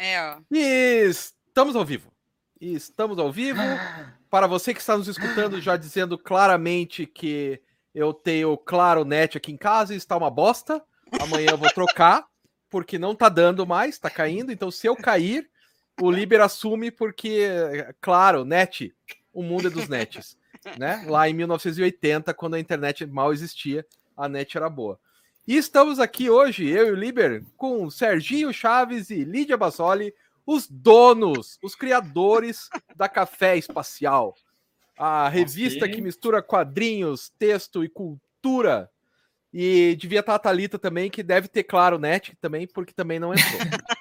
ó. E estamos ao vivo. Para você que está nos escutando, já dizendo claramente que eu tenho Claro Net aqui em casa e está uma bosta. Amanhã eu vou trocar, porque não tá dando mais, tá caindo. Então, se eu cair, o Liber assume, porque, claro, net, o mundo é dos nets. Né? Lá em 1980, quando a internet mal existia, a net era boa. E estamos aqui hoje, eu e o Liber, com Serginho Chaves e Lídia Bassoli, os donos, os criadores da Café Espacial. A revista que mistura quadrinhos, texto e cultura. E devia estar a Thalita também, que deve ter Claro Net também, porque também não entrou.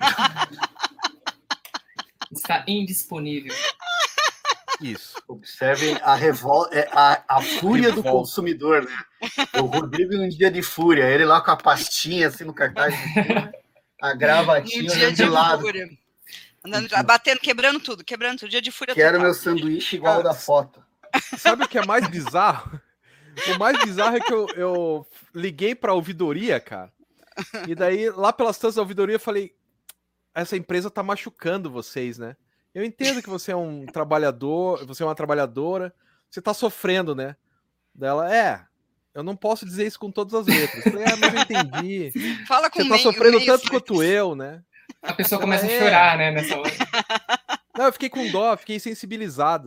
Está indisponível. Isso. Observem a fúria do consumidor, né? O Rodrigo em um dia de fúria, ele lá com a pastinha assim no cartaz, a gravatinha dia de lado. Fúria. Andando, batendo, quebrando tudo, dia de fúria. Quero meu sanduíche igual ao da foto. Sabe o que é mais bizarro? O mais bizarro é que eu liguei pra ouvidoria, cara. E daí, lá pelas tantas da ouvidoria, eu falei: essa empresa tá machucando vocês, né? Eu entendo que você é um trabalhador, você é uma trabalhadora, você tá sofrendo, né? Dela, eu não posso dizer isso com todas as letras. Eu falei, mas eu entendi. Fala com você tá sofrendo tanto quanto eu, né? A pessoa começa a chorar, né, nessa hora. Não, eu fiquei com dó, fiquei sensibilizado.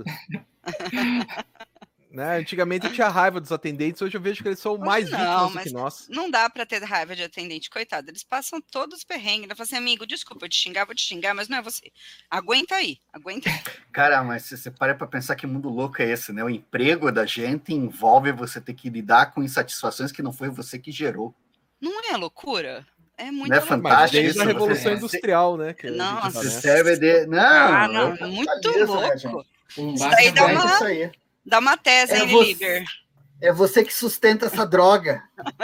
Né? Antigamente eu tinha raiva dos atendentes, hoje eu vejo que eles são mais vítimas do que nós. Não dá pra ter raiva de atendente, coitado. Eles passam todos os perrengues. Eu falo assim, amigo, desculpa, vou te xingar, mas não é você. Aguenta aí. Cara, mas você para pra pensar que mundo louco é esse, né? O emprego da gente envolve você ter que lidar com insatisfações que não foi você que gerou. Não é loucura? É muito não é fantástico. Desde a Revolução Industrial, né? Que nossa. Você serve de... Não, muito louco. Isso daí dá uma tese aí, Liber. É você que sustenta essa droga.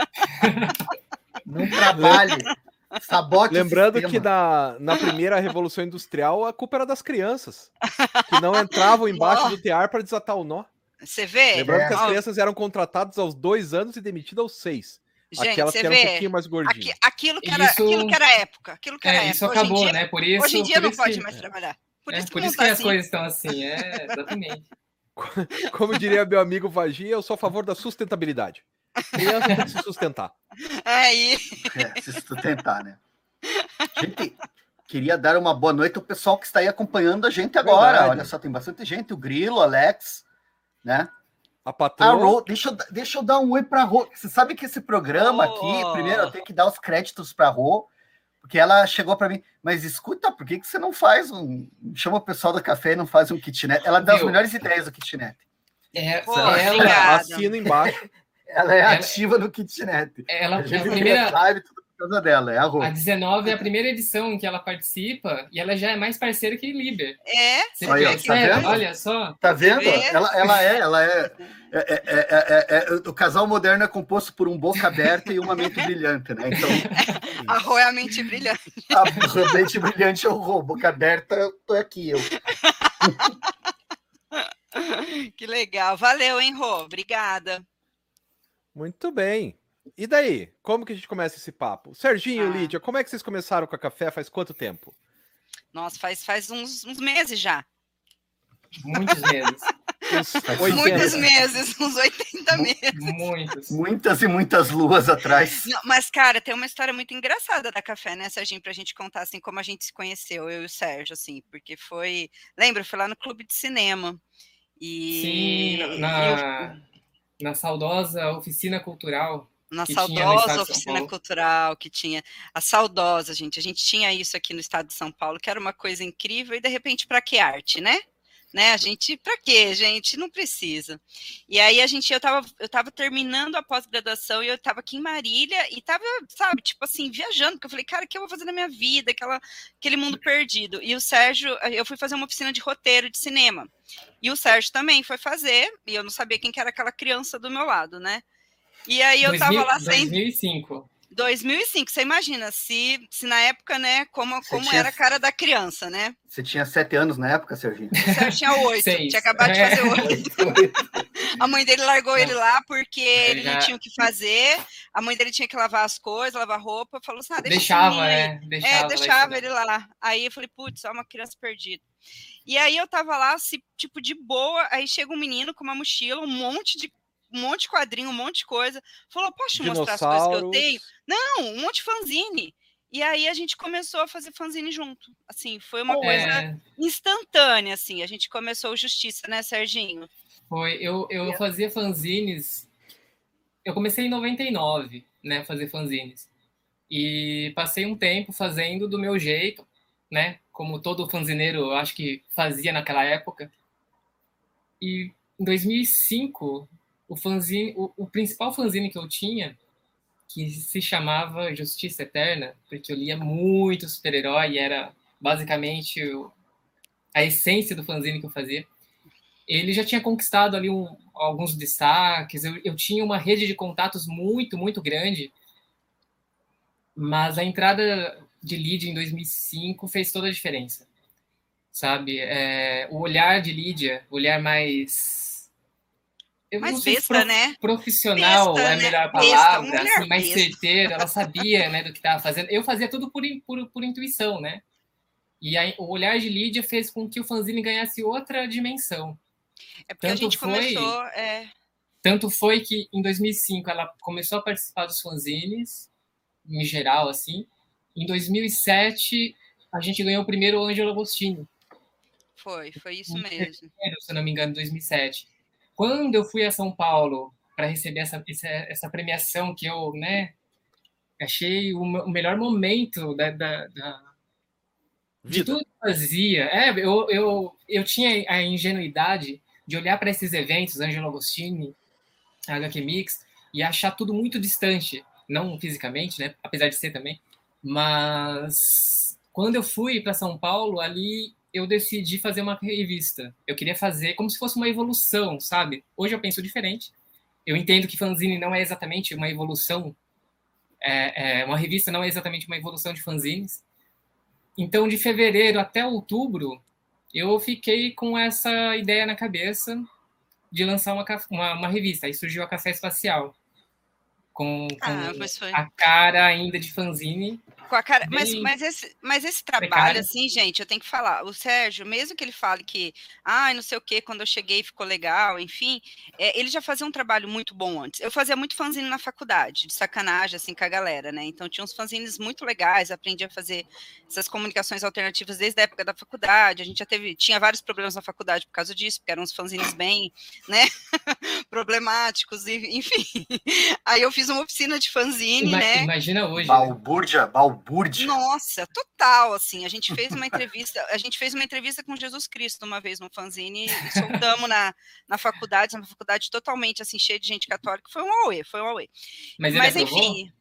Não trabalhe. Sabote. Lembrando que na primeira Revolução Industrial, a culpa era das crianças, que não entravam embaixo do tear para desatar o nó. Você vê? Lembrando que as crianças eram contratadas aos 2 anos e demitidas aos 6. Gente, aquelas que eram um pouquinho mais gordinhas. Aquilo que era época. Isso acabou, né? Por isso, hoje em dia não pode mais trabalhar. Por isso que as coisas estão assim. Exatamente. Como diria meu amigo Vagia, eu sou a favor da sustentabilidade. Criança tem que se sustentar. Se sustentar, né? Gente, queria dar uma boa noite ao pessoal que está aí acompanhando a gente agora. Verdade. Olha só, tem bastante gente. O Grilo, o Alex, né? A patroa. Deixa eu dar um oi para a Rô. Você sabe que esse programa aqui, primeiro eu tenho que dar os créditos para a Rô, porque ela chegou para mim, mas escuta, por que você não faz chama o pessoal do café e não faz um kitnet? Ela dá as melhores ideias do kitnet. Ela assina embaixo. Ela é ativa no kitnet. Ela é a primeira live, tudo por causa dela, é a Rô. A 19 é a primeira edição em que ela participa e ela já é mais parceira que Liber. Tá vendo? Olha só. Tá vendo? Ela é o casal moderno é composto por um boca aberta e uma mente brilhante, né? Então, a Rô é a mente brilhante. A mente brilhante é o Rô, boca aberta, eu tô aqui, eu. Que legal. Valeu, hein, Rô? Obrigada. Muito bem. E daí? Como que a gente começa esse papo? Serginho e Lídia, como é que vocês começaram com a Café? Faz quanto tempo? Nossa, faz uns meses já. Muitos meses. Muitos meses, uns 80 meses. Muitas e muitas luas atrás. Não, mas, cara, tem uma história muito engraçada da Café, né, Serginho, pra gente contar, assim, como a gente se conheceu, eu e o Sérgio, assim, porque foi... Lembra? Foi lá no Clube de Cinema. Sim, na saudosa Oficina Cultural. Na saudosa Oficina Cultural que tinha. A saudosa, gente. A gente tinha isso aqui no estado de São Paulo, que era uma coisa incrível, e de repente, para que arte, né? A gente, para quê, gente? Não precisa. E aí eu tava terminando a pós-graduação e eu tava aqui em Marília e tava, sabe, tipo assim, viajando, porque eu falei, cara, o que eu vou fazer na minha vida? Aquele mundo perdido. E o Sérgio, eu fui fazer uma oficina de roteiro de cinema. E o Sérgio também foi fazer, e eu não sabia quem que era aquela criança do meu lado, né? E aí eu tava lá 2005. 2005, você imagina, se na época, né, como tinha... era a cara da criança, né? Você tinha 7 anos na época, Serginho? O Sérgio tinha 8, 6. tinha acabado de fazer 8. A mãe dele largou ele lá porque ele não tinha o que fazer, a mãe dele tinha que lavar as coisas, lavar roupa, falou assim, deixava, né? Deixava ele lá. Aí eu falei, putz, é uma criança perdida. E aí eu tava lá, tipo, de boa, aí chega um menino com uma mochila, um monte de quadrinho, um monte de coisa. Falou, posso mostrar as coisas que eu tenho? Não, um monte de fanzine. E aí a gente começou a fazer fanzine junto. Assim, foi uma coisa instantânea, assim. A gente começou o Justiça, né, Serginho? Foi, eu fazia fanzines. Eu comecei em 99, né, fazer fanzines. E passei um tempo fazendo do meu jeito, né? Como todo fanzineiro, eu acho que fazia naquela época. E em 2005, o principal fanzine que eu tinha, que se chamava Justiça Eterna, porque eu lia muito super-herói e era basicamente a essência do fanzine que eu fazia. Ele já tinha conquistado ali alguns destaques, eu tinha uma rede de contatos muito, muito grande, mas a entrada de Lídia em 2005 fez toda a diferença, sabe? O olhar de Lídia, o olhar mais... mais besta, né? Profissional besta, é a melhor palavra, assim, mais certeiro, ela sabia, né, do que estava fazendo. Eu fazia tudo por intuição, né? E aí, o olhar de Lídia fez com que o fanzine ganhasse outra dimensão. É porque a gente começou... Tanto foi que, em 2005, ela começou a participar dos fanzines, em geral, assim. Em 2007, a gente ganhou o primeiro Ângelo Agostini. Foi isso mesmo. Se eu não me engano, em 2007. Quando eu fui a São Paulo para receber essa premiação que eu, né, achei o melhor momento de tudo que eu fazia. Eu tinha a ingenuidade de olhar para esses eventos, Ângelo Agostini, HQ Mix, e achar tudo muito distante, não fisicamente, né, apesar de ser também, mas quando eu fui para São Paulo, ali eu decidi fazer uma revista. Eu queria fazer como se fosse uma evolução, sabe? Hoje eu penso diferente. Eu entendo que fanzine não é exatamente uma evolução, uma revista não é exatamente uma evolução de fanzines. Então, de fevereiro até outubro, eu fiquei com essa ideia na cabeça de lançar uma revista. Aí surgiu a Café Espacial, com a cara ainda de fanzine. Com a cara, mas esse trabalho, assim, gente, eu tenho que falar, o Sérgio, mesmo que ele fale que, não sei o que, quando eu cheguei ficou legal, enfim, ele já fazia um trabalho muito bom antes. Eu fazia muito fanzine na faculdade, de sacanagem, assim, com a galera, né? Então tinha uns fanzines muito legais, aprendi a fazer essas comunicações alternativas desde a época da faculdade. A gente tinha vários problemas na faculdade por causa disso, porque eram uns fanzines bem, né, problemáticos, enfim. Aí eu fiz uma oficina de fanzine, né? Imagina hoje. Balbúrdia. Nossa, total, assim, a gente fez uma entrevista com Jesus Cristo uma vez no fanzine e soltamos na faculdade, uma faculdade totalmente, assim, cheia de gente católica, foi um auê. Mas enfim...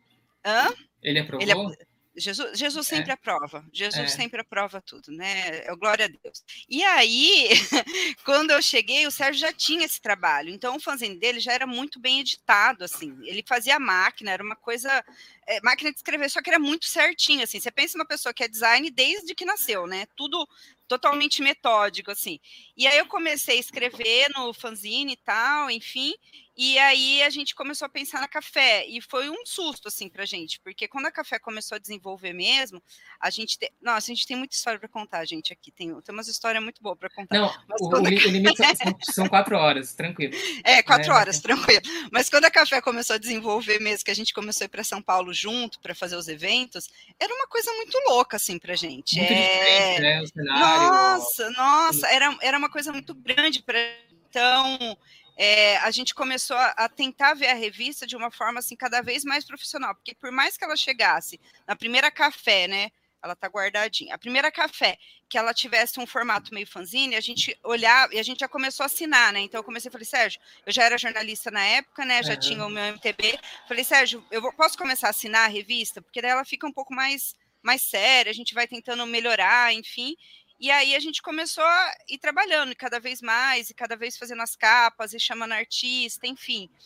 Ele aprovou? Jesus sempre aprova. Sempre aprova tudo, né? Glória a Deus. E aí, quando eu cheguei, o Sérgio já tinha esse trabalho. Então, o fanzine dele já era muito bem editado, assim. Ele fazia a máquina, era uma coisa... máquina de escrever, só que era muito certinho, assim. Você pensa uma pessoa que é design desde que nasceu, né? Tudo totalmente metódico, assim. E aí eu comecei a escrever no fanzine e tal, enfim... E aí a gente começou a pensar na Café, e foi um susto, assim, pra gente, porque quando a Café começou a desenvolver mesmo, a gente tem muita história para contar, gente, aqui, tem umas histórias muito boas para contar. Não, o limite são 4 horas, tranquilo. 4 horas, tranquilo. Mas quando a Café começou a desenvolver mesmo, que a gente começou a ir para São Paulo junto, para fazer os eventos, era uma coisa muito louca, assim, pra gente. Muito diferente, né, o cenário. Nossa, era uma coisa muito grande então... a gente começou a tentar ver a revista de uma forma assim cada vez mais profissional, porque por mais que ela chegasse na primeira Café, né, ela tá guardadinha, a primeira Café, que ela tivesse um formato meio fanzine, a gente olhava e a gente já começou a assinar, né, então eu comecei a falar, Sérgio, eu já era jornalista na época, né, já tinha o meu MTB, falei, Sérgio, posso começar a assinar a revista? Porque daí ela fica um pouco mais séria, a gente vai tentando melhorar, enfim... E aí a gente começou a ir trabalhando cada vez mais, e cada vez fazendo as capas, e chamando artista, enfim.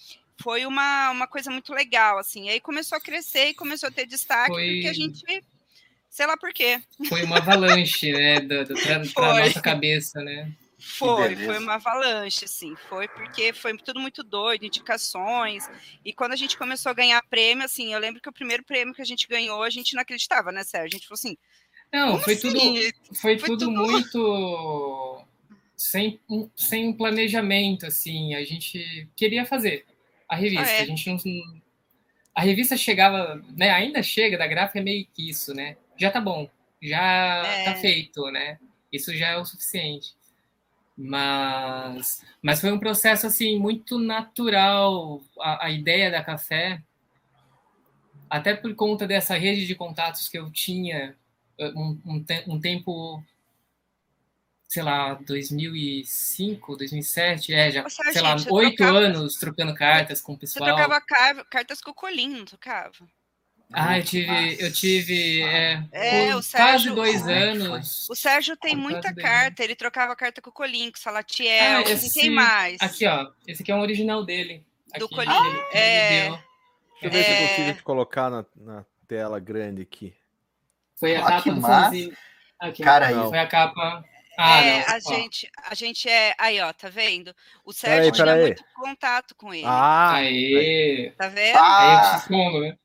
foi uma coisa muito legal, assim. E aí começou a crescer e começou a ter destaque, porque a gente, sei lá por quê. Foi uma avalanche, né, para nossa cabeça, né? Foi uma avalanche, assim, porque foi tudo muito doido, indicações, e quando a gente começou a ganhar prêmio, assim, eu lembro que o primeiro prêmio que a gente ganhou, a gente não acreditava, né, Sérgio? A gente falou assim, não, foi assim? tudo muito sem um planejamento, assim, a gente queria fazer a revista, a gente não... A revista chegava, né, ainda chega, da gráfica é meio que isso, né, já tá bom, já tá feito, né, isso já é o suficiente. Mas foi um processo assim muito natural, a ideia da Café, até por conta dessa rede de contatos que eu tinha um tempo, sei lá, 2005, 2007, já, sei lá, 8 anos trocando cartas com o pessoal. Você trocava cartas com o Colinho, não trocava? Eu tive o Sérgio, quase 2 anos. O Sérgio tem muita carta, ele trocava carta com o Colinho, com o Salatiel, tem mais. Aqui, ó, esse aqui é um original dele. Do Colinho. Deixa eu ver se eu consigo te colocar na tela grande aqui. Foi a capa do fanzine. Aqui, cara, foi a capa... a gente é... Aí, ó, tá vendo? O Sérgio tinha muito contato com ele. Aí. Tá vendo? Aí eu te escondo, né?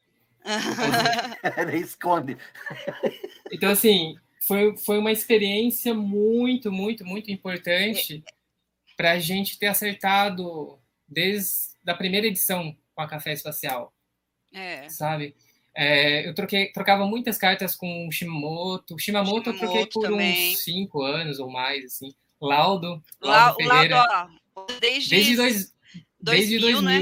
Ele esconde. Então, assim, foi uma experiência muito, muito, muito importante para a gente ter acertado desde a primeira edição com a Café Espacial. Sabe? Eu trocava muitas cartas com o Shimamoto. O Shimamoto eu troquei por também. Uns 5 anos ou mais, assim. Laudo Ferreira. Desde 2000, né?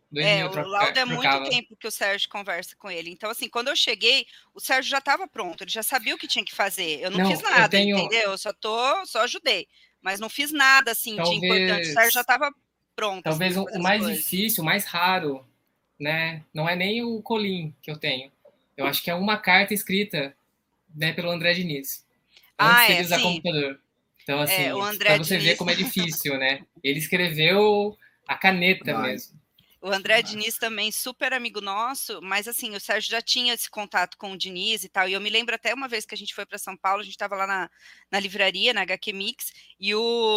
O Laudo é muito tempo que o Sérgio conversa com ele. Então, assim, quando eu cheguei, o Sérgio já estava pronto, ele já sabia o que tinha que fazer. Eu não fiz nada, entendeu? Eu só ajudei. Mas não fiz nada, assim, de importante. O Sérgio já estava pronto. Talvez assim, o mais difícil, o mais raro, né? Não é nem o Colim que eu tenho. Eu acho que é uma carta escrita, né, pelo André Diniz. Antes de ele usar computador. Então, assim, para você ver como é difícil, né? Ele escreveu a caneta mesmo. O André Diniz também, super amigo nosso, mas assim, o Sérgio já tinha esse contato com o Diniz e tal, e eu me lembro até uma vez que a gente foi para São Paulo, a gente estava lá na livraria, na HQ Mix, e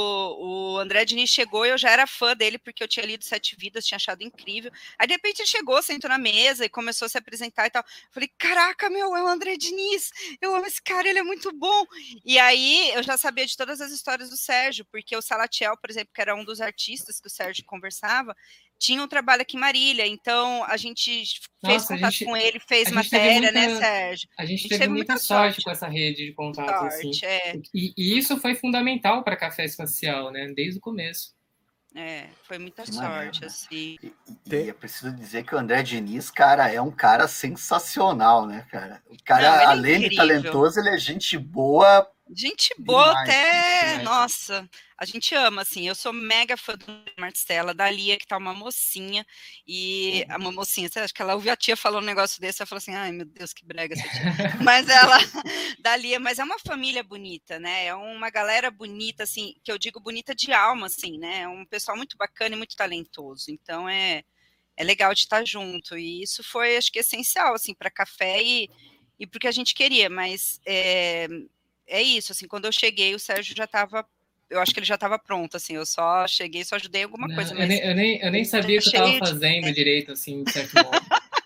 o André Diniz chegou e eu já era fã dele, porque eu tinha lido 7 Vidas, tinha achado incrível, aí de repente ele chegou, sentou na mesa e começou a se apresentar e tal, falei, caraca, meu, é o André Diniz, eu amo esse cara, ele é muito bom, e aí eu já sabia de todas as histórias do Sérgio, porque o Salatiel, por exemplo, que era um dos artistas que o Sérgio conversava, tinha um trabalho aqui em Marília, então a gente fez contato com ele, fez matéria, né, Sérgio? A gente teve muita sorte com essa rede de contato, assim. E isso foi fundamental para a Café Espacial, né, desde o começo. Foi muita sorte, assim. E eu preciso dizer que o André Diniz, cara, é um cara sensacional, né, cara? O cara, além de talentoso, ele é gente boa. Gente boa demais, até, nossa, a gente ama, assim, eu sou mega fã do Marcela, da Lia, que tá uma mocinha, e uma mocinha, você acha que ela ouviu a tia falando um negócio desse, ela falou assim, ai meu Deus, que brega essa tia, mas ela, da Lia, mas é uma família bonita, né, é uma galera bonita, assim, que eu digo bonita de alma, assim, né, é um pessoal muito bacana e muito talentoso, então é legal de estar junto, e isso foi, acho que, essencial, assim, para Café e porque a gente queria, mas é isso, assim, quando eu cheguei, o Sérgio já estava, eu acho que ele já estava pronto, assim, eu só cheguei, só ajudei alguma coisa. Mas eu nem sabia o que eu estava fazendo direito, assim, de certo modo.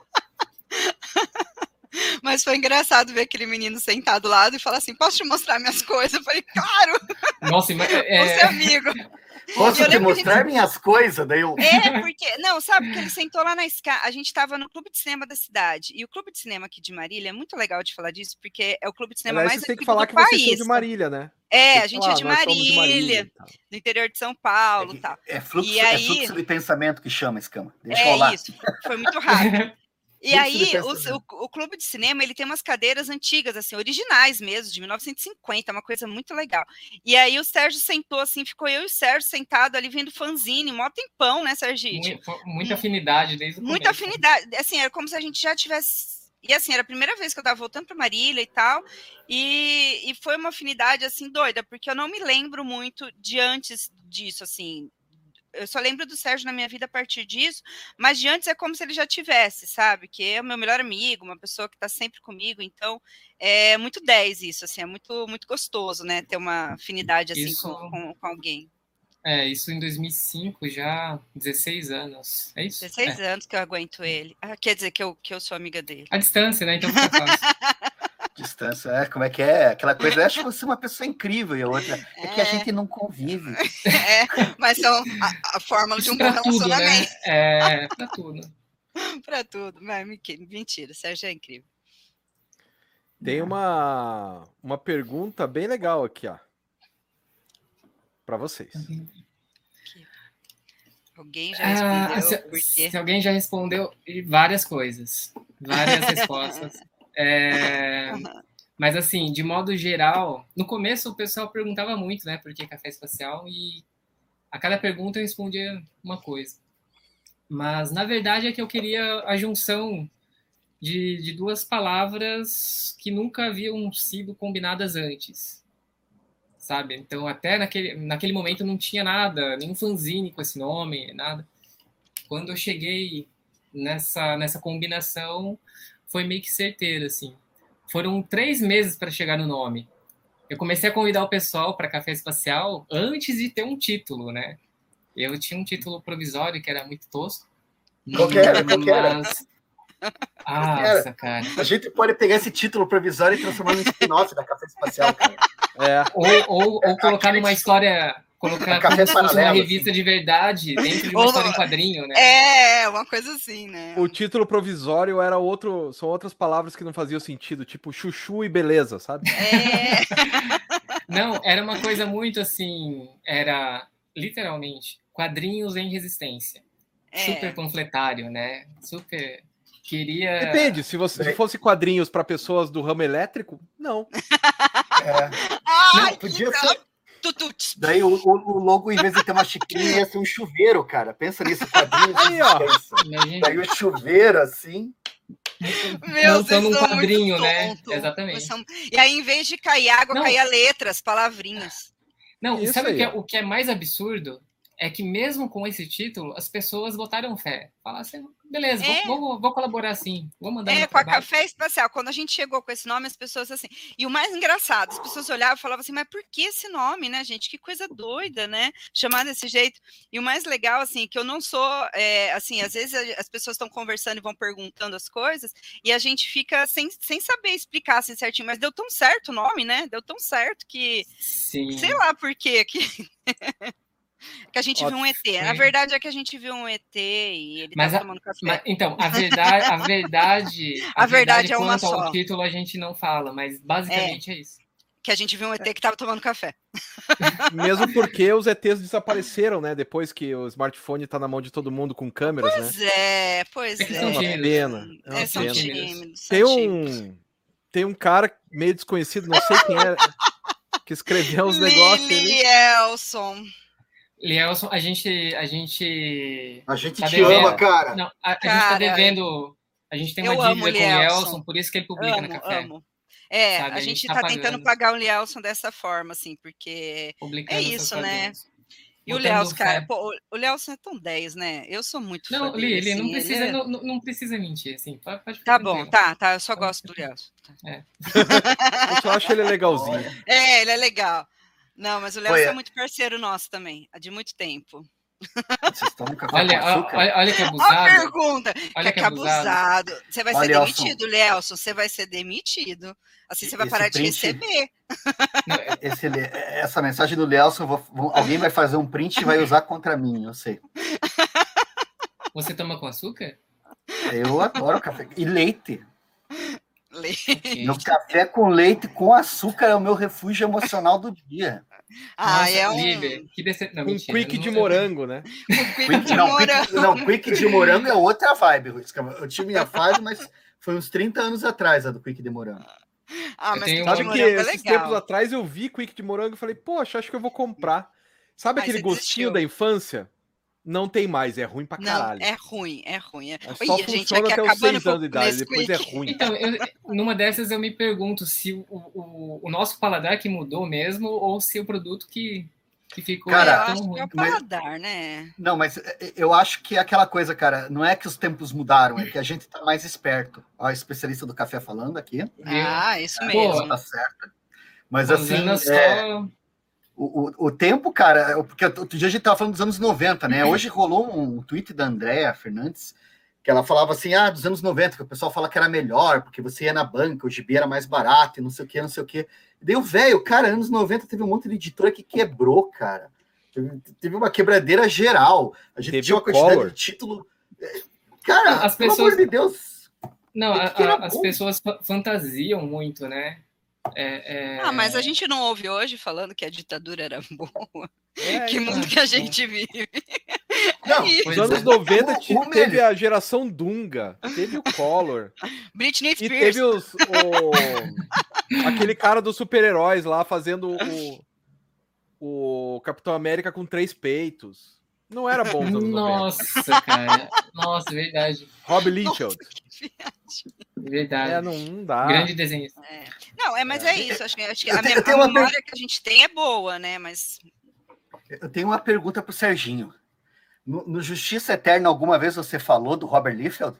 Mas foi engraçado ver aquele menino sentado do lado e falar assim, posso te mostrar minhas coisas? Eu falei, claro! Nossa, você é amigo. Posso te mostrar minhas coisas? Daí eu... porque... Não, sabe, porque ele sentou lá na escada... A gente estava no Clube de Cinema da cidade. E o Clube de Cinema aqui de Marília é muito legal de falar disso, porque é o Clube de Cinema mais antigo do país. Você tem que falar que vocês são de Marília, né? A gente é de Marília, do interior de São Paulo. Tal. Fluxo de pensamento que chama, Escama. Deixa eu falar. Isso, foi muito rápido. E aí, o Clube de Cinema, ele tem umas cadeiras antigas, assim, originais mesmo, de 1950, uma coisa muito legal. E aí o Sérgio sentou, assim, ficou eu e o Sérgio sentado ali vendo fanzine, mó tempão, né, Sergite? Muita afinidade desde o começo. Muita afinidade, assim, era como se a gente já tivesse... E assim, era a primeira vez que eu tava voltando para Marília e tal, e foi uma afinidade, assim, doida, porque eu não me lembro muito de antes disso, assim... eu só lembro do Sérgio na minha vida a partir disso, mas de antes é como se ele já tivesse, sabe? Que é o meu melhor amigo, uma pessoa que está sempre comigo, então é muito 10 isso, assim, é muito, muito gostoso, né? Ter uma afinidade assim com alguém. Isso em 2005, já 16 anos, é isso? 16 anos que eu aguento ele. Quer dizer que eu sou amiga dele. A distância, né? Então fica fácil. Distância, como é que é? Aquela coisa, eu acho você uma pessoa incrível, e a outra é que a gente não convive. Mas são a fórmula de um bom relacionamento. Né? Pra tudo. Pra tudo. Mas, mentira, Sérgio é incrível. Tem uma pergunta bem legal aqui, ó. Para vocês. Alguém já respondeu? Se alguém já respondeu, várias coisas. Várias respostas. Mas assim, de modo geral, no começo o pessoal perguntava muito, né, por que café espacial, e a cada pergunta eu respondia uma coisa. Mas na verdade é que eu queria a junção de duas palavras que nunca haviam sido combinadas antes, sabe? Então até naquele momento não tinha nada, nenhum fanzine com esse nome, nada. Quando eu cheguei nessa combinação, foi meio que certeiro, assim. Foram 3 meses para chegar no nome. Eu comecei a convidar o pessoal para Café Espacial antes de ter um título, né? Eu tinha um título provisório que era muito tosco. Qual que era? Nossa, cara. A gente pode pegar esse título provisório e transformar no spin-off da Café Espacial, cara. Ou colocar numa história... Colocar como se fosse uma revista de verdade dentro de uma história em quadrinho, né? Uma coisa assim, né? O título provisório era são outras palavras que não faziam sentido, tipo chuchu e beleza, sabe? Não, era uma coisa muito assim, era literalmente quadrinhos em resistência. Super panfletário, né? Super queria... Depende, se fosse quadrinhos para pessoas do ramo elétrico, não. Não, podia ser... Daí o logo, em vez de ter uma xicrinha, ia ser um chuveiro, cara. Pensa nisso, quadrinhos. Aí, ó. Daí o chuveiro, assim. Montando um quadrinho, né? Exatamente. E aí, em vez de cair água, caía letras, palavrinhas. Não, e sabe o que é mais absurdo? É que mesmo com esse título, as pessoas botaram fé. Falaram assim, beleza, vou colaborar sim. Vou mandar com a Café Espacial. Quando a gente chegou com esse nome, as pessoas assim... E o mais engraçado, as pessoas olhavam e falavam assim, mas por que esse nome, né, gente? Que coisa doida, né? Chamar desse jeito. E o mais legal, assim, que eu não sou... assim, às vezes as pessoas estão conversando e vão perguntando as coisas, e a gente fica sem saber explicar assim certinho. Mas deu tão certo o nome, né? Deu tão certo que... Sim. Sei lá por quê que... Que a gente viu um ET. A verdade é que a gente viu um ET e ele estava tomando café. Então, a verdade é uma quanto só. ao título a gente não fala, mas basicamente é isso. Que a gente viu um ET que estava tomando café. Mesmo porque os ETs desapareceram, né? Depois que o smartphone está na mão de todo mundo com câmeras, Pois é. É uma pena. São tímidos. Tem um cara meio desconhecido, não sei quem é, que escreveu uns negócios. Lielson, a gente te ama, cara. Não, a gente tá devendo. A gente tem uma dívida com o Lielson, por isso que ele publica na Café. Sabe? A gente tá tentando pagar o Lielson dessa forma, assim, porque é isso, né? E o Lielson, cara, o Lielson é tão 10, né? Eu sou muito fã dele. Ele não precisa mentir, assim. Pode tá bom, tá, eu só gosto do Lielson. Eu só acho ele legalzinho. Ele é legal. Não, mas o Léo é muito parceiro nosso também, há de muito tempo. Vocês tomam café olha que abusado. Olha a pergunta. Olha que abusado. Você vai ser demitido, Lelson. Você vai ser demitido. Assim você vai parar de receber. Essa mensagem do Lelson, alguém vai fazer um print e vai usar contra mim, eu sei. Você toma com açúcar? Eu adoro café. E leite. Meu café com leite com açúcar é o meu refúgio emocional do dia. Com quick de morango, né? Quick de morango é outra vibe. Eu tive minha fase, mas foi uns 30 anos atrás a do quick de morango. Mas sabe que esses tempos atrás eu vi quick de morango e falei, poxa, acho que eu vou comprar. Sabe aquele gostinho da infância? Não tem mais, é ruim pra caralho. Não, é ruim. Só funciona até os 6 anos de idade, depois é ruim. Então, numa dessas eu me pergunto se o nosso paladar que mudou mesmo ou se o produto que que ficou Cara, tão eu acho ruim. que é o paladar, né? Não, mas eu acho que é aquela coisa, cara, não é que os tempos mudaram, é que a gente tá mais esperto. Ó, a especialista do café falando aqui. Ah, isso Pô, mesmo. Tá certo. Mas Rosana assim, só... o tempo, cara, porque outro dia a gente tava falando dos anos 90, né? Hoje rolou um tweet da Andréa Fernandes, que ela falava assim, dos anos 90, que o pessoal fala que era melhor, porque você ia na banca, o gibi era mais barato, e não sei o que, não sei o que. E daí o velho, cara, anos 90 teve um monte de editora que quebrou, cara. Teve uma quebradeira geral. A gente tinha uma quantidade de título. Cara, as pelo pessoas... amor de Deus. Não, as pessoas fantasiam muito, né? Mas a gente não ouve hoje falando que a ditadura era boa. Que mundo que a gente vive. Não, nos anos 90 teve a geração Dunga, teve o Collor. Britney Spears. E teve aquele cara dos super-heróis lá fazendo o Capitão América com 3 peitos. Não era bom os anos 90. Nossa, cara. Nossa, verdade. Rob Liefeld. Verdade. Não dá. Grande desenho. Mas é isso. Acho que a memória que a gente tem é boa, né? Mas... Eu tenho uma pergunta pro Serginho. No Justiça Eterna, alguma vez você falou do Robert Liefeld?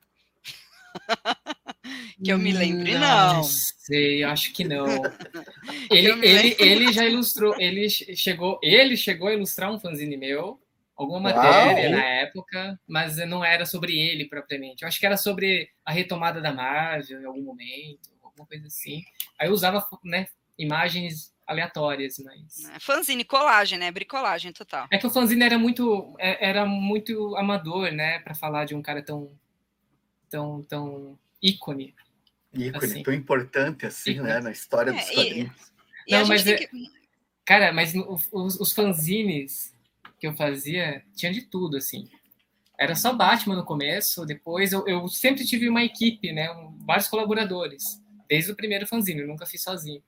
Que eu me lembre, não. Não sei, acho que não. Ele já ilustrou, ele chegou a ilustrar um fanzine meu, alguma matéria na época, mas não era sobre ele propriamente. Eu acho que era sobre a retomada da Marvel em algum momento, alguma coisa assim. Aí eu usava, né, imagens aleatórias, mas... Fanzine, colagem, né? Bricolagem total. É que o fanzine era muito amador, né? Para falar de um cara tão ícone. Assim. Tão importante assim, ícone. Né? Na história dos quadrinhos. Não, mas cara, mas os fanzines que eu fazia tinha de tudo, assim. Era só Batman no começo, depois eu sempre tive uma equipe, né? Vários colaboradores. Desde o primeiro fanzine, eu nunca fiz sozinho.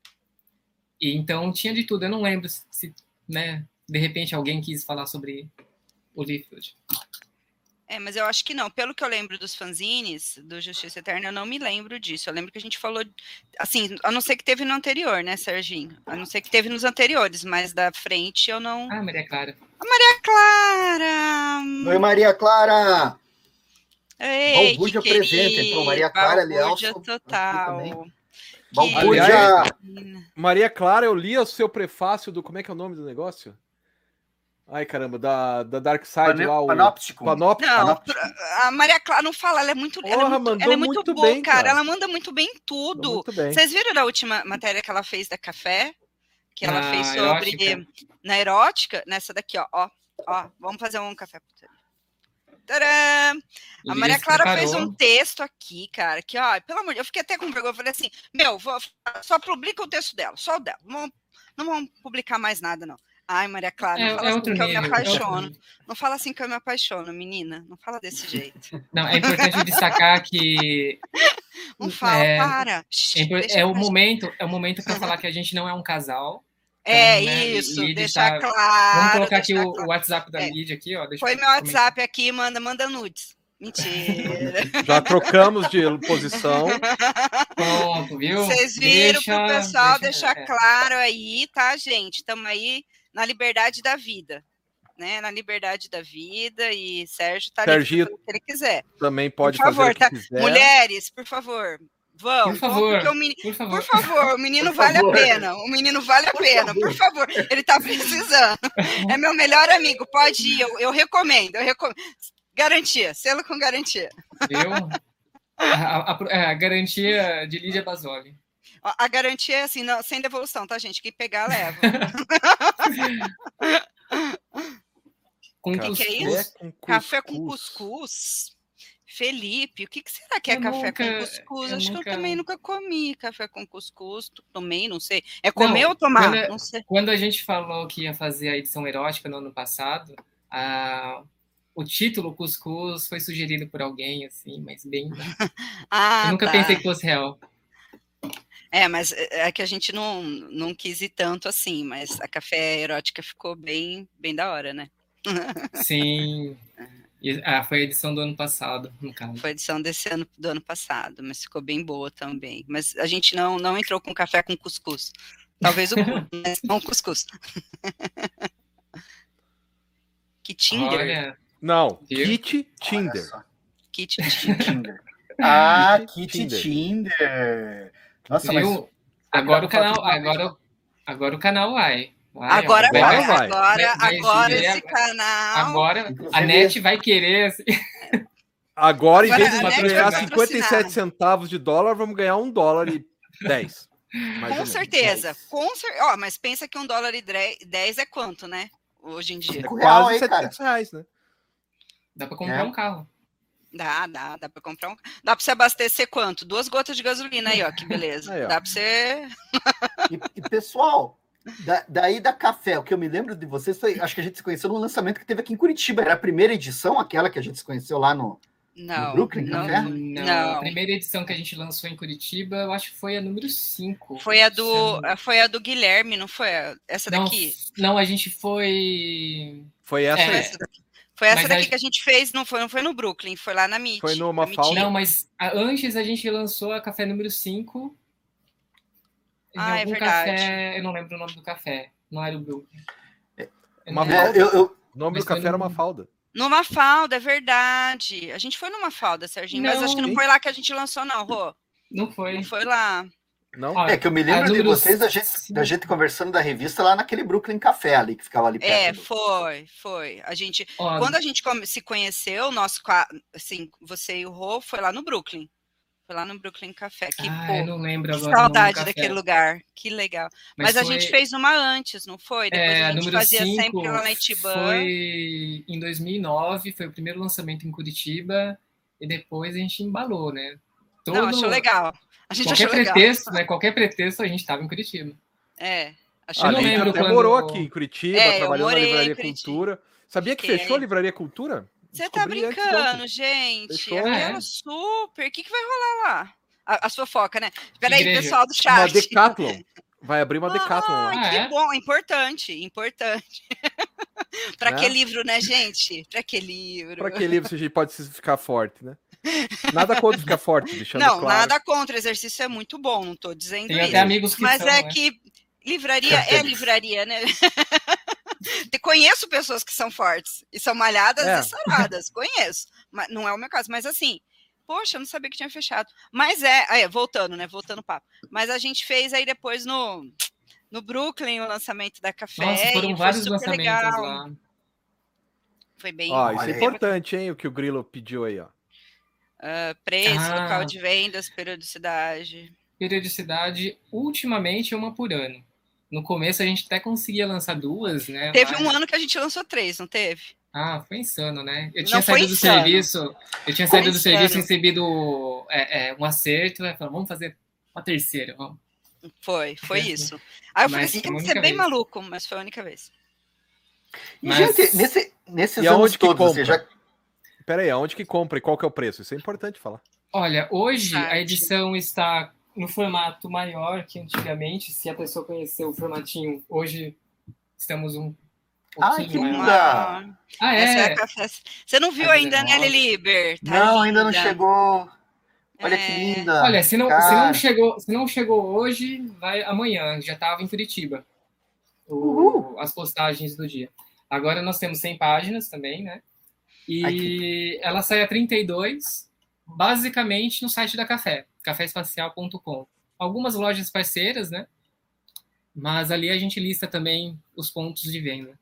E então tinha de tudo. Eu não lembro se, né, de repente alguém quis falar sobre o Liefeld. Mas eu acho que não. Pelo que eu lembro dos fanzines do Justiça Eterna, eu não me lembro disso. Eu lembro que a gente falou, assim, a não ser que teve no anterior, né, Serginho? A não ser que teve nos anteriores, mas da frente eu não... Maria Clara. A Maria Clara! Oi, Maria Clara! Ei, Balbúrdia presente. Então, Maria Clara, Balbúrdia total. Aliás, Maria Clara, eu li o seu prefácio do... Como é que é o nome do negócio? Ai, caramba, da Dark Side lá, o Panóptico. Não, a Maria Clara não fala, ela é muito, ela é muito boa, bem, cara. Ela manda muito bem tudo. Muito bem. Vocês viram a última matéria que ela fez da Café? Que ela fez sobre... Na erótica? Nessa daqui, ó. Vamos fazer um café. Tcharam! A Maria Clara fez um texto aqui, cara, que, pelo amor de Deus, eu fiquei até com vergonha. Eu falei assim, só publica o texto dela, só o dela. Não vamos publicar mais nada, não. Ai, Maria Clara, não fala assim que eu me apaixono. Não fala assim que eu me apaixono, menina. Não fala desse jeito. Não, é importante destacar que... Não fala, para. É o momento para falar que a gente não é um casal. Isso, deixar claro. Vamos colocar aqui o WhatsApp da Lídia aqui, ó. Põe meu WhatsApp aqui, manda nudes. Mentira. Já trocamos de posição. Pronto, viu? Vocês viram pro pessoal deixar claro aí, tá, gente? Estamos aí na liberdade da vida, né? Na liberdade da vida, e Sérgio tá livre para o que ele quiser. Também pode fazer o que quiser. Mulheres, por favor, vão. Por favor, por favor, o menino vale a pena. O menino vale a pena, por favor. Ele tá precisando. É meu melhor amigo, pode ir, eu recomendo. Garantia, selo com garantia. Viu? A garantia de Lídia Basoli. A garantia é assim, não, sem devolução, tá, gente? Quem pegar, leva. Que é isso? Café com cuscuz? Felipe, o que será que é café com cuscuz? Acho que eu também nunca comi café com cuscuz. Tomei, não sei. É comer ou tomar? Não sei. Quando a gente falou que ia fazer a edição erótica no ano passado, o título Cuscuz foi sugerido por alguém, assim, mas bem... eu nunca pensei que fosse real. Mas é que a gente não quis ir tanto assim, mas a café erótica ficou bem da hora, né? Sim. Foi a edição do ano passado, no caso. Foi a edição do ano passado, mas ficou bem boa também. Mas a gente não entrou com café com cuscuz. Talvez o mas não cuscuz. Tinder? Olha, Não, Viu? Kit Tinder. Kit Tinder. Ah, Kit Kit Tinder. Tinder. Nossa, mas viu? Agora o canal, Agora agora o canal vai. Agora ó, Agora vai. vai. Agora querer- esse canal. Agora a Inclusive- NET vai querer. Assim, Agora, em Agora vez de a a gente NET ganhar vai 57 centavos de dólar, vamos ganhar $1,10. Mais Com ou menos. certeza. Ó, mas pensa que $1,10 é quanto, né? Hoje em dia. É R$5, quase hein, cara? R$700, né? dá para comprar um carro. Dá para comprar Dá para você abastecer quanto? 2 gotas de gasolina aí, ó, que beleza. Aí, ó. Dá para você. E pessoal, daí da Café, o que eu me lembro de vocês foi, acho que a gente se conheceu no lançamento que teve aqui em Curitiba. Era a primeira edição, aquela que a gente se conheceu lá no Brooklyn Café? Não. A primeira edição que a gente lançou em Curitiba, eu acho que foi a número 5. Foi a do Guilherme, não foi? Essa daqui? Não, a gente foi. Foi essa aí. Foi essa daqui que a gente fez, não foi no Brooklyn, foi lá na MIT. Foi no Mafalda. Não, mas antes a gente lançou a Café número 5. É verdade. Café, eu não lembro o nome do café. Não era o Brooklyn. O nome do foi café era Mafalda. No Mafalda, é verdade. A gente foi no Mafalda, Serginho, mas acho que não foi lá que a gente lançou, não, Rô. Não foi. Não foi lá. Não? Olha, É que eu me lembro de vocês, da gente conversando da revista lá naquele Brooklyn Café ali, que ficava ali perto. Foi. Quando a gente se conheceu, assim, você e o Rô, foi lá no Brooklyn. Foi lá no Brooklyn Café. Eu não lembro agora. Saudade daquele lugar. Que legal. Mas a gente fez uma antes, não foi? Depois a gente fazia 5 sempre lá na Itiban. Foi em 2009, foi o primeiro lançamento em Curitiba. E depois a gente embalou, né? Não, achou legal. A gente qualquer achou pretexto, legal. né? Qualquer pretexto, a gente estava em Curitiba. Achei não lembro até morou aqui em Curitiba, trabalhou na Livraria Cultura. Sabia que fechou a Livraria Cultura? Você tá brincando, gente. Fechou, Aquela super. O que vai rolar lá? As fofocas, né? Peraí, Igreja. pessoal do chat. Uma Decathlon. Vai abrir uma Decathlon lá. Que bom, importante. Para que livro, né, gente? Para que livro? Para que livro se a gente pode ficar forte, né? Nada contra ficar forte, deixando não, claro. Nada contra, exercício é muito bom, não tô dizendo Tem isso. até amigos que mas são, é né? que livraria é livraria, né? Conheço pessoas que são fortes e são malhadas e saradas, conheço. Mas não é o meu caso, mas assim, poxa, eu não sabia que tinha fechado. Mas voltando, né? Voltando o papo. Mas a gente fez aí depois no Brooklyn o lançamento da Café. Nossa, foram vários lançamentos legal. Lá. Foi bem. Isso é importante, hein? O que o Grilo pediu aí, ó. Preço, local de vendas, periodicidade. Periodicidade, ultimamente é uma por ano. No começo a gente até conseguia lançar 2, né? Teve um ano que a gente lançou 3, não teve? Foi insano, né? Eu tinha saído do serviço, e recebido um acerto, né? Falei, vamos fazer uma terceira, vamos. Foi isso. Aí eu falei assim, tem que ser bem maluco, mas foi a única vez. Gente, nesses anos todos, você já... Peraí, aonde que compra e qual que é o preço? Isso é importante falar. Olha, hoje a edição está no formato maior que antigamente. Se a pessoa conheceu o formatinho, hoje estamos um pouquinho maior. Você não viu ainda, né, Liliber? Não, ainda não chegou. Olha que linda. Olha, se não chegou hoje, vai amanhã. Já estava em Curitiba. As postagens do dia. Agora nós temos 100 páginas também, né? E ela sai a 32, basicamente no site da Café, caféespacial.com. Algumas lojas parceiras, né? Mas ali a gente lista também os pontos de venda.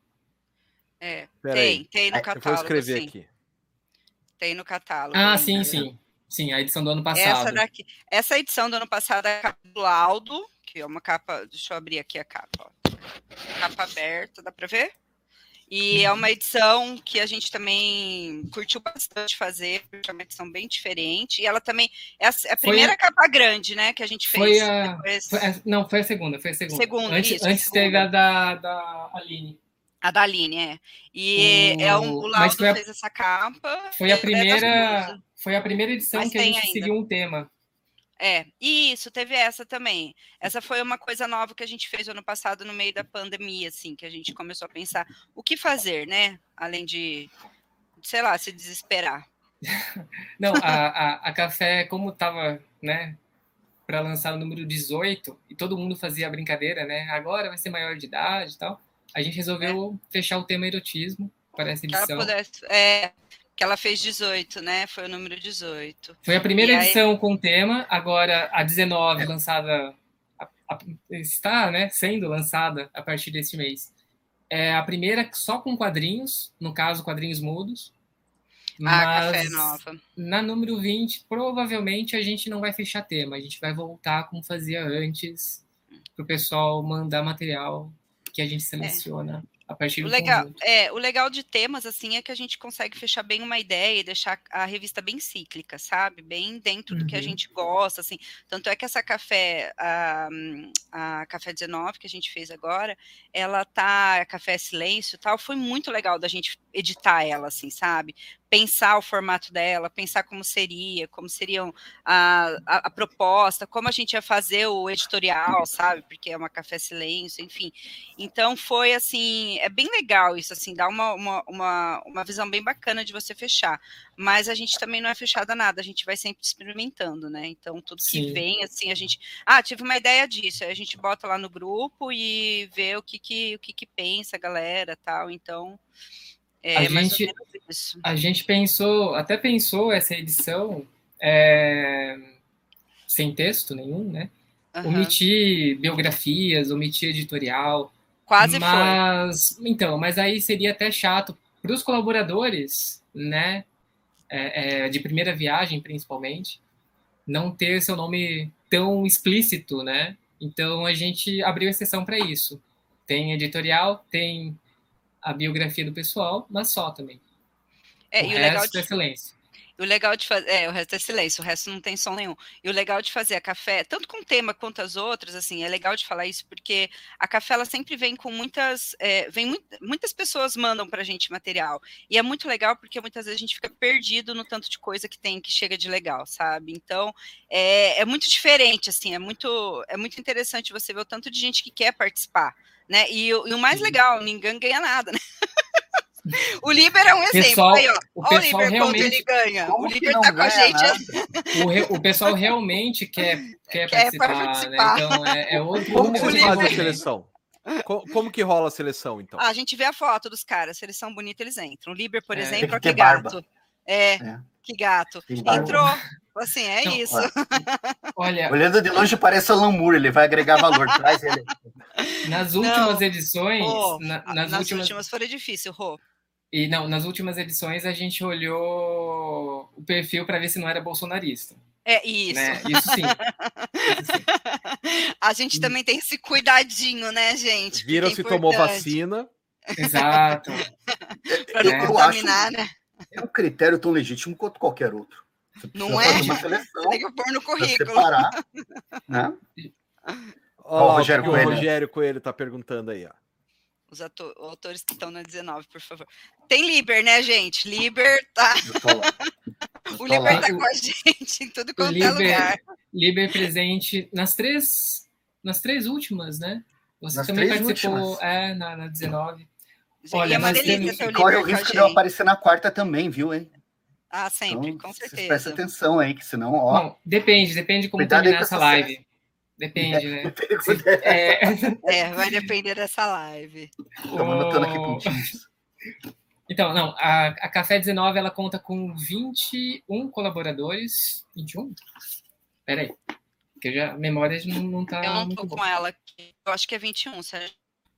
Tem no catálogo. Eu vou escrever aqui. Tem no catálogo. Sim. Sim, a edição do ano passado. Essa edição do ano passado é a capa do Aldo, que é uma capa... Deixa eu abrir aqui a capa. Ó. Capa aberta, dá para ver? E é uma edição que a gente também curtiu bastante fazer, porque é uma edição bem diferente. E ela também é a primeira capa grande, né, que a gente fez. Foi a segunda. Antes teve a da Aline. A da Aline, E o Laudo fez essa capa. Foi a primeira edição que a gente seguiu um tema. Isso, teve essa também. Essa foi uma coisa nova que a gente fez ano passado no meio da pandemia, assim, que a gente começou a pensar o que fazer, né? Além de, sei lá, se desesperar. Não, a Café, como estava, né, para lançar o número 18, e todo mundo fazia a brincadeira, né? Agora vai ser maior de idade e tal. A gente resolveu fechar o tema erotismo. para essa Que ela edição. pudesse, que ela fez 18, né? Foi o número 18. Foi a primeira edição com o tema, agora a 19 lançada, está, né, sendo lançada a partir deste mês. É a primeira só com quadrinhos, no caso, quadrinhos mudos. Café Nova. Na número 20, provavelmente a gente não vai fechar tema, a gente vai voltar como fazia antes, para o pessoal mandar material que a gente seleciona a partir do conjunto. O legal de temas, assim, é que a gente consegue fechar bem uma ideia e deixar a revista bem cíclica, sabe? Bem dentro do que a gente gosta, assim. Tanto é que essa a Café 19 que a gente fez agora, ela tá, Café Silêncio e tal, foi muito legal da gente editar ela, assim, sabe? Pensar o formato dela, pensar como seriam a proposta, como a gente ia fazer o editorial, sabe? Porque é uma Café Silêncio, enfim. Então foi assim, é bem legal isso, assim, dá uma visão bem bacana de você fechar. Mas a gente também não é fechada a nada, a gente vai sempre experimentando, né? Então tudo que vem, assim, a gente, tive uma ideia disso, aí a gente bota lá no grupo e vê o que pensa a galera, tal. Então a gente pensou essa edição sem texto nenhum, né? Omitir biografias, omitir editorial. Quase foi. Então, mas aí seria até chato para os colaboradores, né? De primeira viagem, principalmente, não ter seu nome tão explícito, né? Então a gente abriu exceção para isso. Tem editorial, tem a biografia do pessoal, mas só também. O resto é silêncio. O legal de fazer, o resto é silêncio, o resto não tem som nenhum. E o legal de fazer a Café, tanto com o tema quanto as outras, assim, é legal de falar isso, porque a Café, ela sempre vem com muitas pessoas mandam pra gente material. E é muito legal, porque muitas vezes a gente fica perdido no tanto de coisa que tem, que chega de legal, sabe? Então, é muito diferente, assim, é muito interessante você ver o tanto de gente que quer participar, né? E o mais legal, ninguém ganha nada, né? O Liber é um exemplo. Aí, o pessoal Liber, realmente ele ganha. O Liber tá com a gente. O pessoal realmente quer participar. Né? Então é outro. Como que você faz a seleção? Como que rola a seleção, então? A gente vê a foto dos caras, se eles são bonitos, eles entram. O Liber, por exemplo, que gato. Que gato. Entrou. Assim, então, isso. Olha, olhando de longe parece Alan Moore, ele vai agregar valor. Traz ele. Nas últimas edições... nas últimas foi difícil, Rô. E não, nas últimas edições a gente olhou o perfil para ver se não era bolsonarista. Isso. Né? Isso sim. A gente também tem esse cuidadinho, né, gente? Viram se tomou vacina. Exato. Para não contaminar, né? É um critério tão legítimo quanto qualquer outro. Não é? Você tem que pôr no currículo. Separar, né? Ó, o Rogério Coelho tá perguntando aí, ó. Os autores que estão na 19, por favor. Tem Liber, né, gente? Liber tá... O Liber tá com a gente em tudo quanto é lugar. Liber presente nas três últimas, né? Você também participou na 19. Olha, é uma delícia ter o Liber corre o risco de eu aparecer na quarta também, viu, hein? Sempre, então, com certeza. Vocês prestem atenção aí, que senão, Bom, depende como terminar essa live. Depende, né? Vai depender dessa live. Estamos anotando aqui pontinhos. Então, não, a Café 19, ela conta com 21 colaboradores. 21? Peraí, porque a memória não tá eu não muito tô boa. Com ela aqui. Eu acho que é 21, Sérgio.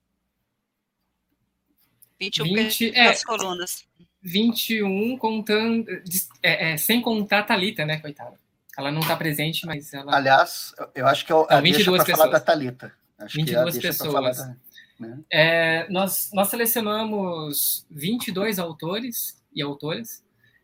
21 as colunas. 21 contando... sem contar a Thalita, né, coitada. Ela não está presente, mas ela... Aliás, eu acho que a 22 deixa para falar da Thalita. Acho 22 que pessoas. Né? Nós selecionamos 22 autores e autoras,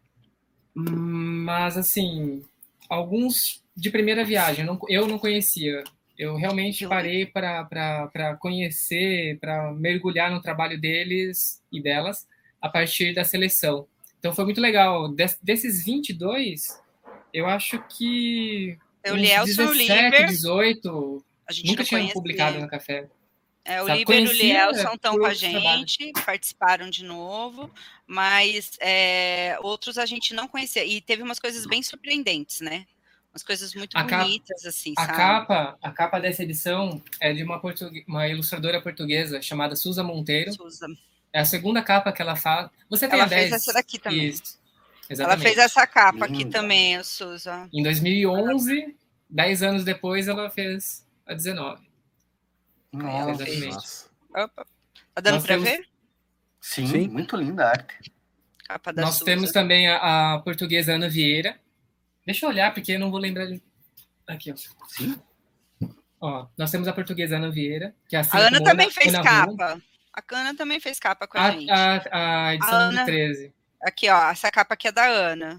mas, assim, alguns de primeira viagem. Eu não conhecia. Eu realmente parei para conhecer, para mergulhar no trabalho deles e delas a partir da seleção. Então, foi muito legal. Desses 22... Eu acho que o Lielson, 17, 18 nunca tinham publicado no Café. O Liber e o Lielson estão com a gente, participaram de novo, mas outros a gente não conhecia. E teve umas coisas bem surpreendentes, né? Umas coisas muito bonitas, assim, sabe? A capa dessa edição é de uma ilustradora portuguesa chamada Susa Monteiro. É a segunda capa que ela faz. Você tem Ela a 10. fez essa daqui também. Isso. Exatamente. Ela fez essa capa aqui também, Susan. Em 2011, 10 anos depois, ela fez a 19. Nossa. Opa. Tá dando para ver? Sim, muito linda a arte. Capa da Nós Susan. temos também a portuguesa Ana Vieira. Deixa eu olhar, porque eu não vou lembrar de... Aqui, ó. Sim. Ó, nós temos a portuguesa Ana Vieira, que é assim a Ana como também fez Ana capa. A Ana também fez capa com a gente. A edição Ana, de 13. Aqui, ó. Essa capa aqui é da Ana.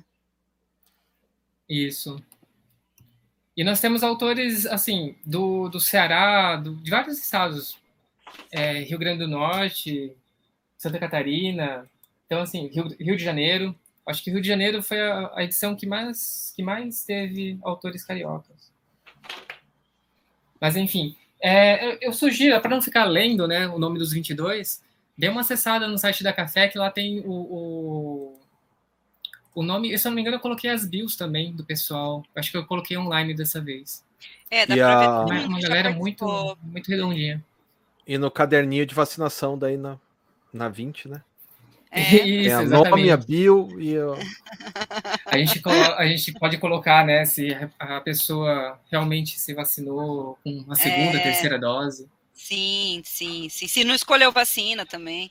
Isso. E nós temos autores, assim, do Ceará, de vários estados. Rio Grande do Norte, Santa Catarina. Então, assim, Rio de Janeiro. Acho que Rio de Janeiro foi a edição que mais teve autores cariocas. Mas, enfim, eu sugiro, para não ficar lendo, né, o nome dos 22, dê uma acessada no site da Café, que lá tem o nome. Se eu não me engano, eu coloquei as bios também do pessoal. Acho que eu coloquei online dessa vez. Dá para ver uma galera muito redondinha. E no caderninho de vacinação daí na 20, né? Isso, a exatamente. nome, a bio e a gente pode colocar, né, se a pessoa realmente se vacinou com a segunda, terceira dose. Sim. Se não escolheu vacina também.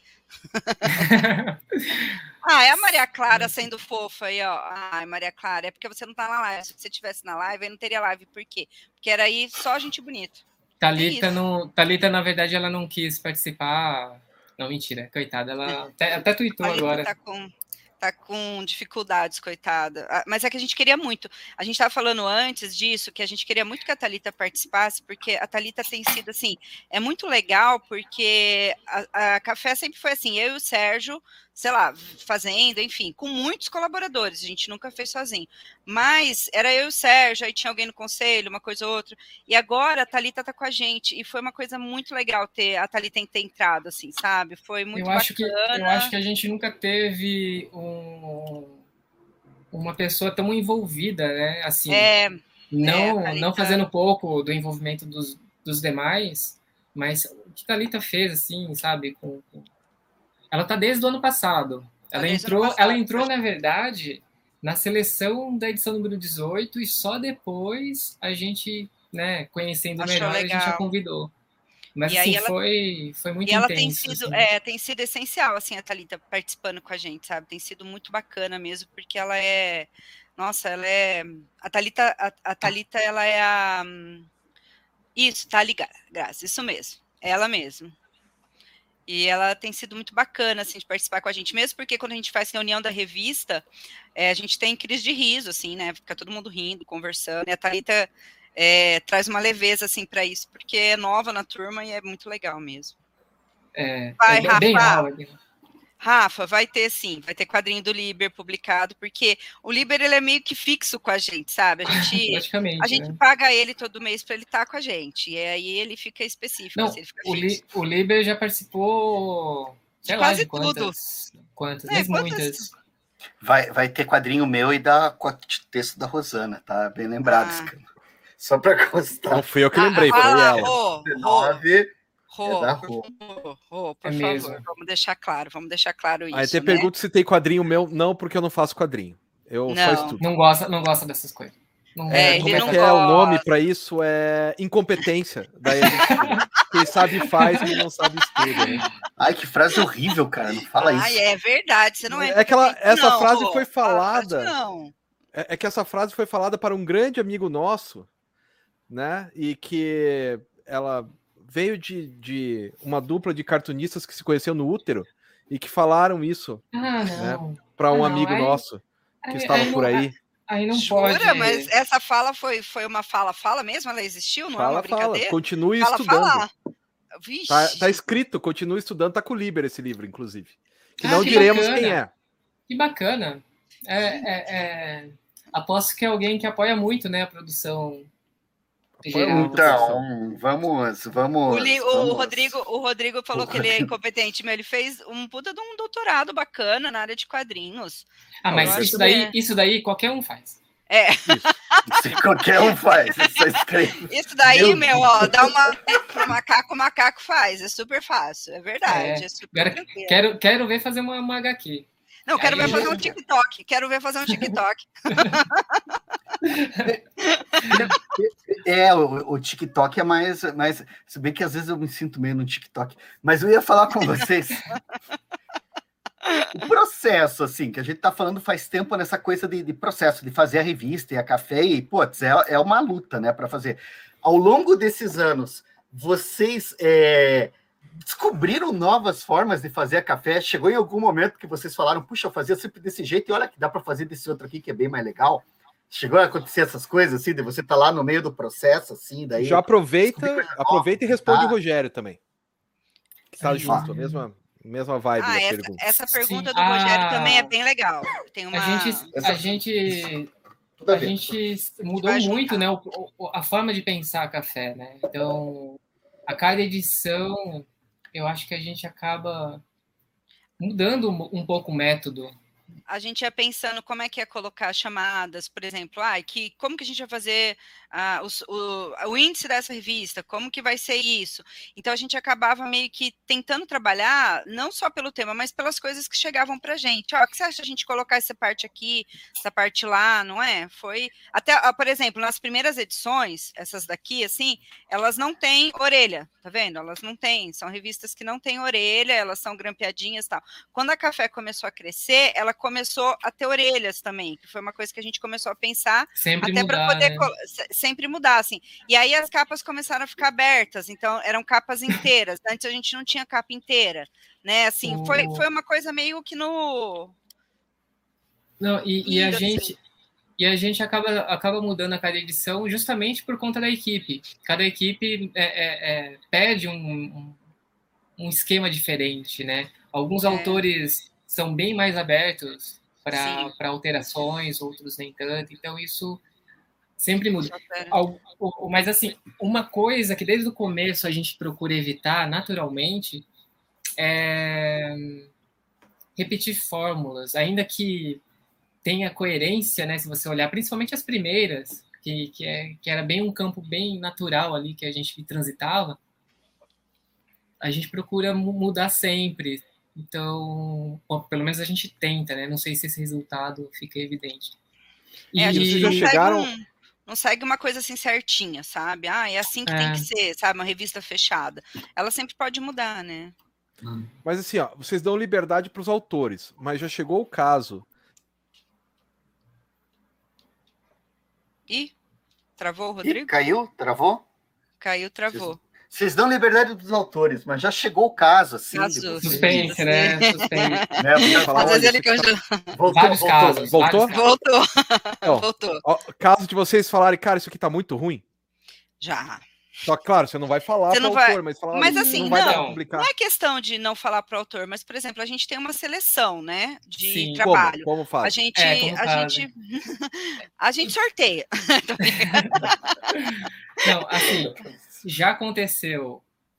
É a Maria Clara sendo fofa aí, ó. Ai, Maria Clara, é porque você não tá na live. Se você estivesse na live, aí não teria live. Por quê? Porque era aí só gente bonita. Thalita, na verdade, ela não quis participar. Não, mentira, coitada, ela até tweetou agora. Tá com dificuldades, coitada. Mas é que a gente queria muito. A gente estava falando antes disso, que a gente queria muito que a Thalita participasse, porque a Thalita tem sido, assim, é muito legal, porque a Café sempre foi assim, eu e o Sérgio, sei lá, fazendo, enfim, com muitos colaboradores, a gente nunca fez sozinho. Mas era eu e o Sérgio, aí tinha alguém no conselho, uma coisa ou outra. E agora a Thalita tá com a gente, e foi uma coisa muito legal ter a Thalita ter entrado, assim, sabe? Foi muito bacana. Eu acho que a gente nunca teve uma pessoa tão envolvida, né? Assim, não fazendo pouco do envolvimento dos demais, mas o que a Thalita fez, assim, sabe? Ela tá desde o ano passado. Ela entrou, na verdade, na seleção da edição número 18 e só depois a gente, né, conhecendo melhor, a gente a convidou. Mas e assim, ela, foi muito ela intenso. tem sido essencial, assim, a Thalita participando com a gente, sabe? Tem sido muito bacana mesmo, porque ela é... Nossa, ela é... A Thalita, ela é a... Isso, tá ligada, Graça, isso mesmo. Ela mesmo. E ela tem sido muito bacana, assim, de participar com a gente, mesmo porque quando a gente faz reunião da revista, a gente tem crise de riso, assim, né? Fica todo mundo rindo, conversando, e a Thalita traz uma leveza, assim, para isso, porque é nova na turma e é muito legal mesmo. Vai, Rafa, bem real. Rafa, vai ter sim, vai ter quadrinho do Liber publicado, porque o Liber, ele é meio que fixo com a gente, sabe? A gente paga ele todo mês para ele estar com a gente, e aí ele fica específico. Não, assim, ele fica o Liber já participou, sei lá, de quantas, mas muitas. Vai ter quadrinho meu e texto da Rosana, tá? Bem lembrado, só para constar. Não fui eu que lembrei, foi ela. 19... por favor, vamos deixar claro isso. Aí até pergunto se tem quadrinho meu, não, porque eu não faço quadrinho. Eu só estudo. Não gosta dessas coisas. Ele não gosta. O nome para isso é incompetência. Daí a gente, quem sabe faz, quem não sabe estuda. Né? Ai, que frase horrível, cara. Não fala isso. Ai, é verdade. Você não é. Essa frase foi falada. É que essa frase foi falada para um grande amigo nosso, né? E que ela veio de uma dupla de cartunistas que se conheceu no útero e que falaram isso né, para um amigo nosso que estava por aí. Aí não Jura? pode. Mas essa fala foi uma fala mesmo? Ela existiu? Não é uma brincadeira? Continue estudando. Vixe. Tá escrito, continue estudando. Tá com o Liber esse livro, inclusive. Que não diremos bacana. Quem é. Que bacana. Aposto que é alguém que apoia muito, né, a produção. Então, vamos. O Rodrigo falou que ele é incompetente, mas ele fez um puta de um doutorado bacana na área de quadrinhos. Mas isso daí qualquer um faz. Isso qualquer um faz, só escreve. Isso daí, ó, dá uma pro macaco, o macaco faz. É super fácil, é verdade. É super quero ver fazer uma HQ. Não, quero ver fazer um TikTok. Quero ver fazer um TikTok. O TikTok é mais. Se bem que às vezes eu me sinto meio no TikTok. Mas eu ia falar com vocês. O processo, assim, que a gente tá falando faz tempo nessa coisa de processo, de fazer a revista e a café, e, putz, é uma luta, né, para fazer. Ao longo desses anos, vocês descobriram novas formas de fazer a café? Chegou em algum momento que vocês falaram, puxa, eu fazia sempre desse jeito, e olha que dá para fazer desse outro aqui, que é bem mais legal? Chegou a acontecer essas coisas, assim, de você tá lá no meio do processo, assim, daí... Já aproveita e responde o Rogério também. Que tá junto, a mesma vibe da pergunta. Essa pergunta do Rogério também é bem legal. Tem uma... A gente mudou muito, né, a forma de pensar café, né? Então, a cada edição, eu acho que a gente acaba mudando um pouco o método. A gente ia pensando como é que ia colocar chamadas, por exemplo, como que a gente vai fazer o índice dessa revista, como que vai ser isso? Então a gente acabava meio que tentando trabalhar, não só pelo tema, mas pelas coisas que chegavam pra gente. O que você acha de a gente colocar essa parte aqui, essa parte lá, não é? Foi, até, por exemplo, nas primeiras edições, essas daqui, assim, elas não têm orelha, tá vendo? Elas não têm, são revistas que não têm orelha, elas são grampeadinhas e tal. Quando a Café começou a crescer, ela começou a ter orelhas também, que foi uma coisa que a gente começou a pensar sempre até para poder sempre mudar, assim. E aí as capas começaram a ficar abertas, então eram capas inteiras. Antes a gente não tinha capa inteira, né? Assim, foi uma coisa meio que no... Não, e a gente acaba mudando a cada edição justamente por conta da equipe. Cada equipe pede um esquema diferente, né? Alguns autores são bem mais abertos para alterações, outros nem tanto. Então, isso sempre muda. Mas, assim, uma coisa que desde o começo a gente procura evitar naturalmente é repetir fórmulas, ainda que tenha coerência, né? Se você olhar, principalmente as primeiras, que era bem um campo bem natural ali que a gente transitava, a gente procura mudar sempre. Então, pelo menos a gente tenta, né? Não sei se esse resultado fica evidente. A gente já chegaram... não segue uma coisa assim certinha, sabe? É assim que tem que ser, sabe? Uma revista fechada. Ela sempre pode mudar, né? Mas assim, vocês dão liberdade para os autores, mas já chegou o caso... Ih, travou o Rodrigo? Caiu? Travou? Caiu, travou. Vocês dão liberdade dos autores, mas já chegou o caso, assim. Suspense, né? Suspense. Voltou? Voltou. Caso de vocês falarem, cara, isso aqui tá muito ruim. Já. Só que, claro, você não vai falar para o autor, mas falar, mas assim, não vai dar pra publicar. Não é questão de não falar para o autor, mas, por exemplo, a gente tem uma seleção, né, de Sim. trabalho. Como faz? A gente sorteia. Não, assim, já aconteceu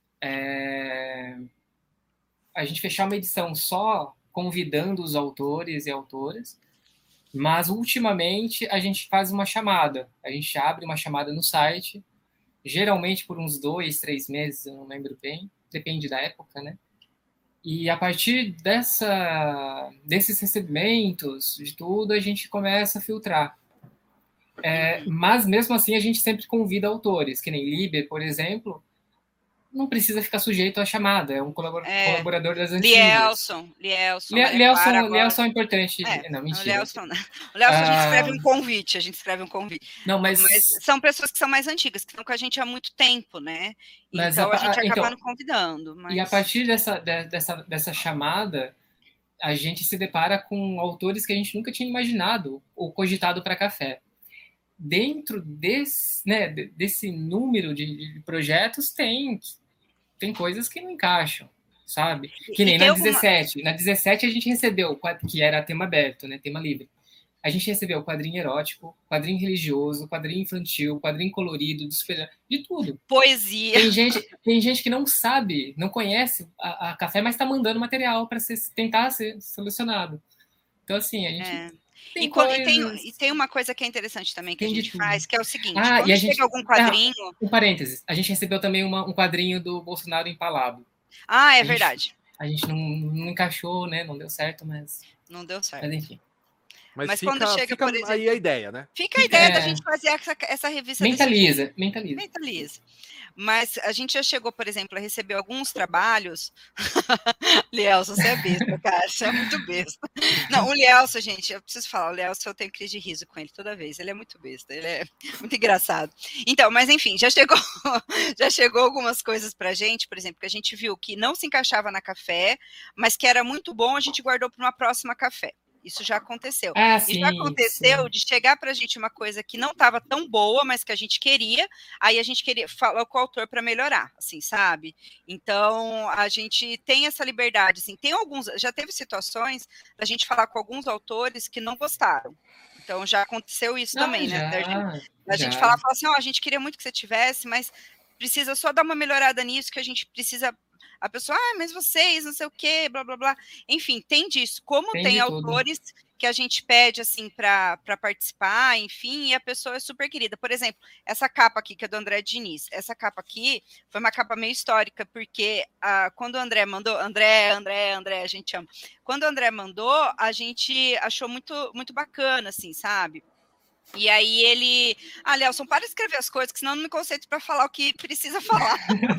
a gente fechar uma edição só convidando os autores e autoras, mas ultimamente a gente faz uma chamada. A gente abre uma chamada no site, geralmente por uns 2, 3 meses, eu não lembro bem, depende da época, né? E a partir desses recebimentos, de tudo, a gente começa a filtrar. Mas, mesmo assim, a gente sempre convida autores, que nem Liber, por exemplo, não precisa ficar sujeito à chamada, é um colaborador das antigas. Lielson é importante. Não, mentira. O Lielson a gente escreve um convite. Não, mas são pessoas que são mais antigas, que estão com a gente há muito tempo, né? Então a gente acaba não convidando. E a partir dessa chamada, a gente se depara com autores que a gente nunca tinha imaginado ou cogitado para café. Dentro desse número de projetos tem coisas que não encaixam, sabe? Que nem na 17. Na 17 a gente recebeu, que era tema aberto, né? Tema livre. A gente recebeu quadrinho erótico, quadrinho religioso, quadrinho infantil, quadrinho colorido, de tudo. Poesia. Tem gente que não sabe, não conhece a café, mas está mandando material para tentar ser selecionado. Então, assim, a gente E tem uma coisa que é interessante também que a gente faz, que é o seguinte, quando e chega algum quadrinho... Um parênteses, a gente recebeu também um quadrinho do Bolsonaro empalado. Ah, é verdade. A gente não encaixou, né? Não deu certo, mas... Não deu certo. Mas enfim. Mas quando chega, fica por exemplo, aí a ideia, né? Fica a ideia da gente fazer essa revista. Mentaliza. Mas a gente já chegou, por exemplo, a receber alguns trabalhos. Lielson, você é besta, cara. Você é muito besta. Não, o Lielson, gente, eu preciso falar, o Lielson, eu tenho crise de riso com ele toda vez. Ele é muito besta, ele é muito engraçado. Então, mas enfim, já chegou algumas coisas pra gente, por exemplo, que a gente viu que não se encaixava na café, mas que era muito bom, a gente guardou para uma próxima café. Isso já aconteceu. Sim, já aconteceu de chegar para a gente uma coisa que não estava tão boa, mas que a gente queria, aí a gente queria falar com o autor para melhorar, assim, sabe? Então, a gente tem essa liberdade, assim, já teve situações da gente falar com alguns autores que não gostaram. Então, já aconteceu isso também, né? A gente falar assim, a gente queria muito que você tivesse, mas precisa só dar uma melhorada nisso, que a gente precisa... A pessoa, mas vocês, não sei o quê, blá, blá, blá. Enfim, tem disso. Como tem autores que a gente pede, assim, para participar, enfim, e a pessoa é super querida. Por exemplo, essa capa aqui, que é do André Diniz. Essa capa aqui foi uma capa meio histórica, porque quando o André mandou... André, a gente ama. Quando o André mandou, a gente achou muito, muito bacana, assim, sabe? E aí ele... Lielson, para de escrever as coisas, que senão eu não me concentro para falar o que precisa falar.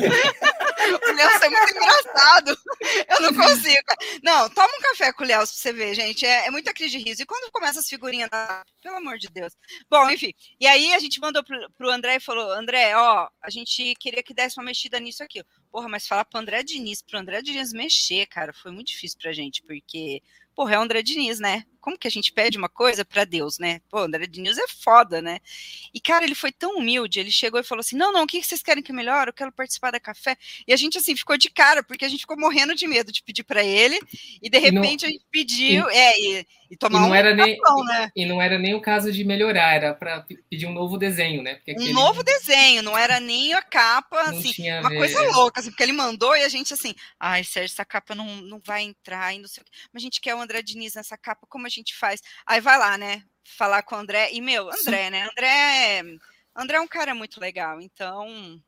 O Lielson é muito engraçado. Eu não consigo. Não, toma um café com o Lielson pra você ver, gente. É muita crise de riso. E quando começa as figurinhas... Pelo amor de Deus. Bom, enfim. E aí a gente mandou pro André e falou, André, a gente queria que desse uma mexida nisso aqui. Porra, mas falar pro André Diniz mexer, cara, foi muito difícil pra gente, porque... Porra, é o André Diniz, né? Como que a gente pede uma coisa para Deus, né? Pô, o André Diniz é foda, né? E, cara, ele foi tão humilde, ele chegou e falou assim, não, o que vocês querem que melhore? Eu quero participar da café. E a gente, assim, ficou de cara, porque a gente ficou morrendo de medo de pedir para ele, e de repente a gente pediu, e tomar né? E não era nem o caso de melhorar, era para pedir um novo desenho, né? Porque novo desenho, não era nem a capa, assim, uma coisa louca, assim, porque ele mandou e a gente, assim, Sérgio, essa capa não vai entrar, e não sei o quê. Mas a gente quer o André Diniz nessa capa, como a gente faz? Aí vai lá, né, falar com o André, e André, né, André é um cara muito legal, então...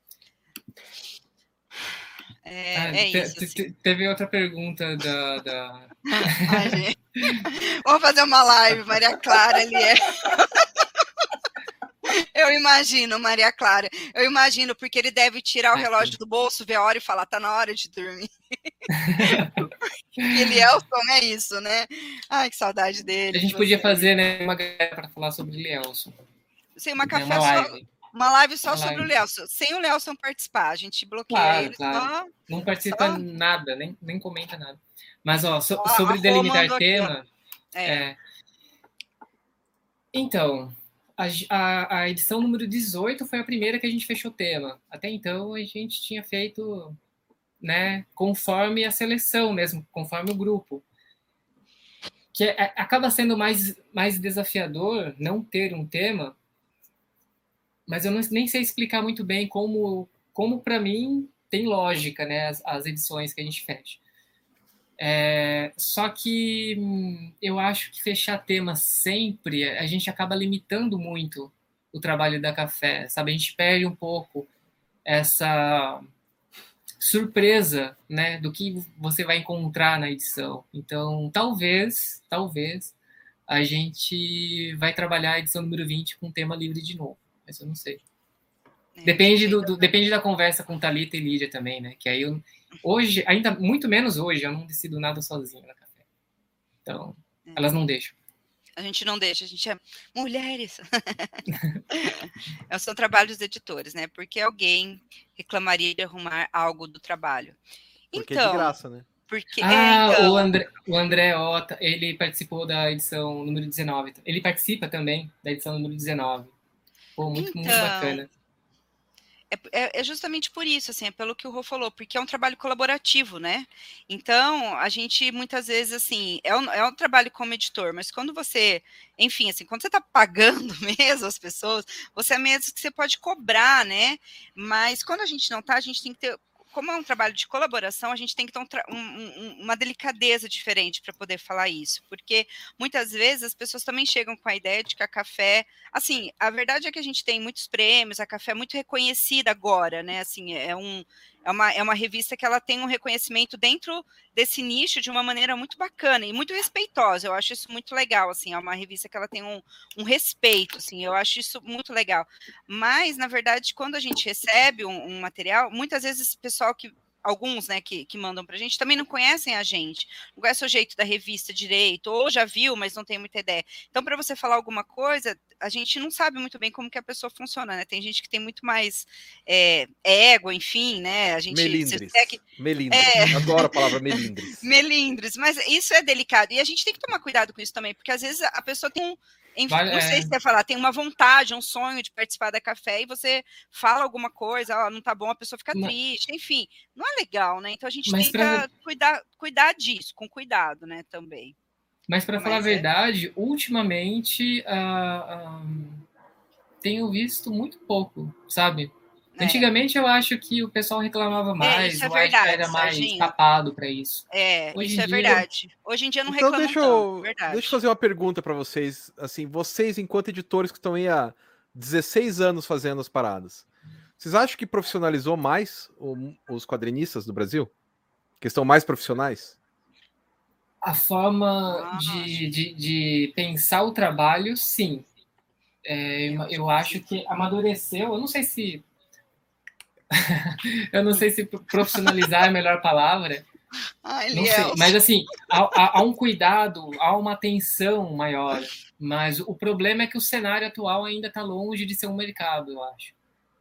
isso. Assim. Teve outra pergunta da... Gente. Vamos fazer uma live, Maria Clara, ele é... Eu imagino, Maria Clara. Eu imagino, porque ele deve tirar o relógio do bolso, ver a hora e falar, tá na hora de dormir. E Lielson é isso, né? Ai, que saudade dele. A gente podia fazer, né, uma galera para falar sobre o Lielson. Sim, uma live só sobre o Lielson. Sem o Lielson participar. A gente bloqueia ele. Claro. Não participa nada, nem comenta nada. Mas, sobre delimitar tema... Então... A edição número 18 foi a primeira que a gente fechou o tema. Até então, a gente tinha feito, né, conforme a seleção mesmo, conforme o grupo. Que acaba sendo mais desafiador não ter um tema, mas eu nem sei explicar muito bem como para mim, tem lógica, né, as edições que a gente fecha. Só que eu acho que fechar tema sempre, a gente acaba limitando muito o trabalho da Café, sabe? A gente perde um pouco essa surpresa, né, do que você vai encontrar na edição. Então, talvez a gente vai trabalhar a edição número 20 com tema livre de novo, mas eu não sei. Depende da conversa com Thalita e Lídia também, né? Que aí hoje, ainda muito menos hoje, eu não decido nada sozinho na Café. Então, elas não deixam. A gente não deixa, a gente é mulheres. São trabalhos dos editores, né? Porque alguém reclamaria de arrumar algo do trabalho. Porque é de graça, né? Porque, o André Ota, ele participou da edição número 19. Ele participa também da edição número 19. Pô, muito bacana. É justamente por isso, assim, é pelo que o Rô falou, porque é um trabalho colaborativo, né? Então, a gente, muitas vezes, assim, é um trabalho como editor, mas quando você, enfim, assim, quando você está pagando mesmo as pessoas, você é mesmo que você pode cobrar, né? Mas quando a gente não está, a gente tem que ter como é um trabalho de colaboração, a gente tem que ter uma delicadeza diferente para poder falar isso, porque muitas vezes as pessoas também chegam com a ideia de que a Café, assim, a verdade é que a gente tem muitos prêmios, a Café é muito reconhecida agora, né, assim, é uma revista que ela tem um reconhecimento dentro desse nicho de uma maneira muito bacana e muito respeitosa. Eu acho isso muito legal, assim, é uma revista que ela tem um respeito, assim, eu acho isso muito legal. Mas, na verdade, quando a gente recebe um material, muitas vezes o pessoal alguns, né, que mandam para a gente, também não conhecem a gente, não conhece o jeito da revista direito, ou já viu, mas não tem muita ideia. Então, para você falar alguma coisa, a gente não sabe muito bem como que a pessoa funciona, né? Tem gente que tem muito mais ego, enfim, né? A gente melindres. Adoro a palavra melindres. Melindres, mas isso é delicado. E a gente tem que tomar cuidado com isso também, porque às vezes a pessoa tem não sei se você falar, tem uma vontade, um sonho de participar da Café e você fala alguma coisa, não tá bom, a pessoa fica triste, enfim, não é legal, né? Então a gente tenta cuidar disso, com cuidado, né, também. Mas para falar a verdade, ultimamente tenho visto muito pouco, sabe? Antigamente eu acho que o pessoal reclamava mais, isso é verdade, era mais tapado para isso. Hoje isso é verdade. Hoje em dia não reclamam tanto, verdade. Deixa eu fazer uma pergunta para vocês, assim, vocês enquanto editores que estão aí há 16 anos fazendo as paradas, vocês acham que profissionalizou mais os quadrinistas do Brasil? Que estão mais profissionais? A forma de pensar o trabalho, sim. Eu acho que amadureceu, eu não sei se profissionalizar é a melhor palavra. Não sei, mas assim, há um cuidado, há uma atenção maior. Mas o problema é que o cenário atual ainda está longe de ser um mercado, eu acho.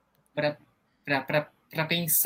Para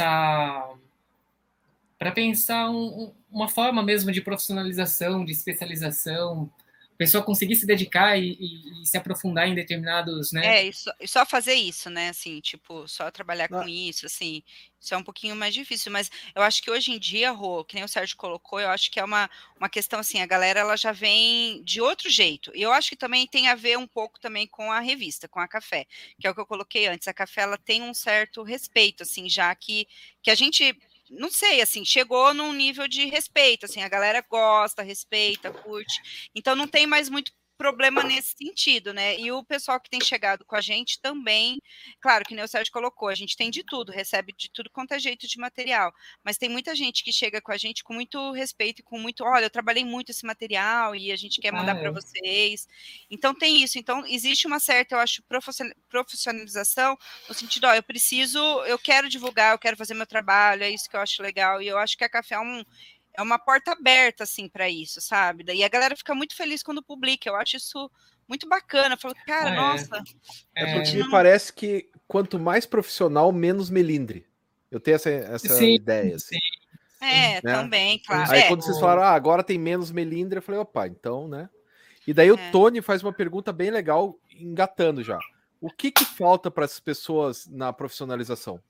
pensar uma forma mesmo de profissionalização, de especialização, a pessoa conseguir se dedicar e se aprofundar em determinados, né? E só fazer isso, né, assim, tipo, só trabalhar com isso, assim, isso é um pouquinho mais difícil, mas eu acho que hoje em dia, Rô, que nem o Sérgio colocou, eu acho que é uma questão, assim, a galera, ela já vem de outro jeito, e eu acho que também tem a ver um pouco também com a revista, com a Café, que é o que eu coloquei antes, a Café, ela tem um certo respeito, assim, já que a gente... Não sei, assim, chegou num nível de respeito, assim, a galera gosta, respeita, curte, então não tem mais muito problema nesse sentido, né? E o pessoal que tem chegado com a gente também, claro, que nem o Sérgio colocou, a gente tem de tudo, recebe de tudo quanto é jeito de material, mas tem muita gente que chega com a gente com muito respeito e com muito, olha, eu trabalhei muito esse material e a gente quer mandar para vocês. Então tem isso, então existe uma certa, eu acho, profissionalização no sentido, eu quero divulgar, eu quero fazer meu trabalho, é isso que eu acho legal, e eu acho que a Café é uma porta aberta, assim, para isso, sabe? E a galera fica muito feliz quando publica. Eu acho isso muito bacana. Eu falo, cara, nossa. Porque me parece que quanto mais profissional, menos melindre. Eu tenho essa ideia, assim. Né? Também, claro. Aí quando vocês falaram, agora tem menos melindre, eu falei, opa, então, né? E daí o Tony faz uma pergunta bem legal, engatando já. O que falta para essas pessoas na profissionalização?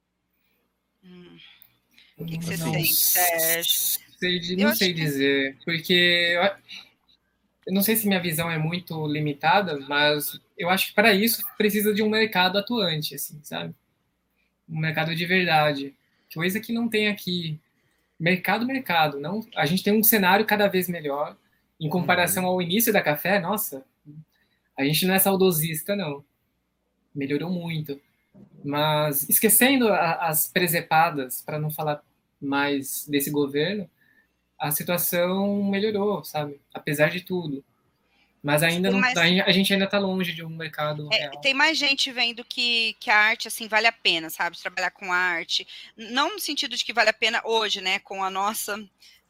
O que você sente, Sérgio? Não sei dizer, porque eu não sei se minha visão é muito limitada, mas eu acho que para isso precisa de um mercado atuante, assim, sabe? Um mercado de verdade, coisa que não tem aqui. Mercado, não. A gente tem um cenário cada vez melhor em comparação ao início da Café. Nossa, a gente não é saudosista, não. Melhorou muito. Mas esquecendo as presepadas, para não falar mais desse governo, a situação melhorou, sabe? Apesar de tudo. Mas ainda não, a gente ainda está longe de um mercado real. Tem mais gente vendo que a arte, assim, vale a pena, sabe? Trabalhar com arte. Não no sentido de que vale a pena hoje, né? Com a nossa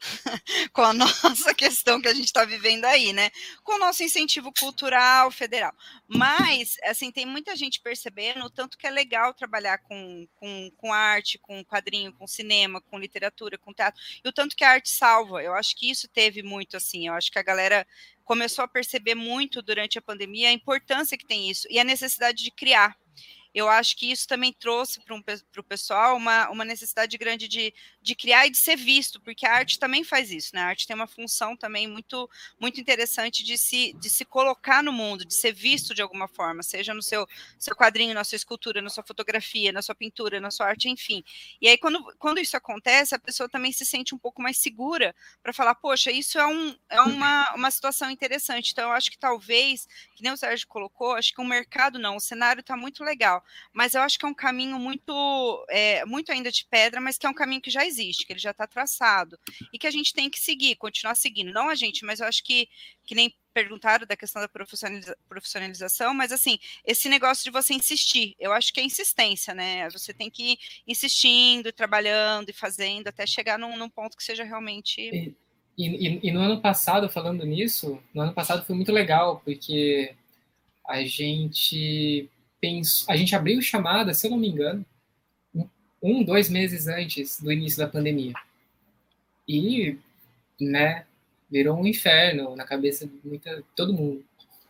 questão que a gente está vivendo aí, né? Com o nosso incentivo cultural federal. Mas, assim, tem muita gente percebendo o tanto que é legal trabalhar com arte, com quadrinho, com cinema, com literatura, com teatro, e o tanto que a arte salva. Eu acho que isso teve muito, assim, eu acho que a galera começou a perceber muito durante a pandemia a importância que tem isso e a necessidade de criar. Eu acho que isso também trouxe para o pessoal uma necessidade grande de de criar e de ser visto, porque a arte também faz isso, né? A arte tem uma função também muito, muito interessante de se colocar no mundo, de ser visto de alguma forma, seja no seu quadrinho, na sua escultura, na sua fotografia, na sua pintura, na sua arte, enfim. E aí, quando isso acontece, a pessoa também se sente um pouco mais segura para falar, poxa, isso é uma situação interessante. Então, eu acho que talvez, que nem o Sérgio colocou, acho que o mercado não, o cenário está muito legal, mas eu acho que é um caminho muito ainda de pedra, mas que é um caminho que já existe, que ele já está traçado, e que a gente tem que seguir, continuar seguindo. Não a gente, mas eu acho que nem perguntaram da questão da profissionalização, mas assim, esse negócio de você insistir, eu acho que é insistência, né? Você tem que ir insistindo, trabalhando e fazendo até chegar num ponto que seja realmente... E no ano passado, falando nisso, no ano passado foi muito legal, porque a gente abriu chamada, se eu não me engano, 2 meses antes do início da pandemia. E, né, virou um inferno na cabeça de todo mundo.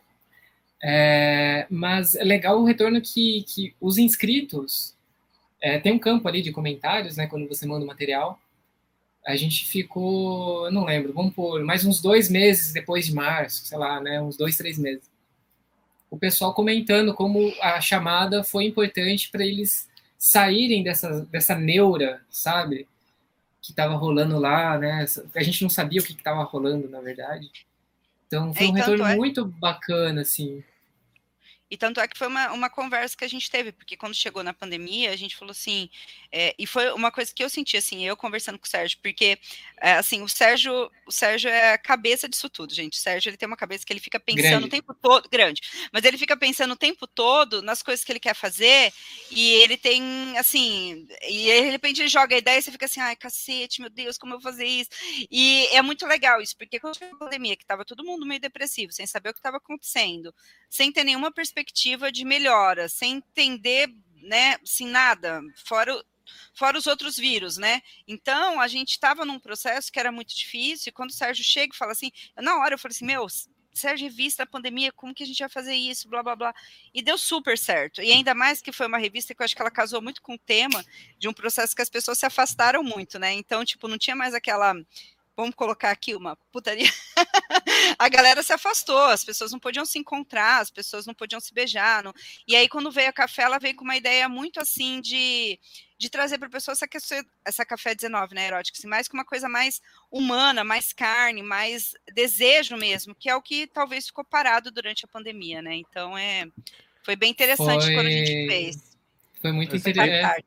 Mas é legal o retorno que os inscritos... tem um campo ali de comentários, né, quando você manda o material. A gente ficou, eu não lembro, vamos pôr, mais uns 2 meses depois de março, sei lá, né, uns 2, 3 meses. O pessoal comentando como a chamada foi importante para eles saírem dessa neura, sabe? Que estava rolando lá, né? A gente não sabia o que estava rolando, na verdade. Então, foi um retorno muito bacana, assim. E tanto é que foi uma conversa que a gente teve, porque quando chegou na pandemia, a gente falou assim, e foi uma coisa que eu senti, assim, eu conversando com o Sérgio, porque, assim, o Sérgio é a cabeça disso tudo, gente. O Sérgio, ele tem uma cabeça que ele fica pensando o tempo todo, grande, mas ele fica pensando o tempo todo nas coisas que ele quer fazer, e ele tem, assim, e de repente ele joga a ideia e você fica assim, ai, cacete, meu Deus, como eu vou fazer isso? E é muito legal isso, porque quando chegou a pandemia, que tava todo mundo meio depressivo, sem saber o que estava acontecendo, sem ter nenhuma perspectiva de melhora, sem entender, né, assim, nada, fora os outros vírus, né? Então, a gente estava num processo que era muito difícil, e quando o Sérgio chega e fala assim, na hora eu falei assim, meu, Sérgio, revista da pandemia, como que a gente vai fazer isso, blá, blá, blá, e deu super certo, e ainda mais que foi uma revista que eu acho que ela casou muito com o tema de um processo que as pessoas se afastaram muito, né? Então, tipo, não tinha mais aquela... Vamos colocar aqui uma putaria. A galera se afastou, as pessoas não podiam se encontrar, as pessoas não podiam se beijar. Não... E aí, quando veio a Café, ela veio com uma ideia muito assim de trazer para a pessoa essa Café 19, né, erótica, assim, mais que uma coisa mais humana, mais carne, mais desejo mesmo, que é o que talvez ficou parado durante a pandemia, né? Então, foi bem interessante quando a gente fez. Foi muito interessante.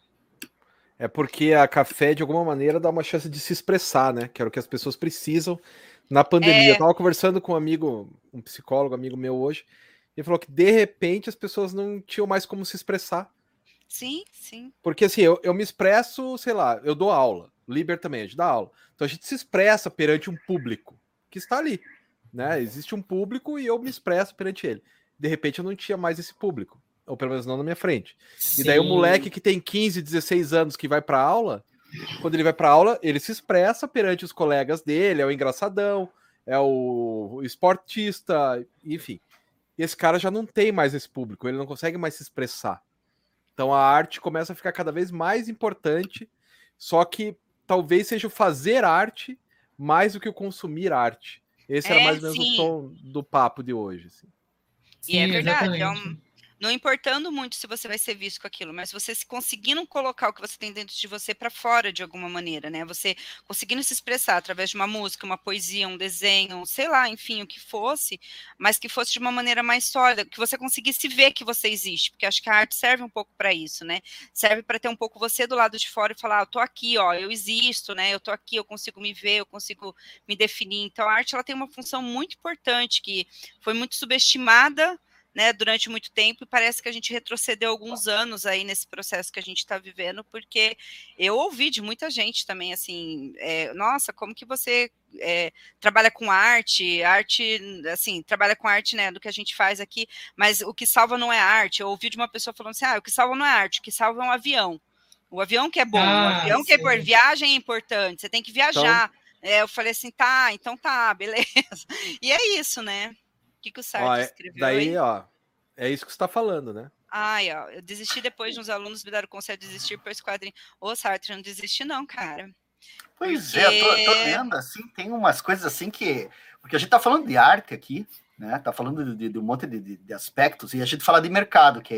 É porque a Café, de alguma maneira, dá uma chance de se expressar, né? Que era o que as pessoas precisam na pandemia. Eu tava conversando com um psicólogo, amigo meu hoje, e ele falou que, de repente, as pessoas não tinham mais como se expressar. Sim, sim. Porque, assim, eu me expresso, sei lá, eu dou aula. O Liber também, a gente dá aula. Então, a gente se expressa perante um público que está ali, né? Existe um público e eu me expresso perante ele. De repente, eu não tinha mais esse público. Ou pelo menos não na minha frente. Sim. E daí o moleque que tem 15, 16 anos que vai pra aula, quando ele vai pra aula, ele se expressa perante os colegas dele, é o engraçadão, é o esportista, enfim. E esse cara já não tem mais esse público, ele não consegue mais se expressar. Então a arte começa a ficar cada vez mais importante, só que talvez seja o fazer arte mais do que o consumir arte. Esse era mais ou menos o tom do papo de hoje. Assim. Sim, e é verdade, não importando muito se você vai ser visto com aquilo, mas você se conseguindo colocar o que você tem dentro de você para fora de alguma maneira, né? Você conseguindo se expressar através de uma música, uma poesia, um desenho, sei lá, enfim, o que fosse, mas que fosse de uma maneira mais sólida, que você conseguisse ver que você existe, porque acho que a arte serve um pouco para isso, né? Serve para ter um pouco você do lado de fora e falar, eu tô aqui, ó, eu existo, né? Eu tô aqui, eu consigo me ver, eu consigo me definir. Então a arte, ela tem uma função muito importante que foi muito subestimada, né, durante muito tempo, e parece que a gente retrocedeu alguns anos aí nesse processo que a gente está vivendo, porque eu ouvi de muita gente também, assim, nossa, como que você trabalha com arte, assim, trabalha com arte, né, do que a gente faz aqui, mas o que salva não é arte. Eu ouvi de uma pessoa falando assim, o que salva não é arte, o que salva é um avião. O avião que é bom, o avião sim. Que é viagem é importante, você tem que viajar. Então, eu falei assim, então tá, beleza. E é isso, né? O que o Sartre escreveu daí, aí? Ó, é isso que você está falando, né? Ai, ó, eu desisti depois de uns alunos me deram o conselho de desistir por esse quadrinho. Ô, Sartre, não desiste não, cara. Pois Porque... é, tô vendo, assim, tem umas coisas assim que... Porque a gente tá falando de arte aqui, né? Tá falando de um monte de aspectos, e a gente fala de mercado, que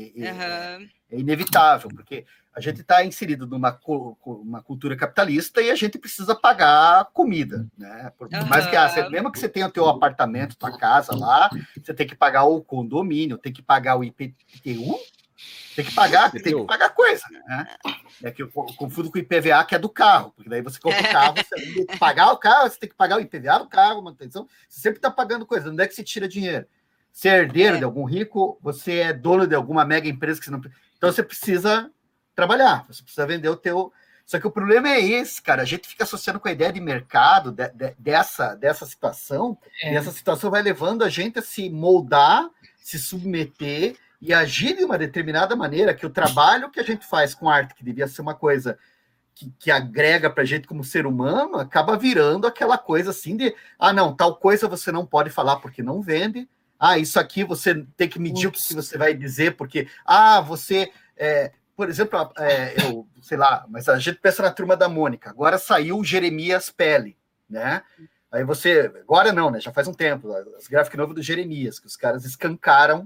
é inevitável, porque a gente está inserido numa uma cultura capitalista e a gente precisa pagar comida, né? Por mais que, mesmo que você tenha o teu apartamento, tua casa lá, você tem que pagar o condomínio, tem que pagar o IPTU, tem que pagar coisa, né? É que eu confundo com o IPVA, que é do carro, porque daí você compra o carro, você tem que pagar o carro, você tem que pagar o IPVA do carro, manutenção, você sempre está pagando coisa, onde é que se tira dinheiro? Você é herdeiro de algum rico, você é dono de alguma mega empresa que você não... Então você precisa trabalhar, você precisa vender o teu... Só que o problema é esse, cara, a gente fica associando com a ideia de mercado, dessa situação, e essa situação vai levando a gente a se moldar, se submeter e agir de uma determinada maneira, que o trabalho que a gente faz com arte, que devia ser uma coisa que agrega para a gente como ser humano, acaba virando aquela coisa assim de, não, tal coisa você não pode falar porque não vende, isso aqui você tem que medir o que você vai dizer, porque, você... por exemplo, eu sei lá, mas a gente pensa na Turma da Mônica, agora saiu o Jeremias Pele, né? Aí você... Agora não, né? Já faz um tempo, as gráficas novas do Jeremias, que os caras escancaram,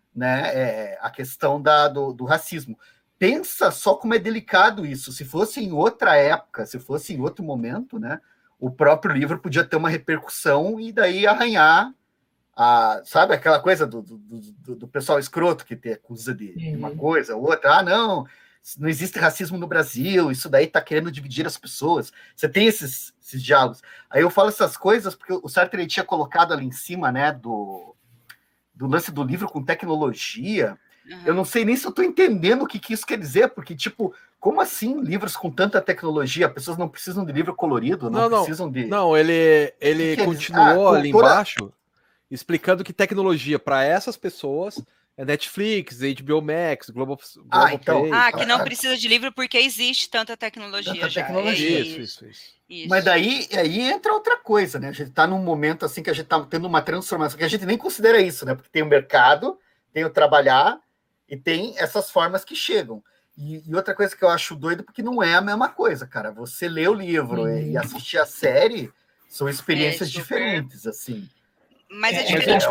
né, a questão do racismo. Pensa só como é delicado isso. Se fosse em outra época, se fosse em outro momento, né, o próprio livro podia ter uma repercussão e daí arranhar, sabe, aquela coisa do pessoal escroto que te acusa de uma coisa ou outra. Não existe racismo no Brasil, isso daí está querendo dividir as pessoas. Você tem esses diálogos. Aí eu falo essas coisas porque o Sartre ele tinha colocado ali em cima, né, do lance do livro com tecnologia. Eu não sei nem se eu estou entendendo o que isso quer dizer, porque, tipo, como assim livros com tanta tecnologia? Pessoas não precisam de livro colorido, não precisam de... Não, ele continuou ali embaixo explicando que tecnologia para essas pessoas é Netflix, HBO Max, Globoplay. Que não precisa de livro porque existe tanta tecnologia. Tanta tecnologia. Isso. Mas daí aí entra outra coisa, né? A gente está num momento assim que a gente está tendo uma transformação, que a gente nem considera isso, né? Porque tem o mercado, tem o trabalhar e tem essas formas que chegam. E outra coisa que eu acho doido, porque não é a mesma coisa, cara. Você ler o livro e assistir a série são experiências diferentes, assim. Mas é diferente.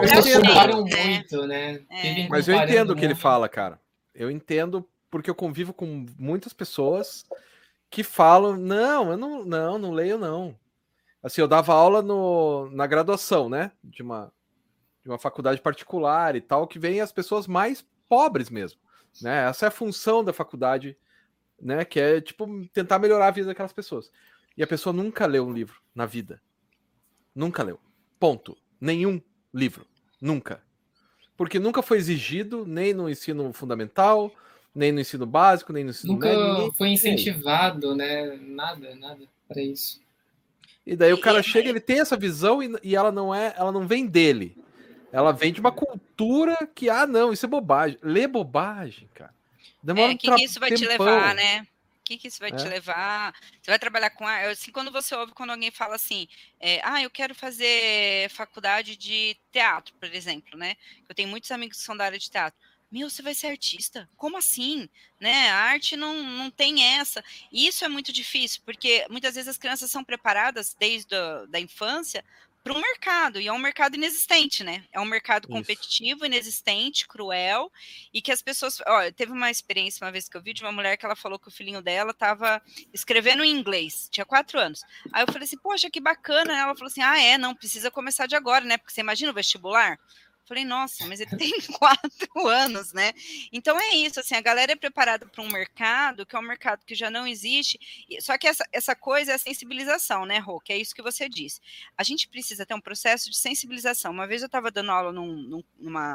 Muito, né? Mas eu entendo o que ele fala, cara. Eu entendo porque eu convivo com muitas pessoas que falam, eu não leio, não. Assim, eu dava aula na graduação, né? De uma faculdade particular e tal, que vem as pessoas mais pobres mesmo, né? Essa é a função da faculdade, né? Que é, tipo, tentar melhorar a vida daquelas pessoas. E a pessoa nunca leu um livro na vida. Nunca leu. Ponto. Nenhum livro. Nunca. Porque nunca foi exigido, nem no ensino fundamental, nem no ensino básico, nem no ensino médio. Nunca foi incentivado, né? Nada para isso. E daí o cara chega, ele tem essa visão e ela não vem dele. Ela vem de uma cultura que, isso é bobagem. Lê bobagem, cara. Demora que isso vai te levar, né? O que isso vai te levar? Você vai trabalhar com arte? Assim, quando você ouve quando alguém fala assim, eu quero fazer faculdade de teatro, por exemplo, né? Eu tenho muitos amigos que são da área de teatro. Meu, você vai ser artista? Como assim? Né? A arte não tem essa. E isso é muito difícil, porque muitas vezes as crianças são preparadas desde a infância para um mercado, e é um mercado inexistente, né? É um mercado competitivo, inexistente, cruel, e que as pessoas... teve uma experiência uma vez que eu vi de uma mulher que ela falou que o filhinho dela estava escrevendo em inglês, tinha 4 anos. Aí eu falei assim, poxa, que bacana. Ela falou assim, não precisa começar de agora, né? Porque você imagina o vestibular? Falei, nossa, mas ele tem 4 anos, né? Então é isso, assim, a galera é preparada para um mercado, que é um mercado que já não existe, só que essa coisa é a sensibilização, né, Rô? Que é isso que você disse. A gente precisa ter um processo de sensibilização. Uma vez eu estava dando aula num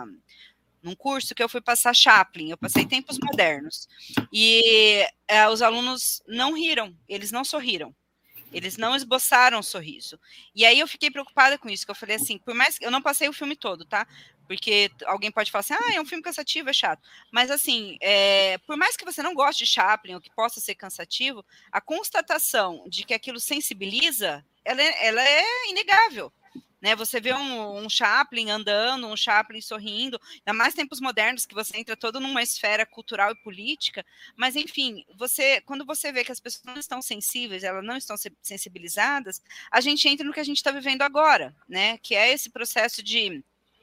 curso que eu fui passar Chaplin, eu passei Tempos Modernos, e os alunos não riram, eles não sorriram. Eles não esboçaram um sorriso. E aí eu fiquei preocupada com isso, que eu falei assim, por mais que eu não passei o filme todo, tá? Porque alguém pode falar assim, é um filme cansativo, é chato. Mas assim, por mais que você não goste de Chaplin, ou que possa ser cansativo, a constatação de que aquilo sensibiliza, ela é inegável. né? Você vê um Chaplin andando, um Chaplin sorrindo, ainda mais tempos modernos que você entra todo numa esfera cultural e política, mas enfim, quando você vê que as pessoas não estão sensíveis, elas não estão sensibilizadas, a gente entra no que a gente está vivendo agora, né? Que é esse processo de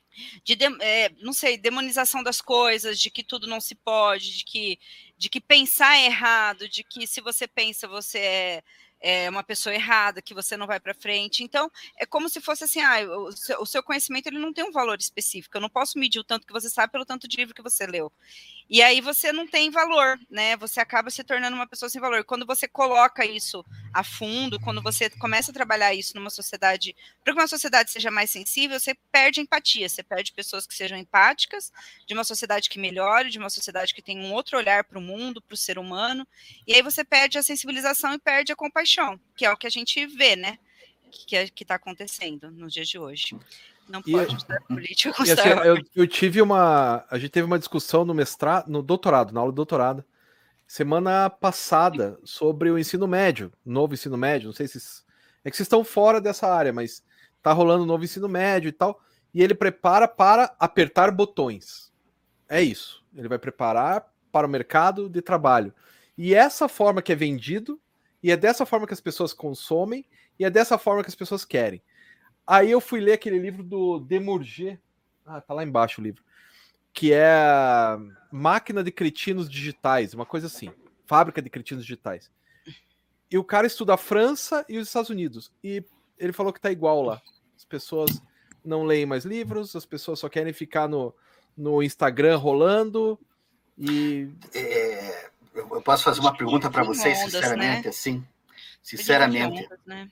não sei, demonização das coisas, de que tudo não se pode, de que pensar é errado, de que se você pensa, você é uma pessoa errada, que você não vai para frente. Então, é como se fosse assim, o seu conhecimento ele não tem um valor específico, eu não posso medir o tanto que você sabe pelo tanto de livro que você leu. E aí você não tem valor, né? Você acaba se tornando uma pessoa sem valor. Quando você coloca isso a fundo, quando você começa a trabalhar isso numa sociedade, para que uma sociedade seja mais sensível, você perde empatia, você perde pessoas que sejam empáticas, de uma sociedade que melhore, de uma sociedade que tenha um outro olhar para o mundo, para o ser humano, e aí você perde a sensibilização e perde a compaixão, que é o que a gente vê, né? Que está acontecendo nos dias de hoje. Não pode estar político com assim, eu tive a gente teve uma discussão no mestrado, no doutorado, na aula de doutorado, semana passada, sobre o ensino médio, novo ensino médio, não sei se é que vocês estão fora dessa área, mas tá rolando o novo ensino médio e tal, e ele prepara para apertar botões. É isso. Ele vai preparar para o mercado de trabalho. E essa forma que é vendido, e é dessa forma que as pessoas consomem, e é dessa forma que as pessoas querem. Aí eu fui ler aquele livro do Demurger, tá lá embaixo o livro, que é Máquina de Cretinos Digitais, uma coisa assim, Fábrica de Cretinos Digitais. E o cara estuda a França e os Estados Unidos, e ele falou que tá igual lá. As pessoas não leem mais livros, as pessoas só querem ficar no Instagram rolando, e... Eu posso fazer uma pergunta para vocês, sinceramente, né? Assim? Sinceramente. Ondas, né?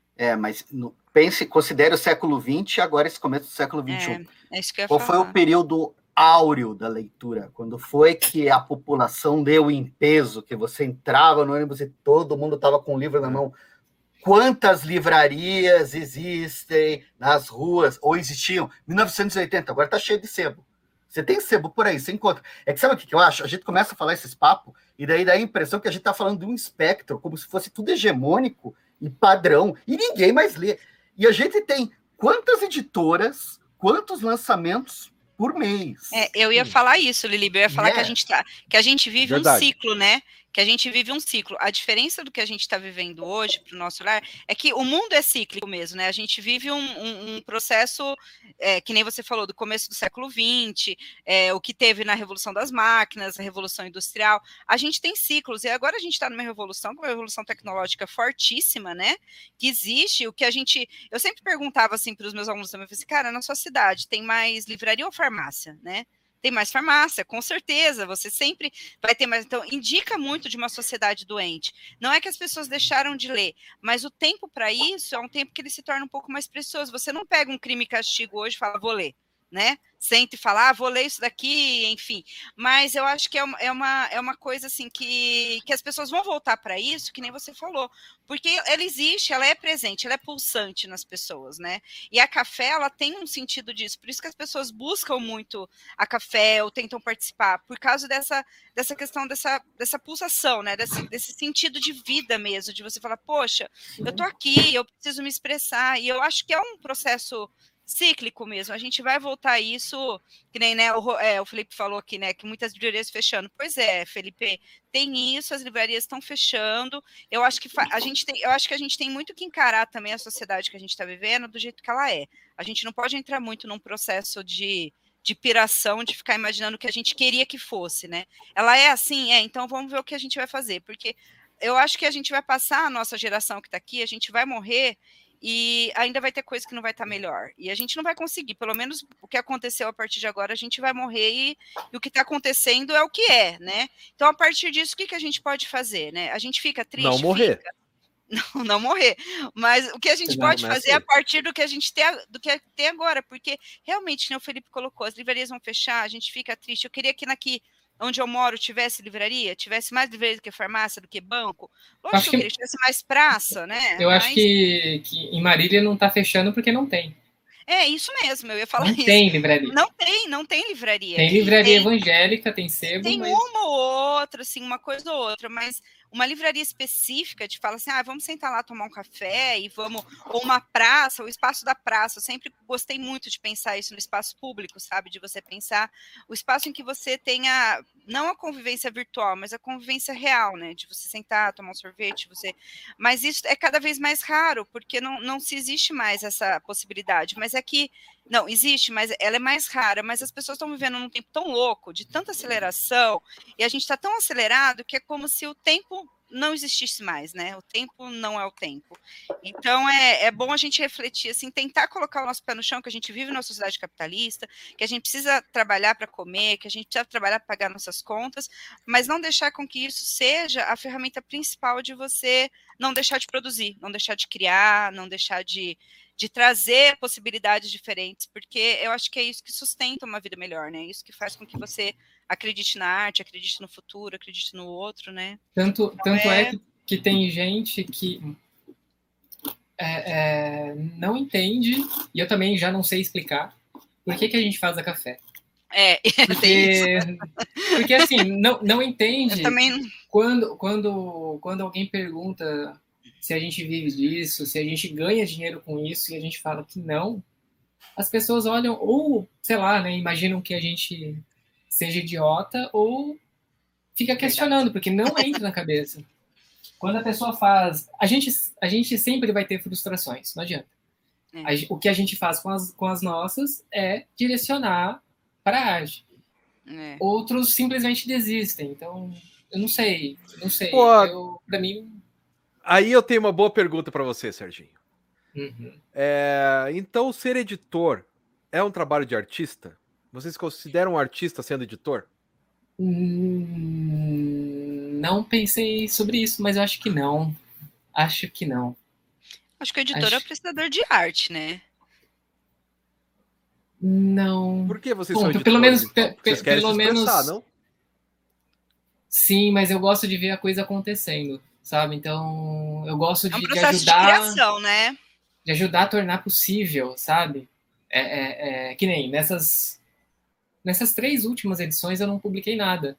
Mas considere o século XX e agora esse começo do século XXI. É isso que eu ia Qual falar. foi o período áureo da leitura? Quando foi que a população deu em peso, que você entrava no ônibus e todo mundo estava com o livro na mão? Quantas livrarias existem nas ruas, ou existiam? 1980, agora está cheio de sebo. Você tem sebo por aí, você encontra. É que sabe o que eu acho? A gente começa a falar esses papos, e daí dá a impressão que a gente está falando de um espectro, como se fosse tudo hegemônico e padrão, e ninguém mais lê. E a gente tem quantas editoras, quantos lançamentos por mês? Eu ia falar isso, Lili, eu ia falar que a gente vive um ciclo, né? Que a gente vive um ciclo. A diferença do que a gente está vivendo hoje para o nosso lar é que o mundo é cíclico mesmo, né? A gente vive um processo, que nem você falou, do começo do século XX, o que teve na Revolução das Máquinas, a Revolução Industrial. A gente tem ciclos, e agora a gente está numa revolução, uma revolução tecnológica fortíssima, né? Que existe, o que a gente... Eu sempre perguntava assim para os meus alunos também, eu falei assim, cara, na sua cidade tem mais livraria ou farmácia, né? Tem mais farmácia, com certeza, você sempre vai ter mais. Então, indica muito de uma sociedade doente. Não é que as pessoas deixaram de ler, mas o tempo para isso é um tempo que ele se torna um pouco mais precioso. Você não pega um Crime e Castigo hoje e fala, vou ler, né? Sente e fala, vou ler isso daqui, enfim. Mas eu acho que é uma coisa assim que as pessoas vão voltar para isso, que nem você falou, porque ela existe, ela é presente, ela é pulsante nas pessoas, né? E a Café, ela tem um sentido disso, por isso que as pessoas buscam muito a Café ou tentam participar, por causa dessa questão dessa pulsação, né? Desse sentido de vida mesmo, de você falar, poxa, eu tô aqui, eu preciso me expressar, e eu acho que é um processo cíclico mesmo, a gente vai voltar a isso, que nem, né, o Felipe falou aqui, né, que muitas livrarias fechando. Pois é, Felipe, tem isso, as livrarias estão fechando. Eu acho que a gente tem muito que encarar também a sociedade que a gente está vivendo do jeito que ela é. A gente não pode entrar muito num processo de piração, de ficar imaginando o que a gente queria que fosse, né? Ela é assim, então vamos ver o que a gente vai fazer, porque eu acho que a gente vai passar, a nossa geração que está aqui, a gente vai morrer e ainda vai ter coisa que não vai estar melhor. E a gente não vai conseguir, pelo menos o que aconteceu a partir de agora, a gente vai morrer e o que está acontecendo é o que é, né? Então, a partir disso, o que a gente pode fazer, né? A gente fica triste? Não morrer. Fica. Não morrer. Mas o que a gente pode fazer a partir do que a gente tem agora, porque realmente, né, o Felipe colocou, as livrarias vão fechar, a gente fica triste. Eu queria que aqui onde eu moro tivesse livraria, tivesse mais livraria do que farmácia, do que banco. Lógico que eu queria que tivesse mais praça, né? Eu acho que em Marília não está fechando porque não tem. É isso mesmo, eu ia falar isso. Não tem livraria. Não tem livraria. Tem livraria evangélica, tem sebo. Tem uma ou outra, assim, uma coisa ou outra, mas uma livraria específica de fala assim, vamos sentar lá tomar um café e vamos, ou uma praça, o espaço da praça. Eu sempre gostei muito de pensar isso no espaço público, sabe? De você pensar o espaço em que você tenha, não a convivência virtual, mas a convivência real, né? De você sentar, tomar um sorvete, mas isso é cada vez mais raro, porque não se existe mais essa possibilidade, mas é que não, existe, mas ela é mais rara, mas as pessoas estão vivendo num tempo tão louco, de tanta aceleração, e a gente está tão acelerado que é como se o tempo não existisse mais, né? O tempo não é o tempo. Então, é bom a gente refletir, assim, tentar colocar o nosso pé no chão, que a gente vive numa sociedade capitalista, que a gente precisa trabalhar para comer, que a gente precisa trabalhar para pagar nossas contas, mas não deixar com que isso seja a ferramenta principal de você não deixar de produzir, não deixar de criar, não deixar de trazer possibilidades diferentes, porque eu acho que é isso que sustenta uma vida melhor, né? Isso que faz com que você acredite na arte, acredite no futuro, acredite no outro, né? Tanto é que tem gente que não entende, e eu também já não sei explicar, por que a gente faz a café. Porque assim, não entende. Eu também... Quando alguém pergunta se a gente vive disso, se a gente ganha dinheiro com isso, e a gente fala que não, as pessoas olham, ou, sei lá, né, imaginam que a gente seja idiota, ou fica questionando, porque não entra na cabeça. Quando a pessoa faz... A gente sempre vai ter frustrações, não adianta. O que a gente faz com as nossas é direcionar para a arte. Outros simplesmente desistem, então, eu não sei. Para mim... Aí eu tenho uma boa pergunta para você, Serginho. Uhum. Então, ser editor é um trabalho de artista? Vocês consideram um artista sendo editor? Não pensei sobre isso, mas eu acho que não. Acho que não. Acho que o editor é o prestador de arte, né? Não. Por que vocês são editores? Pelo menos, então? Vocês querem se expressar, não? Sim, mas eu gosto de ver a coisa acontecendo, sabe? Então, eu gosto de ajudar... É um processo de criação, né? De ajudar a tornar possível, sabe? Que nem nessas 3 últimas edições eu não publiquei nada.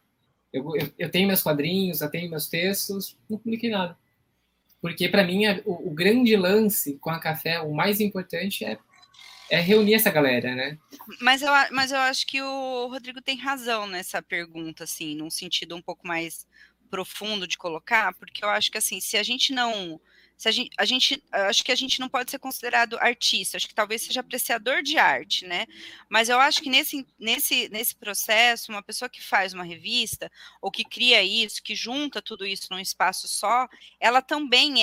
Eu tenho meus quadrinhos, eu tenho meus textos, não publiquei nada. Porque, para mim, o grande lance com a Café, o mais importante é reunir essa galera, né? Mas eu acho que o Rodrigo tem razão nessa pergunta, assim, num sentido um pouco mais profundo de colocar, porque eu acho que, assim, se a gente não... acho que a gente não pode ser considerado artista, acho que talvez seja apreciador de arte, né? Mas eu acho que nesse processo, uma pessoa que faz uma revista, ou que cria isso, que junta tudo isso num espaço só, ela também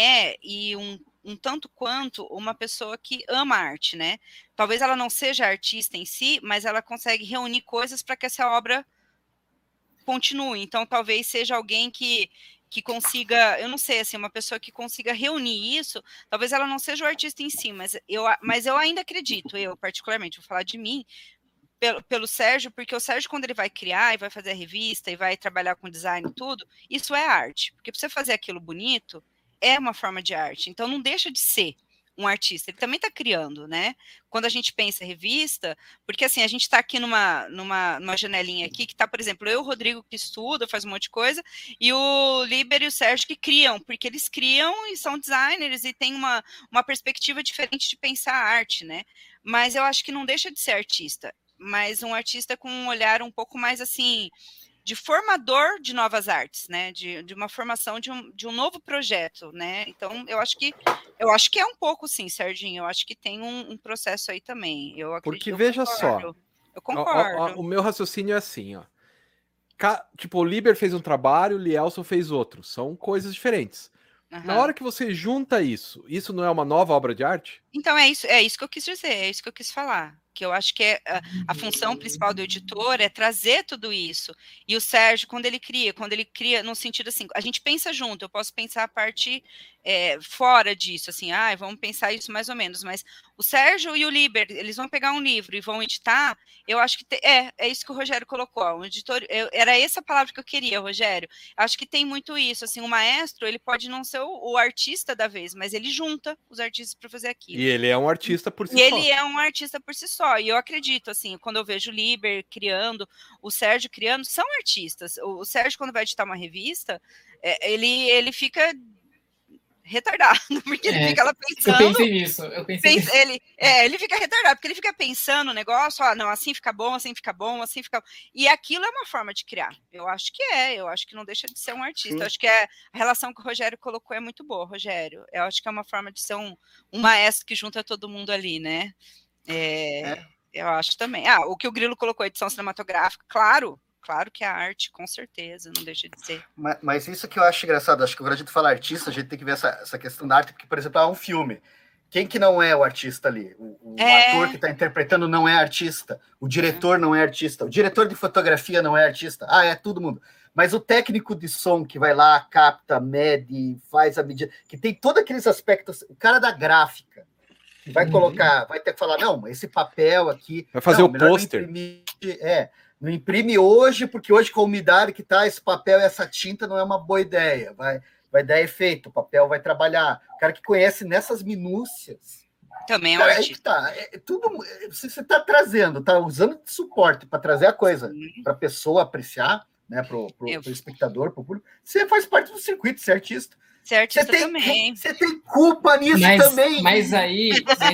um tanto quanto uma pessoa que ama arte, né? Talvez ela não seja artista em si, mas ela consegue reunir coisas para que essa obra continue. Então, talvez seja alguém que consiga, eu não sei, assim, uma pessoa que consiga reunir isso, talvez ela não seja o artista em si, mas eu ainda acredito, eu particularmente, vou falar de mim, pelo Sérgio, porque o Sérgio, quando ele vai criar e vai fazer a revista e vai trabalhar com design e tudo, isso é arte, porque para você fazer aquilo bonito, é uma forma de arte, então não deixa de ser um artista, ele também está criando, né? Quando a gente pensa em revista, porque assim, a gente está aqui numa janelinha aqui, que está, por exemplo, eu e o Rodrigo que estuda, faz um monte de coisa, e o Liber e o Sérgio que criam, porque eles criam e são designers e têm uma perspectiva diferente de pensar a arte, né? Mas eu acho que não deixa de ser artista, mas um artista com um olhar um pouco mais assim, de formador de novas artes, né? De uma formação de um novo projeto, né? Então, eu acho que é um pouco, sim, Serginho. Eu acho que tem um processo aí também. Porque veja só, eu concordo. O meu raciocínio é assim, ó. Tipo, o Liber fez um trabalho, o Lielson fez outro. São coisas diferentes. Uhum. Na hora que você junta isso não é uma nova obra de arte? Então, é isso que eu quis dizer, é isso que eu quis falar. Que eu acho que a função principal do editor é trazer tudo isso. E o Sérgio, quando ele cria no sentido assim, a gente pensa junto, eu posso pensar a parte fora disso, assim, vamos pensar isso mais ou menos, mas o Sérgio e o Liber, eles vão pegar um livro e vão editar, eu acho que é isso que o Rogério colocou, um editor, era essa palavra que eu queria, Rogério, acho que tem muito isso, assim, o maestro, ele pode não ser o artista da vez, mas ele junta os artistas para fazer aquilo. E ele é um artista por si só. Ele é um artista por si só. só. E eu acredito, assim, quando eu vejo o Liber criando, o Sérgio criando, são artistas. O Sérgio, quando vai editar uma revista, ele fica retardado, porque ele fica lá pensando. Eu pensei nisso. Ele fica retardado, porque ele fica pensando o negócio, não, assim fica bom, assim fica bom, assim fica. E aquilo é uma forma de criar. Eu acho que não deixa de ser um artista. Eu acho que a relação que o Rogério colocou é muito boa, Rogério. Eu acho que é uma forma de ser um maestro que junta todo mundo ali, né? Eu acho também. O que o Grilo colocou, edição cinematográfica, claro que a arte, com certeza, não deixa de ser. Mas isso que eu acho engraçado, acho que quando a gente fala artista, a gente tem que ver essa questão da arte, porque, por exemplo, um filme. Quem que não é o artista ali? O ator que está interpretando não é artista, o diretor não é artista, o diretor de fotografia não é artista, é todo mundo. Mas o técnico de som que vai lá, capta, mede, faz a medida, que tem todos aqueles aspectos, o cara da gráfica, que vai colocar, vai ter que falar, não, esse papel aqui... Vai fazer o pôster. Não imprime hoje, porque hoje com a umidade que tá, esse papel e essa tinta não é uma boa ideia. Vai dar efeito, o papel vai trabalhar. O cara que conhece nessas minúcias. Também é um artista. Tudo, você está trazendo, está usando de suporte para trazer a coisa para a pessoa apreciar, né, para o espectador, para o público. Você faz parte do circuito, você é artista. Você é artista também. Você tem culpa nisso também. Mas aí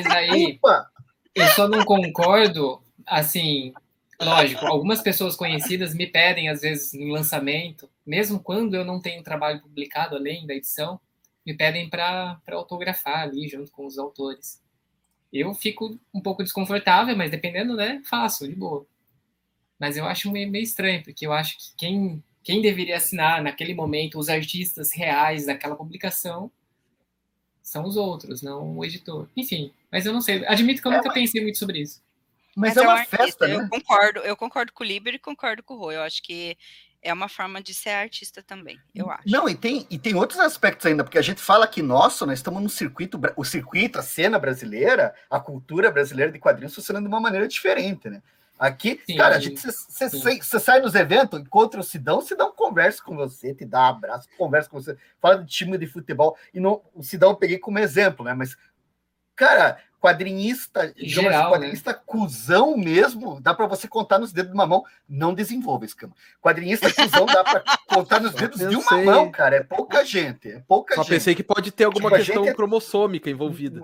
eu só não concordo, assim... Lógico, algumas pessoas conhecidas me pedem, às vezes, no lançamento, mesmo quando eu não tenho trabalho publicado além da edição, me pedem para autografar ali, junto com os autores. Eu fico um pouco desconfortável, mas dependendo, né, faço, de boa. Mas eu acho meio estranho, porque eu acho que quem deveria assinar, naquele momento, os artistas reais daquela publicação são os outros, não o editor. Enfim, mas eu não sei. Admito que eu nunca pensei muito sobre isso. Mas é uma festa, né? Eu concordo com o Liber e concordo com o Rô. Eu acho que é uma forma de ser artista também, eu acho. Não, e tem outros aspectos ainda, porque a gente fala que, nós estamos no circuito, a cena brasileira, a cultura brasileira de quadrinhos funcionando de uma maneira diferente, né? Aqui, cara, você sai nos eventos, encontra o Sidão conversa com você, te dá abraço, conversa com você, fala de time de futebol, o Sidão eu peguei como exemplo, né? Mas, cara... quadrinista, geral, quadrinista, né? Cuzão mesmo, dá para você contar nos dedos de uma mão, não desenvolva esse cama. Quadrinista cuzão dá para contar nos dedos de uma mão, cara, é pouca gente, Só pensei que pode ter alguma questão cromossômica envolvida.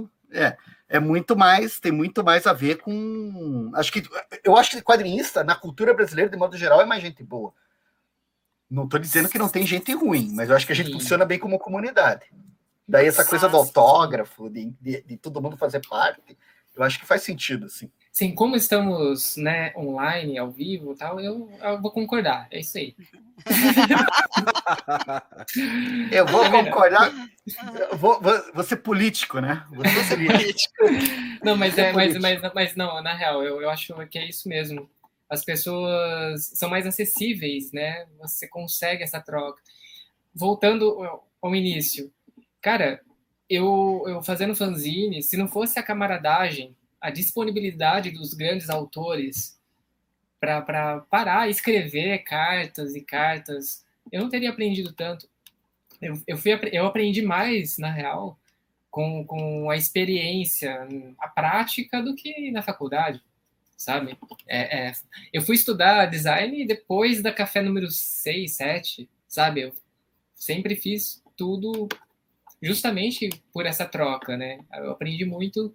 É muito mais, tem muito mais a ver com... Eu acho que quadrinista, na cultura brasileira, de modo geral, é mais gente boa. Não estou dizendo que não tem gente ruim, mas eu acho que a gente funciona bem como comunidade. Daí essa coisa do autógrafo, de todo mundo fazer parte, eu acho que faz sentido, assim. Sim, como estamos, né, online, ao vivo e tal, eu vou concordar, é isso aí. Eu vou concordar, vou ser político, né? Vou ser político. Não, mas não, na real, eu acho que é isso mesmo. As pessoas são mais acessíveis, né? Você consegue essa troca. Voltando ao início, cara, eu fazendo fanzine, se não fosse a camaradagem, a disponibilidade dos grandes autores para parar e escrever cartas e cartas, eu não teria aprendido tanto. Eu aprendi mais, na real, com a experiência, a prática, do que na faculdade, sabe? Eu fui estudar design depois da café número 6, 7, sabe? Eu sempre fiz tudo justamente por essa troca, né? Eu aprendi muito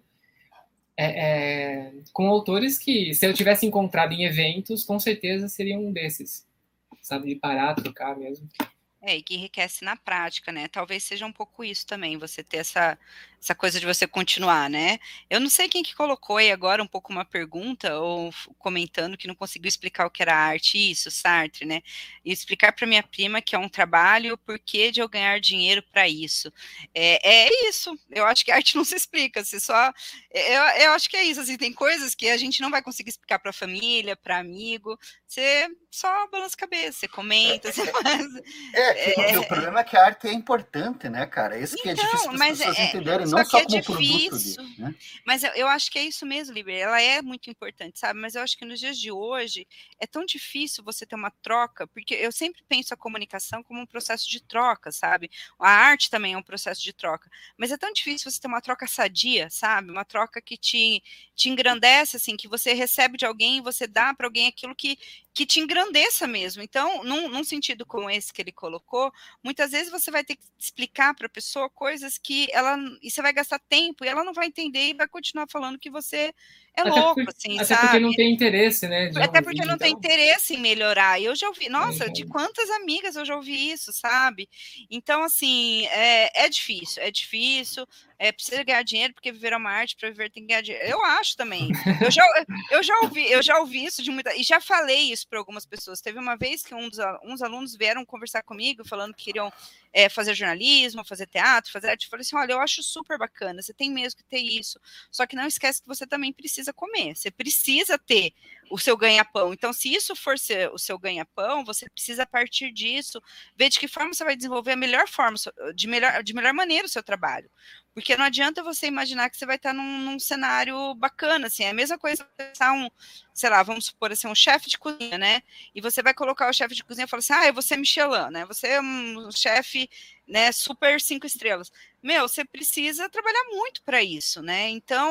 com autores que, se eu tivesse encontrado em eventos, com certeza seriam um desses, sabe? De parar, trocar mesmo. E que enriquece na prática, né? Talvez seja um pouco isso também, você ter essa coisa de você continuar, né? Eu não sei quem que colocou aí agora um pouco uma pergunta, ou comentando que não conseguiu explicar o que era arte, isso, Sartre, né? E explicar para minha prima que é um trabalho, o porquê de eu ganhar dinheiro para isso. É isso, eu acho que a arte não se explica, você só... Eu acho que é isso, assim, tem coisas que a gente não vai conseguir explicar para a família, para amigo, você só balança a cabeça, você comenta, você faz... O problema é que a arte é importante, né, cara? Esse que é difícil para as pessoas entenderem. quadrinho não só como produto. Né? Mas eu acho que é isso mesmo, Liber. Ela é muito importante, sabe? Mas eu acho que nos dias de hoje é tão difícil você ter uma troca, porque eu sempre penso a comunicação como um processo de troca, sabe? A arte também é um processo de troca. Mas é tão difícil você ter uma troca sadia, sabe? Uma troca que te engrandece, assim, que você recebe de alguém e você dá para alguém aquilo que te engrandeça mesmo. Então, num sentido como esse que ele colocou, muitas vezes você vai ter que explicar para a pessoa coisas que e você vai gastar tempo e ela não vai entender e vai continuar falando que você é louco, assim, até sabe? Porque não tem interesse, né? Até porque não tem interesse em melhorar. Eu já ouvi, nossa, de quantas amigas eu já ouvi isso, sabe? Então, assim, é difícil, precisa ganhar dinheiro, porque viver é uma arte, para viver tem que ganhar dinheiro. Eu acho também. Eu já ouvi isso de muita. E já falei isso para algumas pessoas. Teve uma vez que uns alunos vieram conversar comigo, falando que queriam fazer jornalismo, fazer teatro, fazer arte. Eu falei assim: olha, eu acho super bacana, você tem mesmo que ter isso. Só que não esquece que você também precisa comer, você precisa ter o seu ganha-pão. Então, se isso for ser o seu ganha-pão, você precisa, a partir disso, ver de que forma você vai desenvolver a melhor forma, de melhor maneira o seu trabalho. Porque não adianta você imaginar que você vai estar num cenário bacana, assim, é a mesma coisa pensar sei lá, vamos supor assim, um chefe de cozinha, né? E você vai colocar o chefe de cozinha e falar assim: eu vou ser Michelin, né? Você é um chefe, né, super 5 estrelas. Você precisa trabalhar muito para isso, né? Então,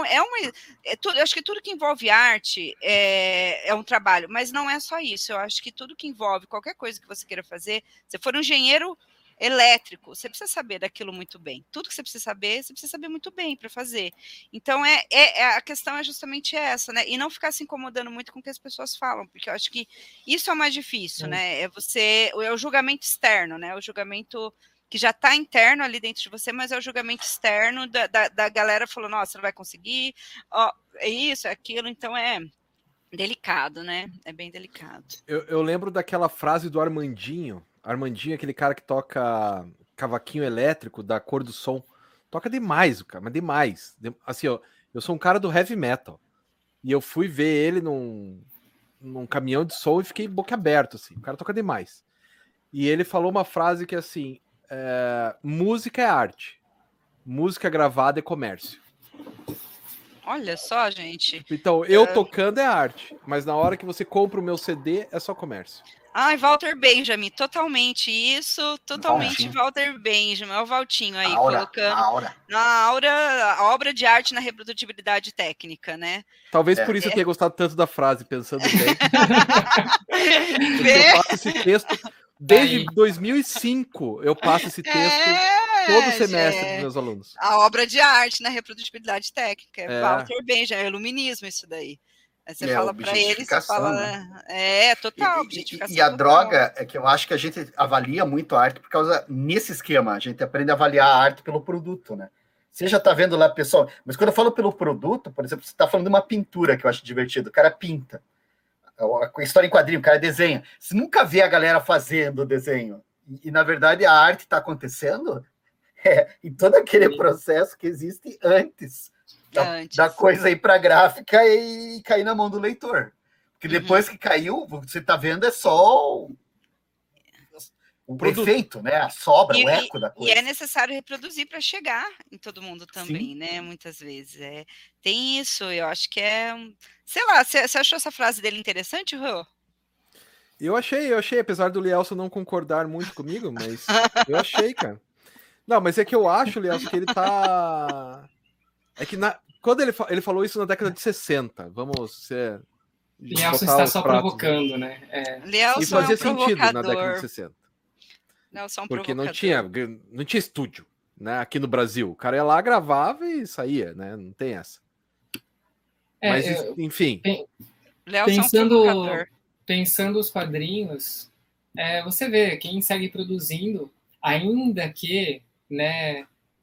eu acho que tudo que envolve arte é um trabalho, mas não é só isso. Eu acho que tudo que envolve qualquer coisa que você queira fazer, se for um engenheiro elétrico, você precisa saber daquilo muito bem. Tudo que você precisa saber muito bem para fazer. Então, a questão é justamente essa, né? E não ficar se incomodando muito com o que as pessoas falam, porque eu acho que isso é o mais difícil, né? É o julgamento externo, né? O julgamento que já está interno ali dentro de você, mas é o julgamento externo da galera falando: nossa, não vai conseguir, é isso, é aquilo. Então, é delicado, né? É bem delicado. Eu lembro daquela frase do Armandinho, aquele cara que toca cavaquinho elétrico da Cor do Som. Toca demais, cara, mas demais. Assim, ó, eu sou um cara do heavy metal. E eu fui ver ele num caminhão de som e fiquei boquiaberto, assim. O cara toca demais. E ele falou uma frase que, assim, música é arte. Música gravada é comércio. Olha só, gente. Então, eu tocando é arte, mas na hora que você compra o meu CD, é só comércio. Ai, Walter Benjamin, totalmente isso, totalmente Walter Benjamin, é o Valtinho aí, colocando a obra de arte na reprodutibilidade técnica, né? Talvez por isso eu tenha gostado tanto da frase, pensando bem. Eu passo esse texto, desde 2005, eu passo esse texto todo semestre dos meus alunos. A obra de arte na reprodutibilidade técnica, Walter Benjamin, é iluminismo isso daí. Aí você fala para ele, você fala... Né? Total, objetificação. E a droga é que eu acho que a gente avalia muito a arte por causa, nesse esquema, a gente aprende a avaliar a arte pelo produto, né? Você já tá vendo lá, pessoal, mas quando eu falo pelo produto, por exemplo, você tá falando de uma pintura que eu acho divertido, o cara pinta. A história em quadrinho, o cara desenha. Você nunca vê a galera fazendo o desenho. E na verdade, a arte está acontecendo em todo aquele processo que existe antes da coisa ir para a gráfica e cair na mão do leitor. Porque depois que caiu, você está vendo, é só o efeito, né? A sobra, o eco da coisa. E é necessário reproduzir para chegar em todo mundo também, né? Muitas vezes. Tem isso, eu acho que sei lá, você achou essa frase dele interessante, Rô? Eu achei, apesar do Lielson não concordar muito comigo, mas eu achei, cara. Não, mas é que eu acho, Lielson, que ele tá... É que quando ele falou isso na década de 60, vamos ser... Lielson está só provocando, né? E fazia sentido na década de 60. Porque não tinha estúdio, né? Aqui no Brasil. O cara ia lá, gravava e saía, né? Não tem essa. Mas, enfim. Pensando os quadrinhos, você vê, quem segue produzindo, ainda que, né,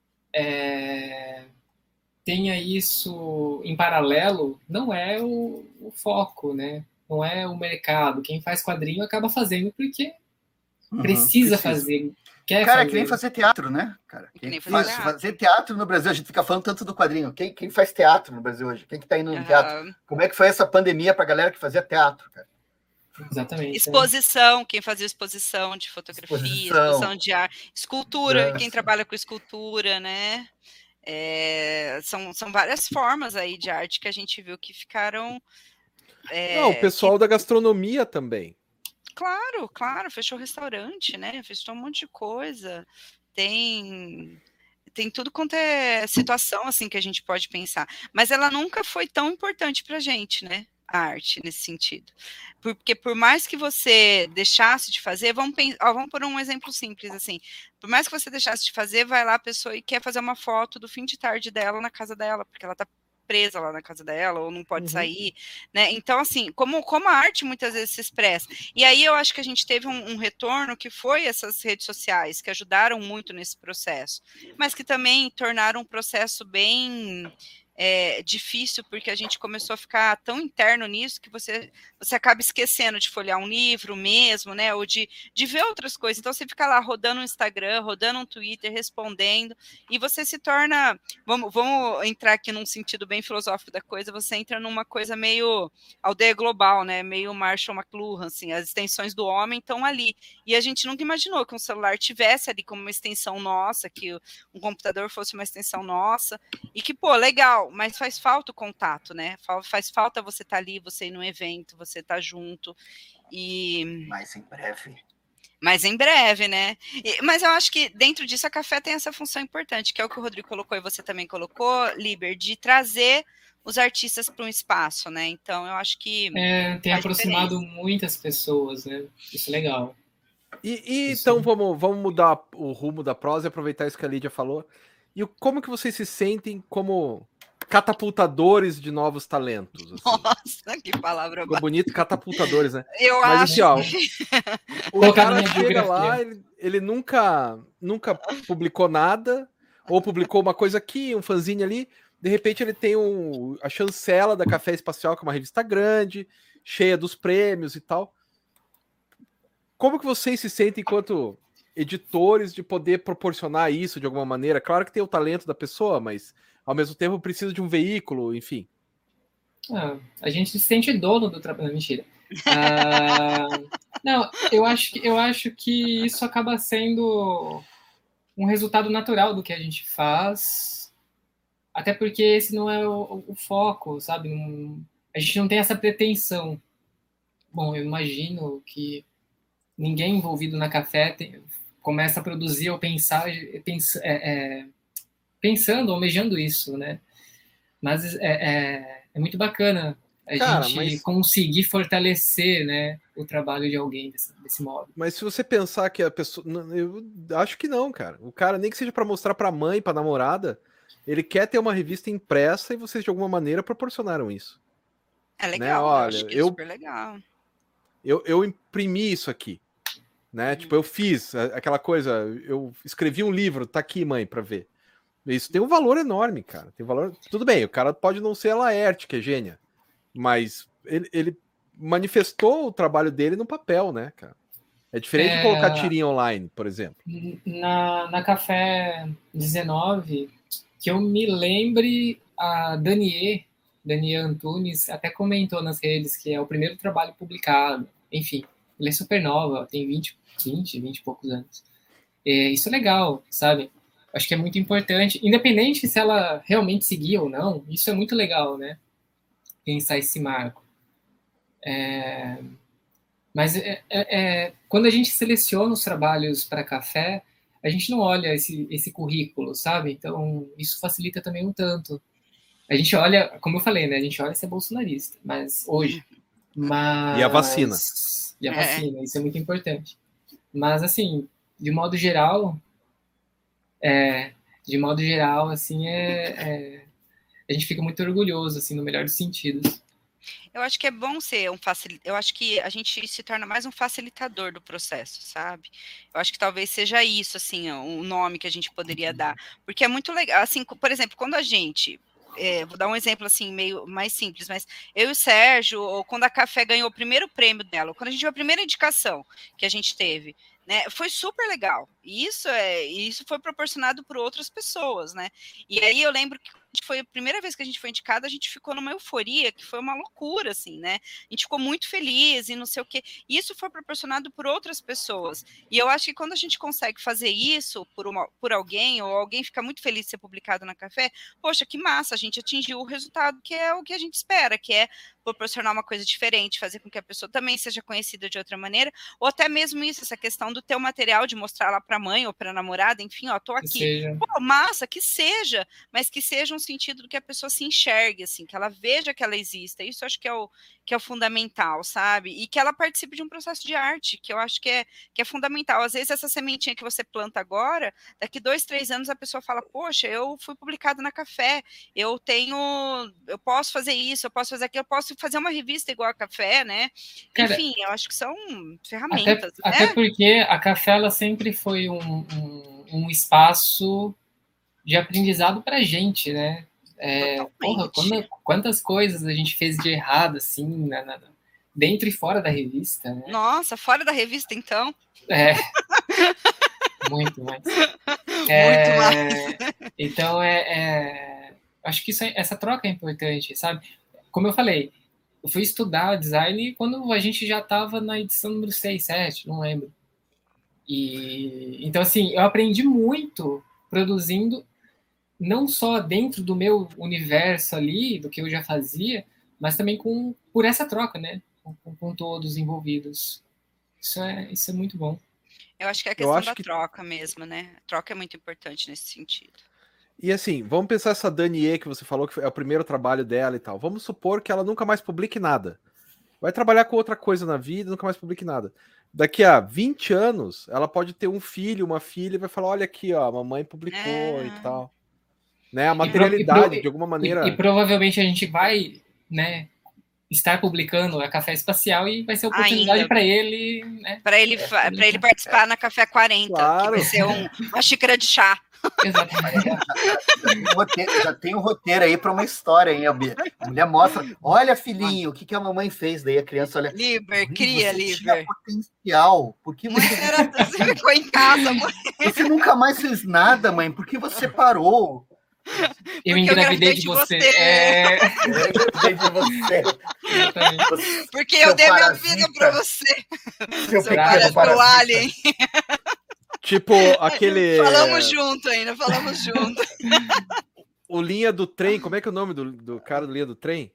tenha isso em paralelo, não é o foco, né? Não é o mercado. Quem faz quadrinho acaba fazendo porque precisa fazer. Quer cara, fazer. que nem fazer teatro, né? Cara, fazer teatro no Brasil, a gente fica falando tanto do quadrinho. Quem faz teatro no Brasil hoje? Quem que tá indo no teatro? Como é que foi essa pandemia pra galera que fazia teatro, cara? Exatamente. Exposição, quem fazia exposição de fotografia, exposição de arte, escultura, quem trabalha com escultura, né? São várias formas aí de arte que a gente viu que ficaram... Não, o pessoal da gastronomia também. Claro, fechou restaurante, né? Fechou um monte de coisa. Tem tudo quanto é situação assim que a gente pode pensar. Mas ela nunca foi tão importante para a gente, né? A arte nesse sentido. Porque por mais que você deixasse de fazer, vamos por um exemplo simples assim. Por mais que você deixasse de fazer, vai lá a pessoa e quer fazer uma foto do fim de tarde dela na casa dela, porque ela tá presa lá na casa dela, ou não pode sair, né? Então, assim, como a arte muitas vezes se expressa. E aí eu acho que a gente teve um retorno que foi essas redes sociais, que ajudaram muito nesse processo, mas que também tornaram um processo bem difícil, porque a gente começou a ficar tão interno nisso que você acaba esquecendo de folhear um livro mesmo, né? Ou de ver outras coisas. Então você fica lá rodando um Instagram, rodando um Twitter, respondendo, e você se torna. Vamos entrar aqui num sentido bem filosófico da coisa, você entra numa coisa meio aldeia global, né? Meio Marshall McLuhan, assim, as extensões do homem estão ali. E a gente nunca imaginou que um celular tivesse ali como uma extensão nossa, que um computador fosse uma extensão nossa, e que, pô, legal, mas faz falta o contato, né? Faz falta você estar ali, você ir num evento, você estar junto. Mais em breve, né? Mas eu acho que dentro disso a Café tem essa função importante, que é o que o Rodrigo colocou e você também colocou, Liber, de trazer os artistas para um espaço, né? Então eu acho que tem aproximado muitas pessoas, né? Isso é legal. Então vamos mudar o rumo da prosa e aproveitar isso que a Lídia falou. E como que vocês se sentem como catapultadores de novos talentos? Assim? Nossa, que palavra Ficou bonito, catapultadores, né? Mas assim, ó, o cara chega lá, ele nunca publicou nada, ou publicou uma coisa aqui, um fanzine ali, de repente ele tem a chancela da Café Espacial, que é uma revista grande, cheia dos prêmios e tal. Como que vocês se sentem enquanto editores de poder proporcionar isso de alguma maneira? Claro que tem o talento da pessoa, mas ao mesmo tempo precisa de um veículo, enfim. A gente se sente dono do trabalho. Não, mentira. Não, eu acho que isso acaba sendo um resultado natural do que a gente faz, até porque esse não é o foco, sabe? A gente não tem essa pretensão. Bom, eu imagino que ninguém envolvido na Café começa a produzir ou pensando, almejando isso, né? Mas é muito bacana a gente conseguir fortalecer, né, o trabalho de alguém desse modo. Mas se você pensar que a pessoa... Eu acho que não, cara. O cara, nem que seja para mostrar para a mãe, para a namorada, ele quer ter uma revista impressa e vocês, de alguma maneira, proporcionaram isso. É legal, né? Olha, eu acho que é super legal. Eu imprimi isso aqui. Né? Tipo, eu fiz aquela coisa, eu escrevi um livro, tá aqui, mãe, para ver. Isso tem um valor enorme, cara. Tem valor. Tudo bem, o cara pode não ser a Laerte, que é gênia, mas ele manifestou o trabalho dele no papel, né, cara? É diferente de colocar tirinha online, por exemplo. Na Café 19, que eu me lembre, a Daniê Antunes até comentou nas redes que é o primeiro trabalho publicado. Enfim, ela é super nova, tem 20 e poucos anos. Isso é legal, sabe? Acho que é muito importante, independente se ela realmente seguia ou não, isso é muito legal, né? Pensar esse marco. Mas quando a gente seleciona os trabalhos para Café, a gente não olha esse currículo, sabe? Então, isso facilita também um tanto. A gente olha, como eu falei, né? A gente olha se é bolsonarista, mas hoje. E a vacina. Isso é muito importante. Mas, assim, de modo geral, assim, a gente fica muito orgulhoso, assim, no melhor dos sentidos. Eu acho que é bom ser eu acho que a gente se torna mais um facilitador do processo, sabe? Eu acho que talvez seja isso, assim, o nome que a gente poderia dar. Porque é muito legal, assim, por exemplo, quando a gente... vou dar um exemplo assim, meio mais simples, mas eu e o Sérgio, ou quando a Café ganhou o primeiro prêmio dela, ou quando a gente viu a primeira indicação que a gente teve, né, foi super legal. Isso foi proporcionado por outras pessoas, né? E aí eu lembro que foi a primeira vez que a gente foi indicada, a gente ficou numa euforia, que foi uma loucura, assim, né? A gente ficou muito feliz e não sei o quê. E isso foi proporcionado por outras pessoas. E eu acho que quando a gente consegue fazer isso por alguém, ou alguém fica muito feliz de ser publicado na Café, poxa, que massa, a gente atingiu o resultado que é o que a gente espera, que é proporcionar uma coisa diferente, fazer com que a pessoa também seja conhecida de outra maneira, ou até mesmo isso, essa questão do teu material, de mostrar lá para a mãe ou para a namorada, enfim, ó, tô aqui. Pô, massa, que seja, mas que seja um sentido do que a pessoa se enxergue, assim, que ela veja que ela exista. Isso eu acho que é o fundamental, sabe? E que ela participe de um processo de arte, que eu acho que é fundamental. Às vezes essa sementinha que você planta agora, daqui 2, 3 anos a pessoa fala, poxa, eu fui publicada na Café, eu posso fazer isso, eu posso fazer aquilo, eu posso fazer uma revista igual a Café, né? Cara, enfim, eu acho que são ferramentas. Até porque a Café, ela sempre foi um espaço de aprendizado pra gente, né? Porra, quantas coisas a gente fez de errado, assim, dentro e fora da revista, né? Nossa, fora da revista, então? Muito mais. Muito mais. Então, acho que essa troca é importante, sabe? Como eu falei, eu fui estudar design quando a gente já estava na edição número 6, 7, não lembro. Então, assim, eu aprendi muito produzindo, não só dentro do meu universo ali, do que eu já fazia, mas também por essa troca, né? Com todos envolvidos. Isso é muito bom. Eu acho que é a questão da troca mesmo, né? A troca é muito importante nesse sentido. E assim, vamos pensar essa Danie que você falou que é o primeiro trabalho dela e tal. Vamos supor que ela nunca mais publique nada. Vai trabalhar com outra coisa na vida, nunca mais publique nada. Daqui a 20 anos, ela pode ter um filho, uma filha, e vai falar, olha aqui, ó, a mamãe publicou e tal. Né? A materialidade, de alguma maneira... E provavelmente a gente vai, né, estar publicando a Café Espacial e vai ser oportunidade para ele... Né, para ele participar na Café 40, claro. Que vai ser uma xícara de chá. Exatamente. Já tem um roteiro aí para uma história, hein? A mulher mostra, olha, filhinho, o que a mamãe fez? Daí a criança olha. Liber, cria, Liber. Potencial. Por que você ficou em casa, mãe? Você nunca mais fez nada, mãe. Por que você parou? Eu engravidei de você. Eu engravidei de você. Porque eu dei minha vida para você. Seu parece o alien. Tipo aquele... Falamos junto ainda, falamos junto. O Linha do Trem, como é que é o nome do cara do Linha do Trem?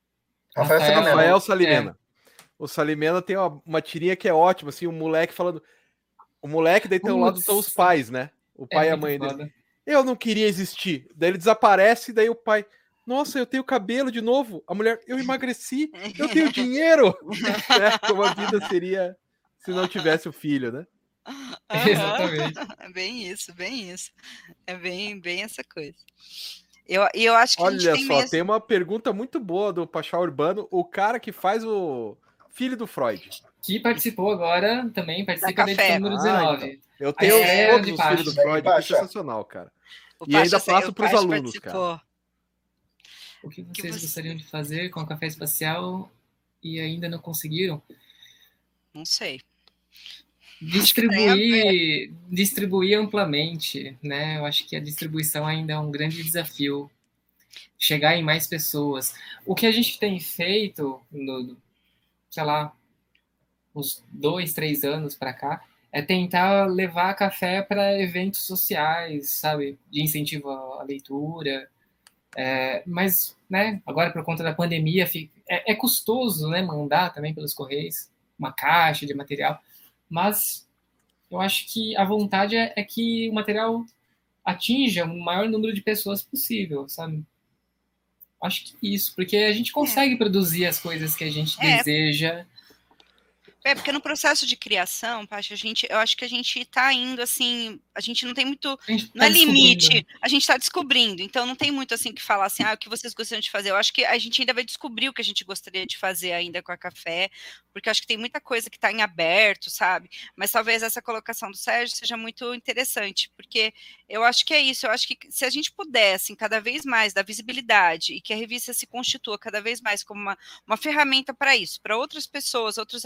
Rafael Salimena. O Salimena tem uma tirinha que é ótima, assim, o moleque falando... O moleque, daí tem ao lado estão os pais, né? O pai e a mãe dele. Eu não queria existir. Daí ele desaparece, daí o pai... Nossa, eu tenho cabelo de novo. A mulher, eu emagreci, eu tenho dinheiro. Como a vida seria se não tivesse o filho, né? Exatamente. É bem isso, bem isso. É bem essa coisa. Eu acho que olha a gente tem só, mesmo... tem uma pergunta muito boa do Pachá Urbano, o cara que faz o filho do Freud. Que participou agora, também participa da edição número 19. Então. Eu tenho todos os filhos do Freud, que é sensacional, cara. E ainda passo para os alunos, cara. O que vocês gostariam de fazer com a Café Espacial e ainda não conseguiram? Não sei. Distribuir amplamente, né? Eu acho que a distribuição ainda é um grande desafio. Chegar em mais pessoas. O que a gente tem feito, sei lá, uns 2, 3 anos para cá, é tentar levar café para eventos sociais, sabe? De incentivo à leitura. Mas, né, agora por conta da pandemia, é custoso, né, mandar também pelos correios uma caixa de material. Mas eu acho que a vontade é que o material atinja o maior número de pessoas possível, sabe? Acho que isso, porque a gente consegue produzir as coisas que a gente deseja. Porque no processo de criação, Pacha, eu acho que a gente está indo assim, a gente não tem muito, não é limite, a gente está descobrindo, então não tem muito assim que falar assim, o que vocês gostariam de fazer. Eu acho que a gente ainda vai descobrir o que a gente gostaria de fazer ainda com a Café, porque eu acho que tem muita coisa que está em aberto, sabe? Mas talvez essa colocação do Sérgio seja muito interessante, porque eu acho que é isso, eu acho que se a gente pudesse, cada vez mais, dar visibilidade e que a revista se constitua cada vez mais como uma ferramenta para isso, para outras pessoas, outros artistas,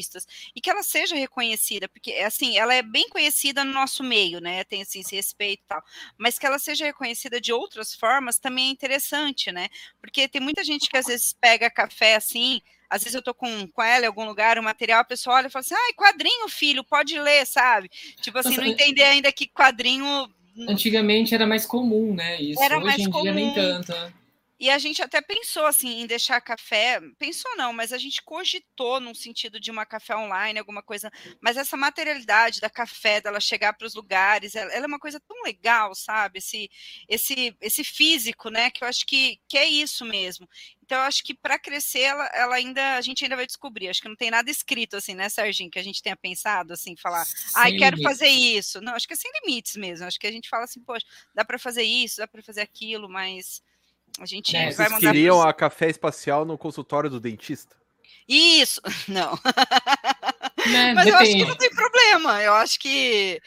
artistas, e que ela seja reconhecida, porque, assim, ela é bem conhecida no nosso meio, né, tem, assim, esse respeito e tal, mas que ela seja reconhecida de outras formas também é interessante, né, porque tem muita gente que às vezes pega café, assim, às vezes eu tô com ela em algum lugar, o material, a pessoa olha e fala assim, ai, quadrinho, filho, pode ler, sabe? Tipo assim, Nossa, não entender ainda que quadrinho... Antigamente era mais comum, né? Isso. Era Hoje mais em dia nem comum. tanto. Né? E a gente até pensou assim em deixar café, pensou não, mas a gente cogitou num sentido de uma café online, alguma coisa, mas essa materialidade da café, dela chegar para os lugares, ela é uma coisa tão legal, sabe? Esse físico, né? Que eu acho que é isso mesmo. Então, eu acho que para crescer, ela ainda, a gente ainda vai descobrir. Acho que não tem nada escrito assim, né, Serginho, que a gente tenha pensado assim, falar, ai, quero limites. fazer isso. Não, acho que é sem limites mesmo. Acho que a gente fala assim, poxa, dá para fazer isso, dá para fazer aquilo, mas a gente vai Vocês mandar. queriam a café espacial no consultório do dentista? Isso, não. Né? Mas eu acho que Depende. não tem problema. Eu acho que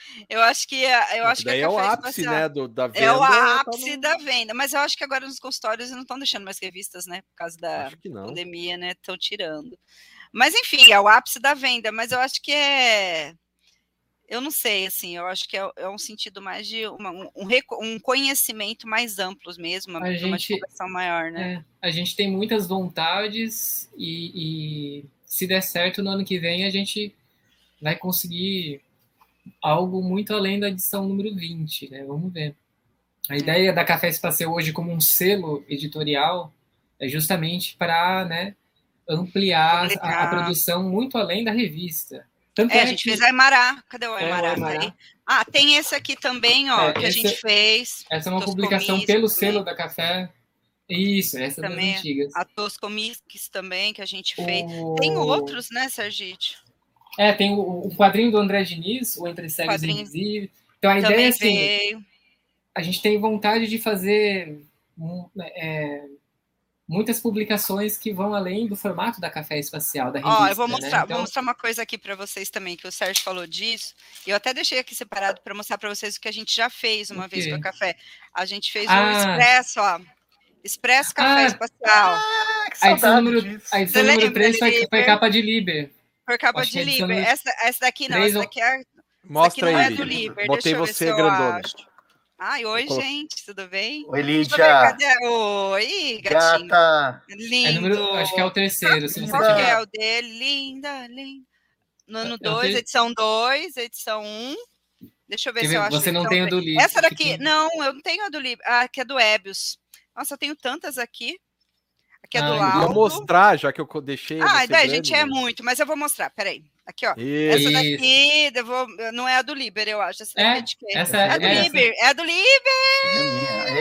Daí a é o café ápice, espacial né, da venda. é o ápice da venda. Mas eu acho que agora nos consultórios não estão deixando mais revistas, né? Por causa da Acho que não. pandemia, né? Estão tirando. Mas enfim, é o ápice da venda. Mas eu acho que eu não sei, assim, eu acho que é um sentido mais de um conhecimento mais amplo mesmo, uma divulgação maior, né? A gente tem muitas vontades e se der certo no ano que vem a gente vai conseguir algo muito além da edição número 20, né? Vamos ver. A ideia da Café Espacial hoje como um selo editorial é justamente para, né, ampliar a produção muito além da revista. Tanto a gente fez a Aimará. Cadê o Aimará? Tem esse aqui também, ó, que a gente fez. Essa é uma publicação pelo selo da Café. Isso, essa também, das antigas. A Toscomics também, que a gente fez. Tem outros, né, Sergite? Tem o quadrinho do André Diniz, o Entre Cegos e Invisíveis. Então, a ideia é assim, a gente tem vontade de fazer muitas publicações que vão além do formato da Café Espacial, da revista. Eu vou mostrar, né? Então... vou mostrar uma coisa aqui para vocês também, que o Sérgio falou disso, e eu até deixei aqui separado para mostrar para vocês o que a gente já fez uma vez com a Café. A gente fez o Expresso, ó. Expresso Café Espacial. A edição número 3 foi capa de Liber. Foi capa de Liber. Essa daqui não, essa daqui é... Mostra aí, não é do Liber. Botei você grandona. Ai, oi, gente, tudo bem? Oi, Lídia. Oi, gatinho. Gata. Lindo. Acho que é o terceiro. Se você Qual que é o dele? Linda. No ano 2, edição 2, edição 1. Deixa eu ver se eu acho. Você não tem o do Liber. Essa daqui, não, eu não tenho a do Liber. Aqui é do Ebius. Nossa, eu tenho tantas aqui. Aqui é do Laudo. Eu vou mostrar, já que eu deixei. Gente, é muito, mas eu vou mostrar. Peraí. Aqui, ó. Isso. Essa daqui, não é a do Liber, eu acho. Essa daqui é de quem? Essa é do Liber. É do Liber!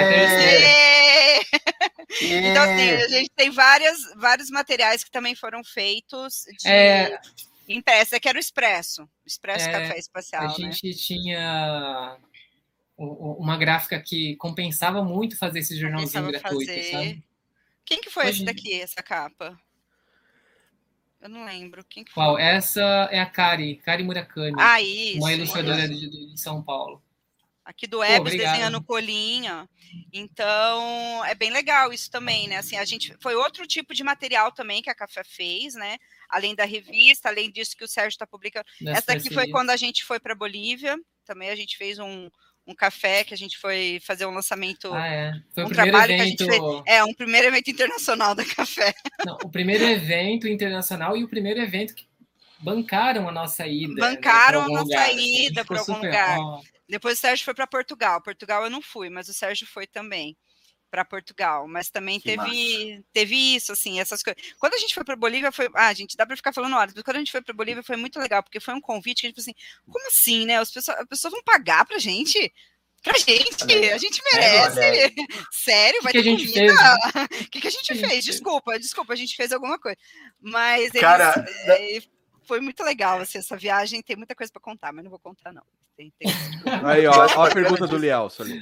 Então, assim, a gente tem vários materiais que também foram feitos de impresso. Aqui era o Expresso Café Espacial. A gente tinha uma gráfica que compensava muito fazer esse jornalzinho gratuito, sabe? Quem que foi esse daqui, essa capa? Eu não lembro. Quem que Qual? foi? Essa é a Kari Murakami. Isso. Uma ilustradora de São Paulo. Aqui do Ebius, desenhando colinha. Então, é bem legal isso também, né? Assim, foi outro tipo de material também que a Café fez, né? Além da revista, além disso que o Sérgio está publicando. Essa daqui foi quando a gente foi para Bolívia. Também a gente fez um café que a gente foi fazer um lançamento. Foi o primeiro trabalho evento. Que a gente fez. Um primeiro evento internacional da Café. Não, o primeiro evento internacional e o primeiro evento que bancaram a nossa ida. Bancaram a nossa ida para algum lugar. Depois o Sérgio foi para Portugal. Portugal eu não fui, mas o Sérgio foi também para Portugal. Mas também teve isso, assim, essas coisas. Quando a gente foi para Bolívia, gente, dá para ficar falando horas, mas quando a gente foi para Bolívia foi muito legal, porque foi um convite que a gente falou assim, como assim, né? As pessoas vão pagar pra gente? A gente merece. Sério, vai ter comida? Fez, né? O que a gente fez? Desculpa, a gente fez alguma coisa. Mas foi muito legal, assim, essa viagem. Tem muita coisa para contar, mas não vou contar, não. Aí, ó a pergunta do Lielso ali.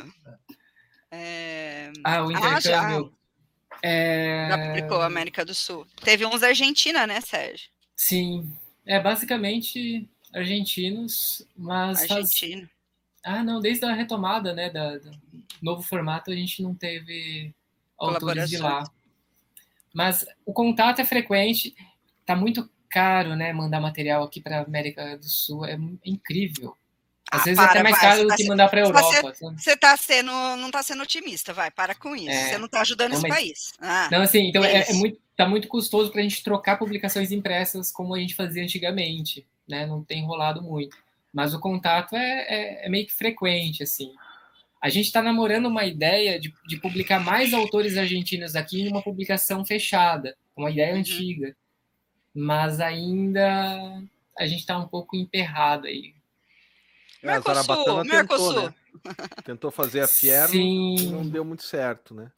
O intercâmbio. Já publicou a América do Sul. Teve uns da Argentina, né, Sérgio? Sim. Basicamente argentinos, mas... Argentina. Não, desde a retomada, né, do novo formato, a gente não teve autores de lá. Mas o contato é frequente, tá muito caro, né, mandar material aqui para América do Sul, é incrível. Às vezes é até mais caro do que mandar para a Europa. Você não está sendo otimista, para com isso. Você não está ajudando esse país. Não, assim, então tá muito custoso para a gente trocar publicações impressas como a gente fazia antigamente, né? Não tem rolado muito. Mas o contato é meio que frequente, assim. A gente está namorando uma ideia de publicar mais autores argentinos aqui em uma publicação fechada, uma ideia antiga. Mas ainda a gente está um pouco emperrado aí. A Zarabatana tentou, né? Tentou fazer a Fierro e não deu muito certo, né?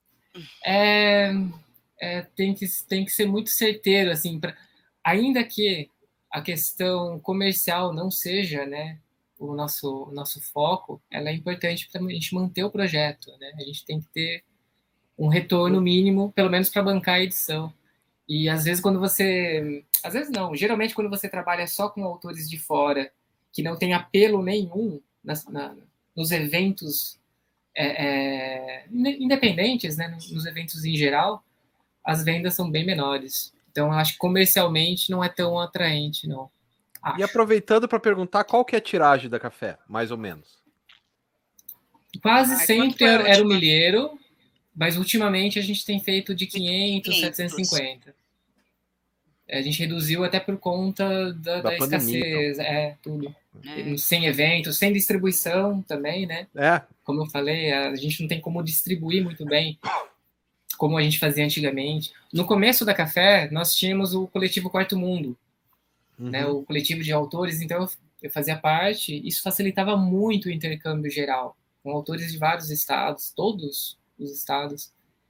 Tem que ser muito certeiro, assim, ainda que a questão comercial não seja, né, o nosso foco, ela é importante para a gente manter o projeto, né? A gente tem que ter um retorno mínimo, pelo menos para bancar a edição. E às vezes geralmente quando você trabalha só com autores de fora, que não tem apelo nenhum nos eventos independentes, né, nos eventos em geral, as vendas são bem menores. Então, eu acho que comercialmente não é tão atraente, não. Acho. E aproveitando para perguntar, qual que é a tiragem da Café, mais ou menos? Quase sempre era o milheiro, mas ultimamente a gente tem feito de 500, 750. A gente reduziu até por conta da escassez, tudo. Sem eventos, sem distribuição também, né? Como eu falei, a gente não tem como distribuir muito bem como a gente fazia antigamente. No começo da Café, nós tínhamos o coletivo Quarto Mundo, né? O coletivo de autores, então eu fazia parte, isso facilitava muito o intercâmbio geral, com autores de vários estados, todos os estados.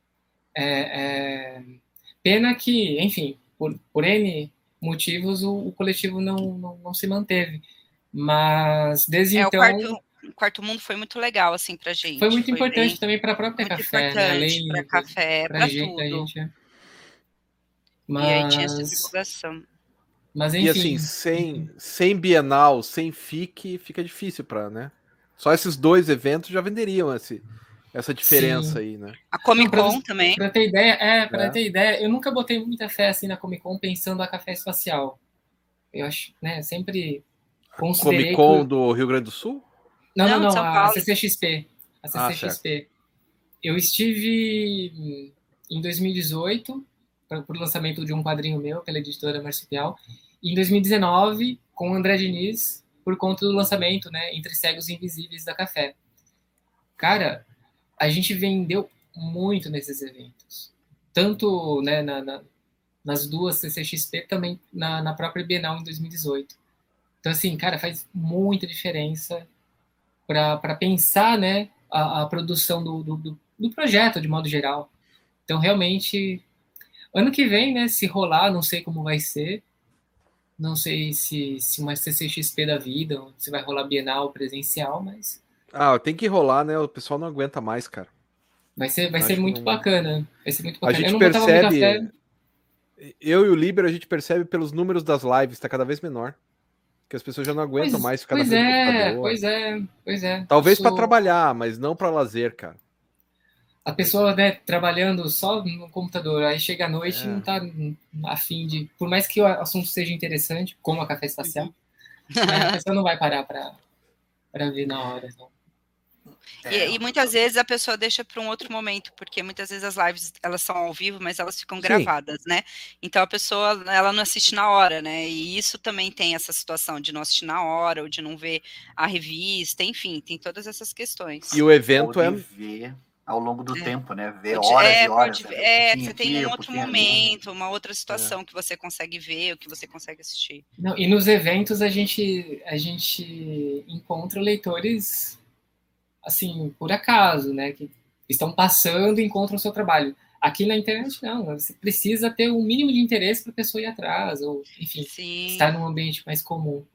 Pena que, enfim, por N motivos, o coletivo não se manteve. Mas desde então... O Quarto Mundo foi muito legal, assim, pra gente. Foi muito importante também para a própria Café, né? Além para Café, para tudo. Mas... E aí tinha essa divulgação. Mas, enfim... E assim, sem Bienal, sem FIC, fica difícil para, né? Só esses 2 eventos já venderiam essa diferença aí, né? A Comic Con também. Para ter ideia, eu nunca botei muita fé assim na Comic Con pensando a Café Espacial. Eu acho, né, sempre considerei... Comic Con do Rio Grande do Sul? Não, a CCXP. A CCXP. Eu estive em 2018 para o lançamento de um quadrinho meu pela editora Marsupial, e em 2019 com o André Diniz por conta do lançamento, né, Entre Cegos e Invisíveis da Café. Cara, a gente vendeu muito nesses eventos. Tanto, né, nas 2 CCXP, também na própria Bienal em 2018. Então, assim, cara, faz muita diferença para pensar, né, a produção do projeto, de modo geral. Então, realmente, ano que vem, né, se rolar, não sei como vai ser, não sei se uma CCXP da vida, ou se vai rolar Bienal presencial, mas... tem que rolar, né, o pessoal não aguenta mais, cara. Vai ser muito bacana. Vai ser muito bacana. A gente percebe, eu e o Liber, a gente percebe pelos números das lives, tá cada vez menor. Que as pessoas já não aguentam mais ficar na frente do computador. Pois é. Talvez para trabalhar, mas não para lazer, cara. A pessoa, né, trabalhando só no computador, aí chega à noite e não tá a fim de... Por mais que o assunto seja interessante, como a Café Espacial, a pessoa não vai parar para ver na hora. Não. E muitas vezes a pessoa deixa para um outro momento, porque muitas vezes as lives, elas são ao vivo, mas elas ficam gravadas, né? Então a pessoa, ela não assiste na hora, né? E isso também tem essa situação de não assistir na hora, ou de não ver a revista, enfim, tem todas essas questões. E o evento ver ao longo do tempo, né? Ver horas e horas. Você tem um outro momento, uma outra situação que você consegue ver, o que você consegue assistir. Não, e nos eventos a gente encontra leitores... assim, por acaso, né, que estão passando e encontram o seu trabalho. Aqui na internet, não, você precisa ter um mínimo de interesse para a pessoa ir atrás, ou, enfim, estar num ambiente mais comum.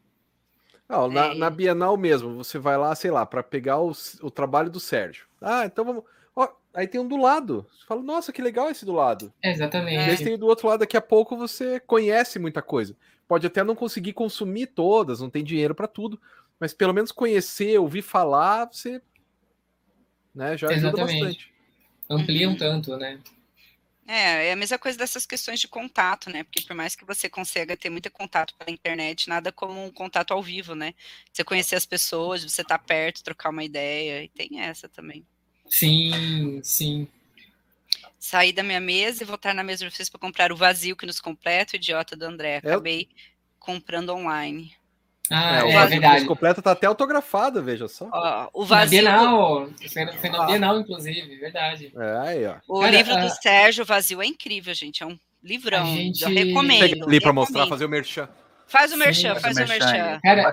Na Bienal mesmo, você vai lá, sei lá, para pegar o trabalho do Sérgio. Então vamos... aí tem um do lado. Você fala, nossa, que legal esse do lado. Exatamente. E aí tem do outro lado, daqui a pouco você conhece muita coisa. Pode até não conseguir consumir todas, não tem dinheiro para tudo, mas pelo menos conhecer, ouvir falar, você... né, já ajuda bastante. Ampliam tanto, né? É a mesma coisa dessas questões de contato, né? Porque por mais que você consiga ter muito contato pela internet, nada como um contato ao vivo, né? Você conhecer as pessoas, você estar perto, trocar uma ideia, e tem essa também. Sim, sim. Saí da minha mesa e voltar na mesa de vocês para comprar o vazio que nos completa, o idiota do André. Acabei comprando online. É verdade. O completo tá até autografado, veja só. Ó, o vazio. Na Bienal, foi na Bienal, inclusive, verdade. Aí, ó. O livro do Sérgio, o Vazio, é incrível, gente. É um livrão. Eu recomendo. Chega ali para mostrar, fazer o merchan. Faz o merchan, faz o merchan. Cara,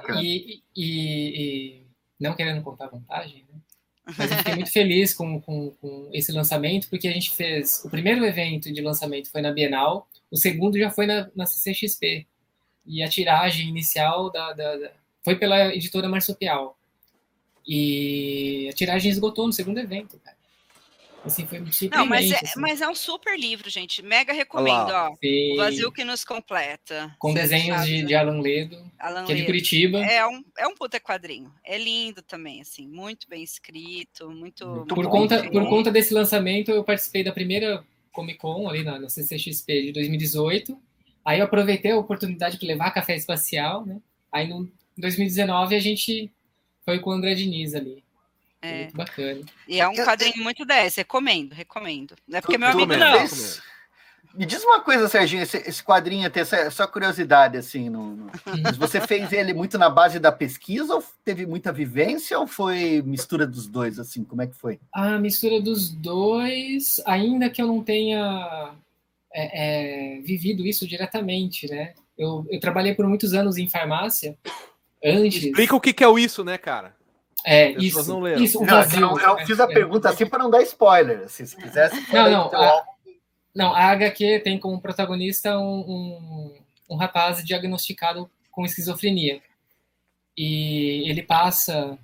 e não querendo contar vantagem, né? Mas eu fiquei muito feliz com esse lançamento, porque a gente fez... O primeiro evento de lançamento foi na Bienal, o segundo já foi na CCXP. E a tiragem inicial foi pela editora Marsupial. E a tiragem esgotou no segundo evento, cara. Assim, foi muito surpreendente. Não, mas é um super livro, gente. Mega recomendo, ó. O Vazio que nos completa. Com desenhos de Alan Ledo, que é de Curitiba. É um puta quadrinho. É lindo também, assim. Muito bem escrito, muito por conta desse lançamento, eu participei da primeira Comic Con, ali na CCXP de 2018. Aí eu aproveitei a oportunidade para levar café espacial, né? Aí, em 2019, a gente foi com o André Diniz ali. Muito bacana. E é um quadrinho muito 10, recomendo. Não é porque meu amigo não. Me diz uma coisa, Serginho, esse quadrinho tem essa curiosidade, assim, você fez ele muito na base da pesquisa, ou teve muita vivência, ou foi mistura dos dois, assim, como é que foi? A mistura dos dois, ainda que eu não tenha vivido isso diretamente, né? Eu trabalhei por muitos anos em farmácia, antes... Explica o que é o isso, né, cara? Isso. Não leram. Isso, o vazio. Eu fiz a pergunta assim para não dar spoiler, assim, se quisesse... Não, a HQ tem como protagonista um rapaz diagnosticado com esquizofrenia. E ele passa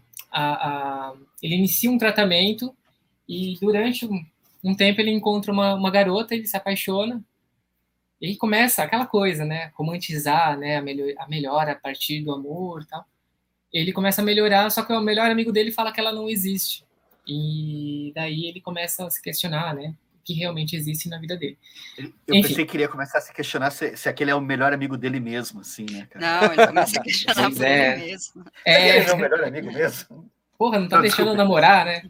ele inicia um tratamento e durante um tempo ele encontra uma garota, ele se apaixona e começa aquela coisa, né? Romantizar, né? A melhora a partir do amor e tal. Ele começa a melhorar, só que o melhor amigo dele fala que ela não existe. E daí ele começa a se questionar, né? Que realmente existe na vida dele. Eu pensei que ele ia começar a se questionar se aquele é o melhor amigo dele mesmo, assim, né, cara? Não, ele começa a questionar por ele mesmo. Ele é o melhor amigo mesmo? Porra, não tá deixando eu namorar, né?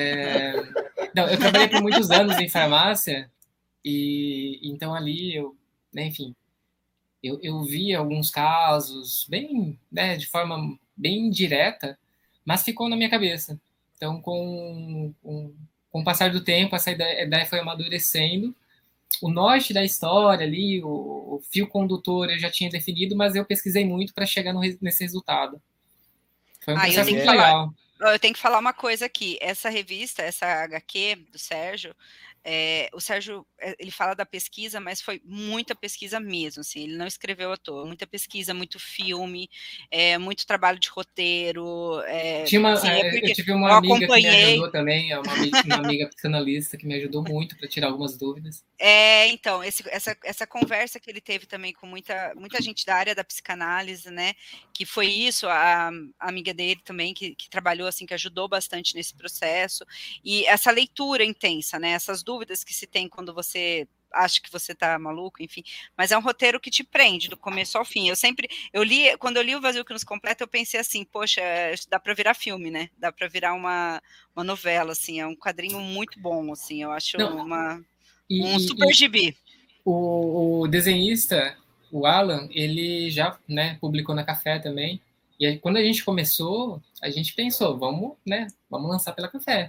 Não, eu trabalhei por muitos anos em farmácia, e então ali enfim, eu vi alguns casos bem, né, de forma bem direta, mas ficou na minha cabeça. Então, com o passar do tempo, essa ideia foi amadurecendo. O norte da história ali, o fio condutor eu já tinha definido, mas eu pesquisei muito para chegar nesse resultado. Foi um processo muito legal. Eu tenho que falar uma coisa aqui. Essa revista, essa HQ do Sérgio, o Sérgio, ele fala da pesquisa, mas foi muita pesquisa mesmo, assim, ele não escreveu à toa, muita pesquisa, muito filme, muito trabalho de roteiro. Eu tive uma amiga que me ajudou também, uma amiga psicanalista que me ajudou muito para tirar algumas dúvidas. Então, essa conversa que ele teve também com muita gente da área da psicanálise, né, que foi isso, a amiga dele também, que trabalhou, assim, que ajudou bastante nesse processo, e essa leitura intensa, né, essas dúvidas que se tem quando você acha que você tá maluco, enfim, mas é um roteiro que te prende do começo ao fim. Quando eu li o Vazio que nos completa, eu pensei assim, poxa, dá para virar filme, né? Dá para virar uma novela, assim, é um quadrinho muito bom, assim, eu acho um super gibi. O desenhista, o Alan, ele já, né, publicou na Café também, e aí, quando a gente começou, a gente pensou, vamos lançar pela Café.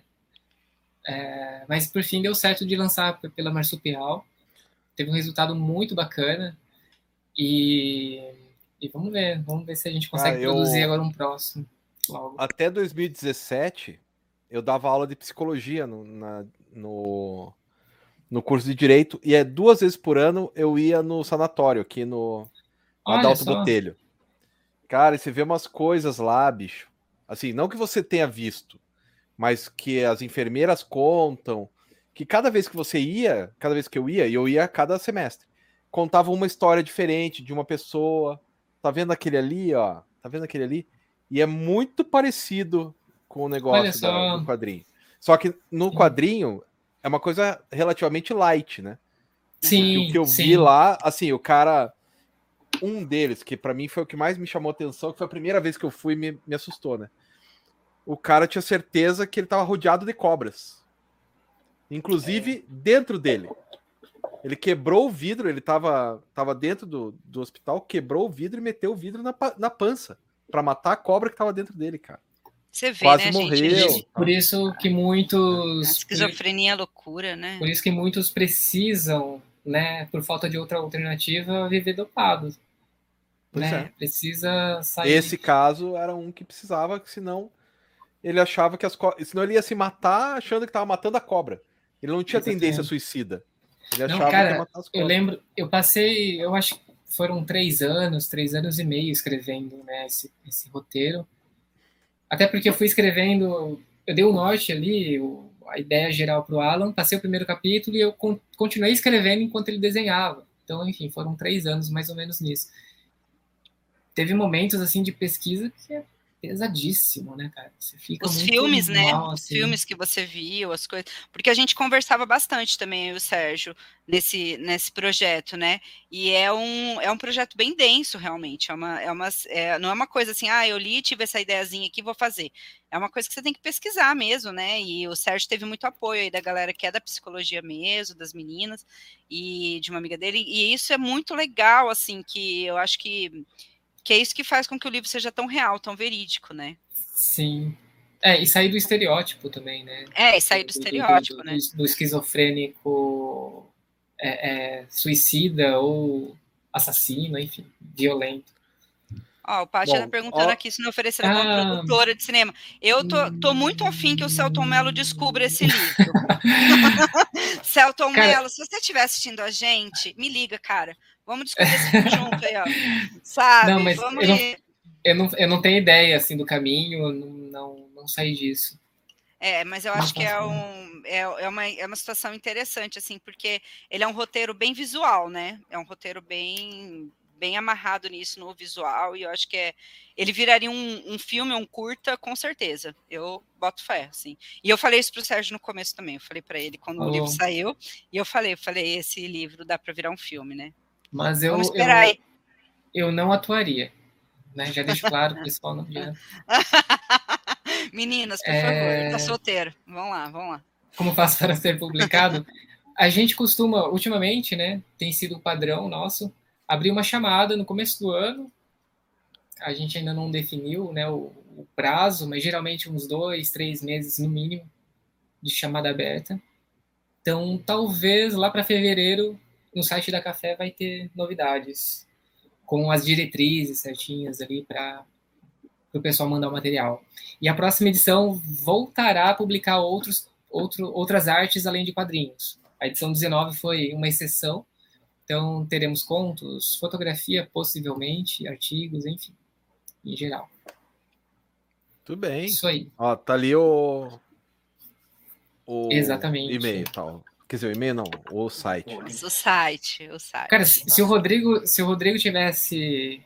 Mas por fim deu certo de lançar pela Marsupial, teve um resultado muito bacana e vamos ver se a gente consegue produzir agora um próximo logo. Até 2017 eu dava aula de psicologia no curso de Direito, e 2 vezes por ano eu ia no sanatório aqui no Adalto Botelho. Cara, e você vê umas coisas lá, bicho, assim, não que você tenha visto, mas que as enfermeiras contam, que cada vez que eu ia, e eu ia cada semestre, contava uma história diferente de uma pessoa. Tá vendo aquele ali, ó? Tá vendo aquele ali? E é muito parecido com o negócio do quadrinho. Só que no quadrinho é uma coisa relativamente light, né? Sim, o que eu sim. vi lá, assim, o cara... Um deles, que pra mim foi o que mais me chamou a atenção, que foi a primeira vez que eu fui e me assustou, né? O cara tinha certeza que ele tava rodeado de cobras. Inclusive, dentro dele. Ele quebrou o vidro, ele tava dentro do hospital, quebrou o vidro e meteu o vidro na pança. Pra matar a cobra que tava dentro dele, cara. Você vê, Quase né, morreu. gente? Por isso que A muitos... esquizofrenia é loucura, né? Por isso que muitos precisam, né, por falta de outra alternativa, viver dopado. Pois Né? é. Precisa sair. Esse caso era um que precisava, senão ele achava que senão ele ia se matar achando que tava matando a cobra. Ele não tinha tendência suicida. Ele achava Não, cara, que ia matar as cobras. eu lembro, eu passei, eu acho que foram 3 anos e meio escrevendo, né, esse roteiro. Até porque eu fui escrevendo, eu dei o norte ali, a ideia geral para o Alan, passei o primeiro capítulo e eu continuei escrevendo enquanto ele desenhava. Então, enfim, foram 3 anos mais ou menos nisso. Teve momentos, assim, de pesquisa que é pesadíssimo, né, cara? Você fica os muito filmes, né? mal, Os assim. filmes que você viu, as coisas. Porque a gente conversava bastante também, eu e o Sérgio, nesse projeto, né? E é um projeto bem denso, realmente. Não é uma coisa assim, eu li, tive essa ideiazinha aqui, vou fazer. É uma coisa que você tem que pesquisar mesmo, né? E o Sérgio teve muito apoio aí da galera que é da psicologia mesmo, das meninas, e de uma amiga dele. E isso é muito legal, assim, que eu acho que é isso que faz com que o livro seja tão real, tão verídico, né? Sim. E sair do estereótipo também, né? E sair do estereótipo, né? Do esquizofrênico suicida ou assassino, enfim, violento. O Paty tá perguntando aqui se não oferecer alguma produtora de cinema. Eu tô muito afim que o Celton Mello descubra esse livro. Celton Mello, se você estiver assistindo a gente, me liga, cara. Vamos descobrir esse filme junto aí, ó. Sabe? Não, mas vamos eu não tenho ideia, assim, do caminho, não saí disso. Mas eu acho que é uma situação interessante, assim, porque ele é um roteiro bem visual, né? É um roteiro bem amarrado nisso, no visual, e eu acho que ele viraria um filme, um curta, com certeza. Eu boto fé, assim. E eu falei isso pro Sérgio no começo também, eu falei para ele quando o livro saiu, e eu falei, esse livro dá para virar um filme, né? Mas vamos esperar aí. Eu não atuaria, né? Já deixo claro, o pessoal não adianta. Meninas, por favor, tá solteiro. Vamos lá. Como faço para ser publicado? A gente costuma, ultimamente, né, tem sido o padrão nosso, abrir uma chamada no começo do ano. A gente ainda não definiu, né, o prazo, mas geralmente uns 2, 3 meses no mínimo de chamada aberta. Então, talvez lá para fevereiro, no site da Café vai ter novidades, com as diretrizes certinhas ali para o pessoal mandar o material. E a próxima edição voltará a publicar outras artes além de quadrinhos. A edição 19 foi uma exceção, então teremos contos, fotografia possivelmente, artigos, enfim, em geral. Tudo bem. Isso aí. Ó, tá ali o Exatamente. E-mail e tal. Quer dizer, o e-mail não, o site. O site. Cara, se o Rodrigo tivesse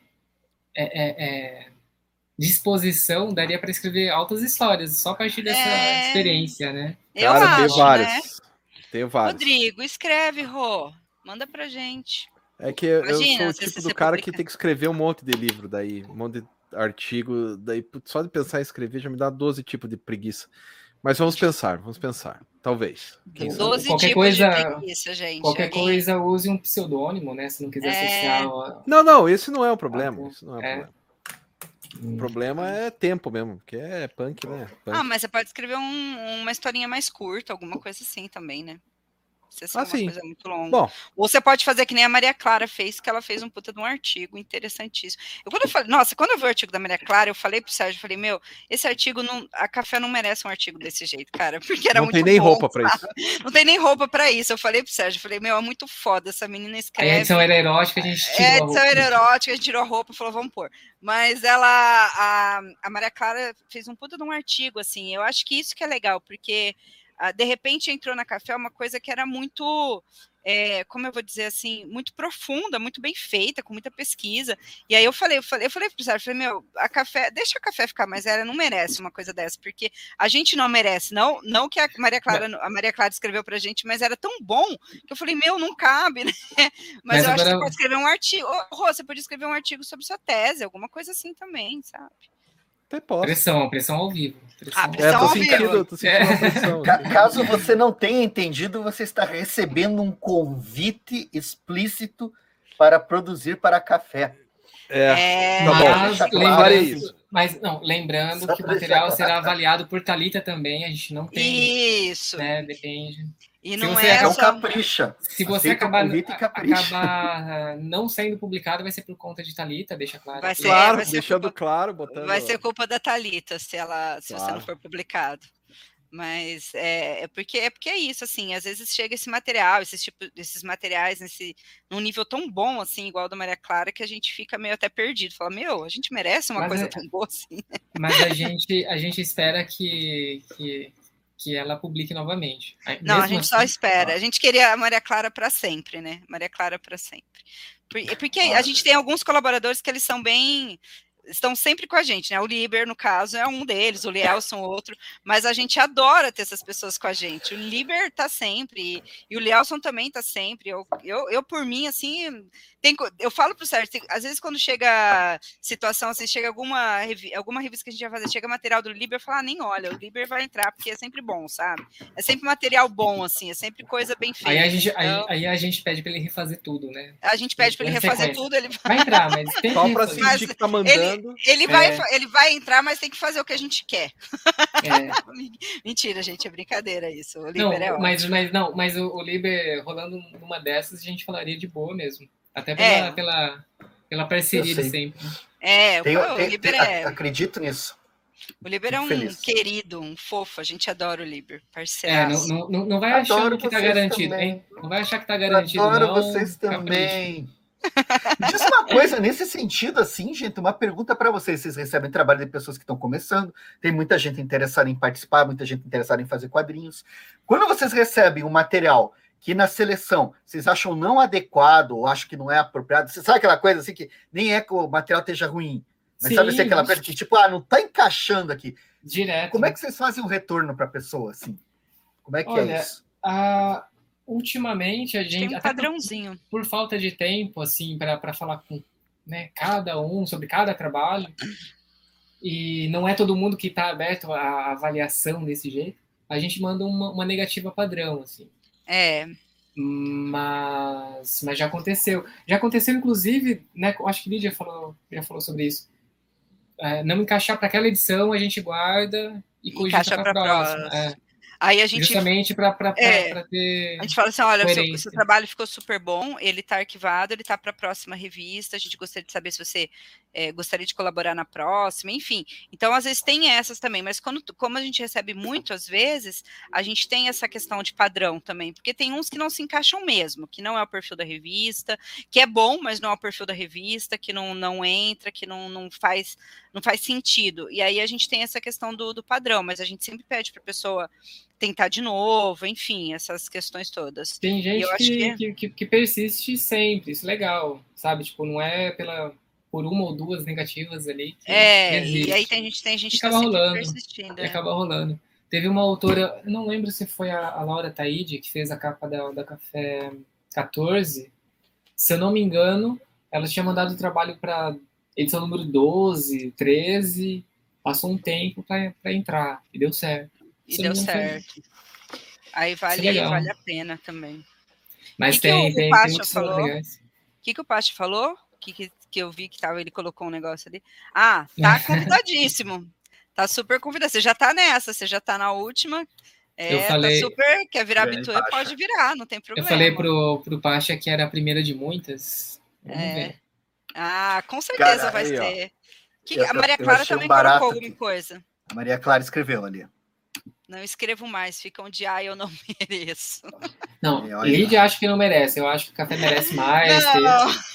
disposição, daria para escrever altas histórias, só a partir dessa experiência, né? Cara, tem vários. Né? Tem vários. Rodrigo, escreve, Rô. Manda pra gente. É que imagina, eu sou o tipo do cara que tem que escrever um monte de livro, daí, um monte de artigo, daí só de pensar em escrever já me dá 12 tipos de preguiça. Mas vamos pensar, talvez. 12 tipos de preguiça, gente. Qualquer coisa, use um pseudônimo, né? Se não quiser associar... Não, esse não é um problema. Isso não é um problema. O problema é tempo mesmo, porque é punk, né? Punk. Mas você pode escrever uma historinha mais curta, alguma coisa assim também, né? Se for uma coisa muito longa. Bom, ou você pode fazer que nem a Maria Clara fez, que ela fez um puta de um artigo interessantíssimo. Quando eu vi o artigo da Maria Clara, eu falei pro Sérgio, esse artigo, a Café não merece um artigo desse jeito, cara, porque era muito bom. Não tem nem roupa pra isso. Não tem nem roupa pra isso. Eu falei pro Sérgio, é muito foda, essa menina escreve. A edição era erótica, a gente tirou a roupa. A edição era erótica, a gente tirou a roupa e falou, vamos pôr. Mas a Maria Clara fez um puta de um artigo, assim, eu acho que isso que é legal, porque de repente entrou na café uma coisa que era muito, como eu vou dizer assim, muito profunda, muito bem feita, com muita pesquisa. E aí eu falei pro Sérgio, meu, deixa a café ficar mais velha, não merece uma coisa dessa, porque a gente não merece, não que a Maria Clara escreveu pra gente, mas era tão bom que eu falei, meu, não cabe, né? Mas eu acho que você pode escrever um artigo, Rô, você pode escrever um artigo sobre sua tese, alguma coisa assim também, sabe? Pressão ao vivo. Tô sentindo uma pressão. Caso você não tenha entendido, você está recebendo um convite explícito para produzir para café. Tá bom. Mas não, lembrando que o material será avaliado por Thalita também, a gente não tem. Isso. Né, depende. E não é só... capricha. Se você acabar não sendo publicado, vai ser por conta de Thalita, deixa claro. Vai ser, deixando claro, botando... Vai ser culpa da Thalita se você não for publicado. Mas porque é isso, assim, às vezes chega esse material, esses materiais num nível tão bom, assim, igual da Maria Clara, que a gente fica meio até perdido. Fala, meu, a gente merece uma coisa tão boa assim. Mas a gente espera que ela publique novamente. Não, a gente só espera. A gente queria a Maria Clara para sempre, né? Maria Clara para sempre. Porque a gente tem alguns colaboradores que eles estão sempre com a gente, né? O Liber, no caso, é um deles, o Lielson, outro, mas a gente adora ter essas pessoas com a gente. O Liber tá sempre, e o Lielson também tá sempre. Eu por mim, assim, eu falo pro Sérgio, às vezes quando chega situação, assim, chega alguma revista que a gente vai fazer, chega material do Liber, eu falo, nem olha, o Liber vai entrar, porque é sempre bom, sabe? É sempre material bom, assim, é sempre coisa bem feita. Aí a gente pede para ele refazer tudo, né? A gente pede para ele refazer tudo, ele vai entrar, mas tem só para sentir que tá mandando. Ele vai entrar, mas tem que fazer o que a gente quer. Mentira, gente, é brincadeira isso. O Liber mas o Liber rolando numa dessas, a gente falaria de boa mesmo. Até pela parceria de sempre. O Liber acredito nisso. O Liber é um querido, um fofo, a gente adora o Liber, parceiro. Não vai achando que tá garantido, também. Hein? Não vai achar que tá garantido, adoro não. Vocês também. Diz uma coisa nesse sentido, assim, gente, uma pergunta para vocês. Vocês recebem trabalho de pessoas que estão começando, tem muita gente interessada em participar, muita gente interessada em fazer quadrinhos. Quando vocês recebem um material que na seleção vocês acham não adequado ou acham que não é apropriado, você sabe aquela coisa assim que nem é que o material esteja ruim, mas sim, sabe assim, aquela coisa que tipo, não tá encaixando aqui. Direto. Como é que vocês fazem um retorno para a pessoa, assim? Como é que é isso? Ultimamente a gente tem um padrãozinho por falta de tempo assim para falar com, né, cada um sobre cada trabalho, e não é todo mundo que está aberto à avaliação desse jeito, a gente manda uma negativa padrão, assim. Mas já aconteceu inclusive, né, acho que Lídia já falou sobre isso, não encaixar para aquela edição, a gente guarda e cogita para a próxima. Aí a gente justamente para ter. A gente fala assim, olha, o seu trabalho ficou super bom, ele está arquivado, ele está para a próxima revista, a gente gostaria de saber se você gostaria de colaborar na próxima, enfim. Então, às vezes tem essas também, mas como a gente recebe muito, às vezes, a gente tem essa questão de padrão também, porque tem uns que não se encaixam mesmo, que não é o perfil da revista, que é bom, mas não é o perfil da revista, que não entra, que não faz sentido. E aí a gente tem essa questão do padrão, mas a gente sempre pede para a pessoa tentar de novo, enfim, essas questões todas. Tem gente que persiste sempre, isso é legal, sabe? Tipo, não é por uma ou duas negativas ali. E aí tem gente que acaba rolando, persistindo. E acaba rolando. Teve uma autora, não lembro se foi a Laura Taide, que fez a capa da Café 14. Se eu não me engano, ela tinha mandado o trabalho para edição número 12, 13, passou um tempo para entrar, e deu certo. E deu certo. Aí vale a pena também. Mas tem muitos legais. O que o Pacho falou? Que eu vi que ele colocou um negócio ali. Tá convidadíssimo. Tá super convidado. Você já tá nessa, você já tá na última. Eu falei, tá super, quer virar habitué, pode virar, não tem problema. Eu falei pro Pacha que era a primeira de muitas. Vamos ver. Com certeza vai ser. A Maria Clara também colocou alguma coisa. A Maria Clara escreveu ali. Não escrevo mais, ficam de eu não mereço. Não, Lídia acha que não merece, eu acho que o café merece mais.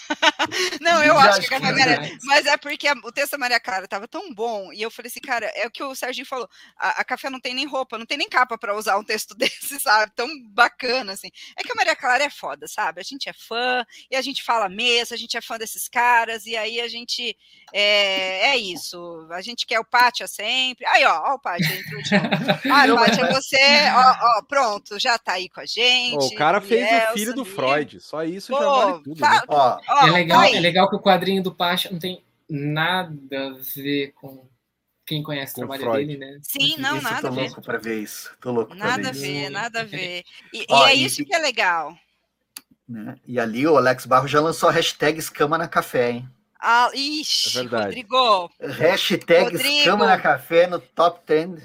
Não, eu acho que a Café Maria... Mas é porque o texto da Maria Clara estava tão bom, e eu falei assim, cara, é o que o Serginho falou, a Café não tem nem roupa, não tem nem capa para usar um texto desse, sabe? Tão bacana, assim. É que a Maria Clara é foda, sabe? A gente é fã, e a gente fala mesmo, a gente é fã desses caras, e aí a gente... É isso, a gente quer o Pátia sempre. Aí, ó o Pátia entrou de novo. Pátia, você, pronto, já tá aí com a gente. O cara fez o filho do Freud, só isso já vale tudo. Né? É legal que o quadrinho do Pátia não tem nada a ver com quem conhece o trabalho dele, né? Sim, não, nada a ver. Tô louco pra ver isso. Tô louco nada a ver, nada a ver. E é isso que é legal. Né? E ali o Alex Barros já lançou a hashtag Escama na Café, hein? Ixi, é Rodrigo. Hashtag Escama na Café no top 10.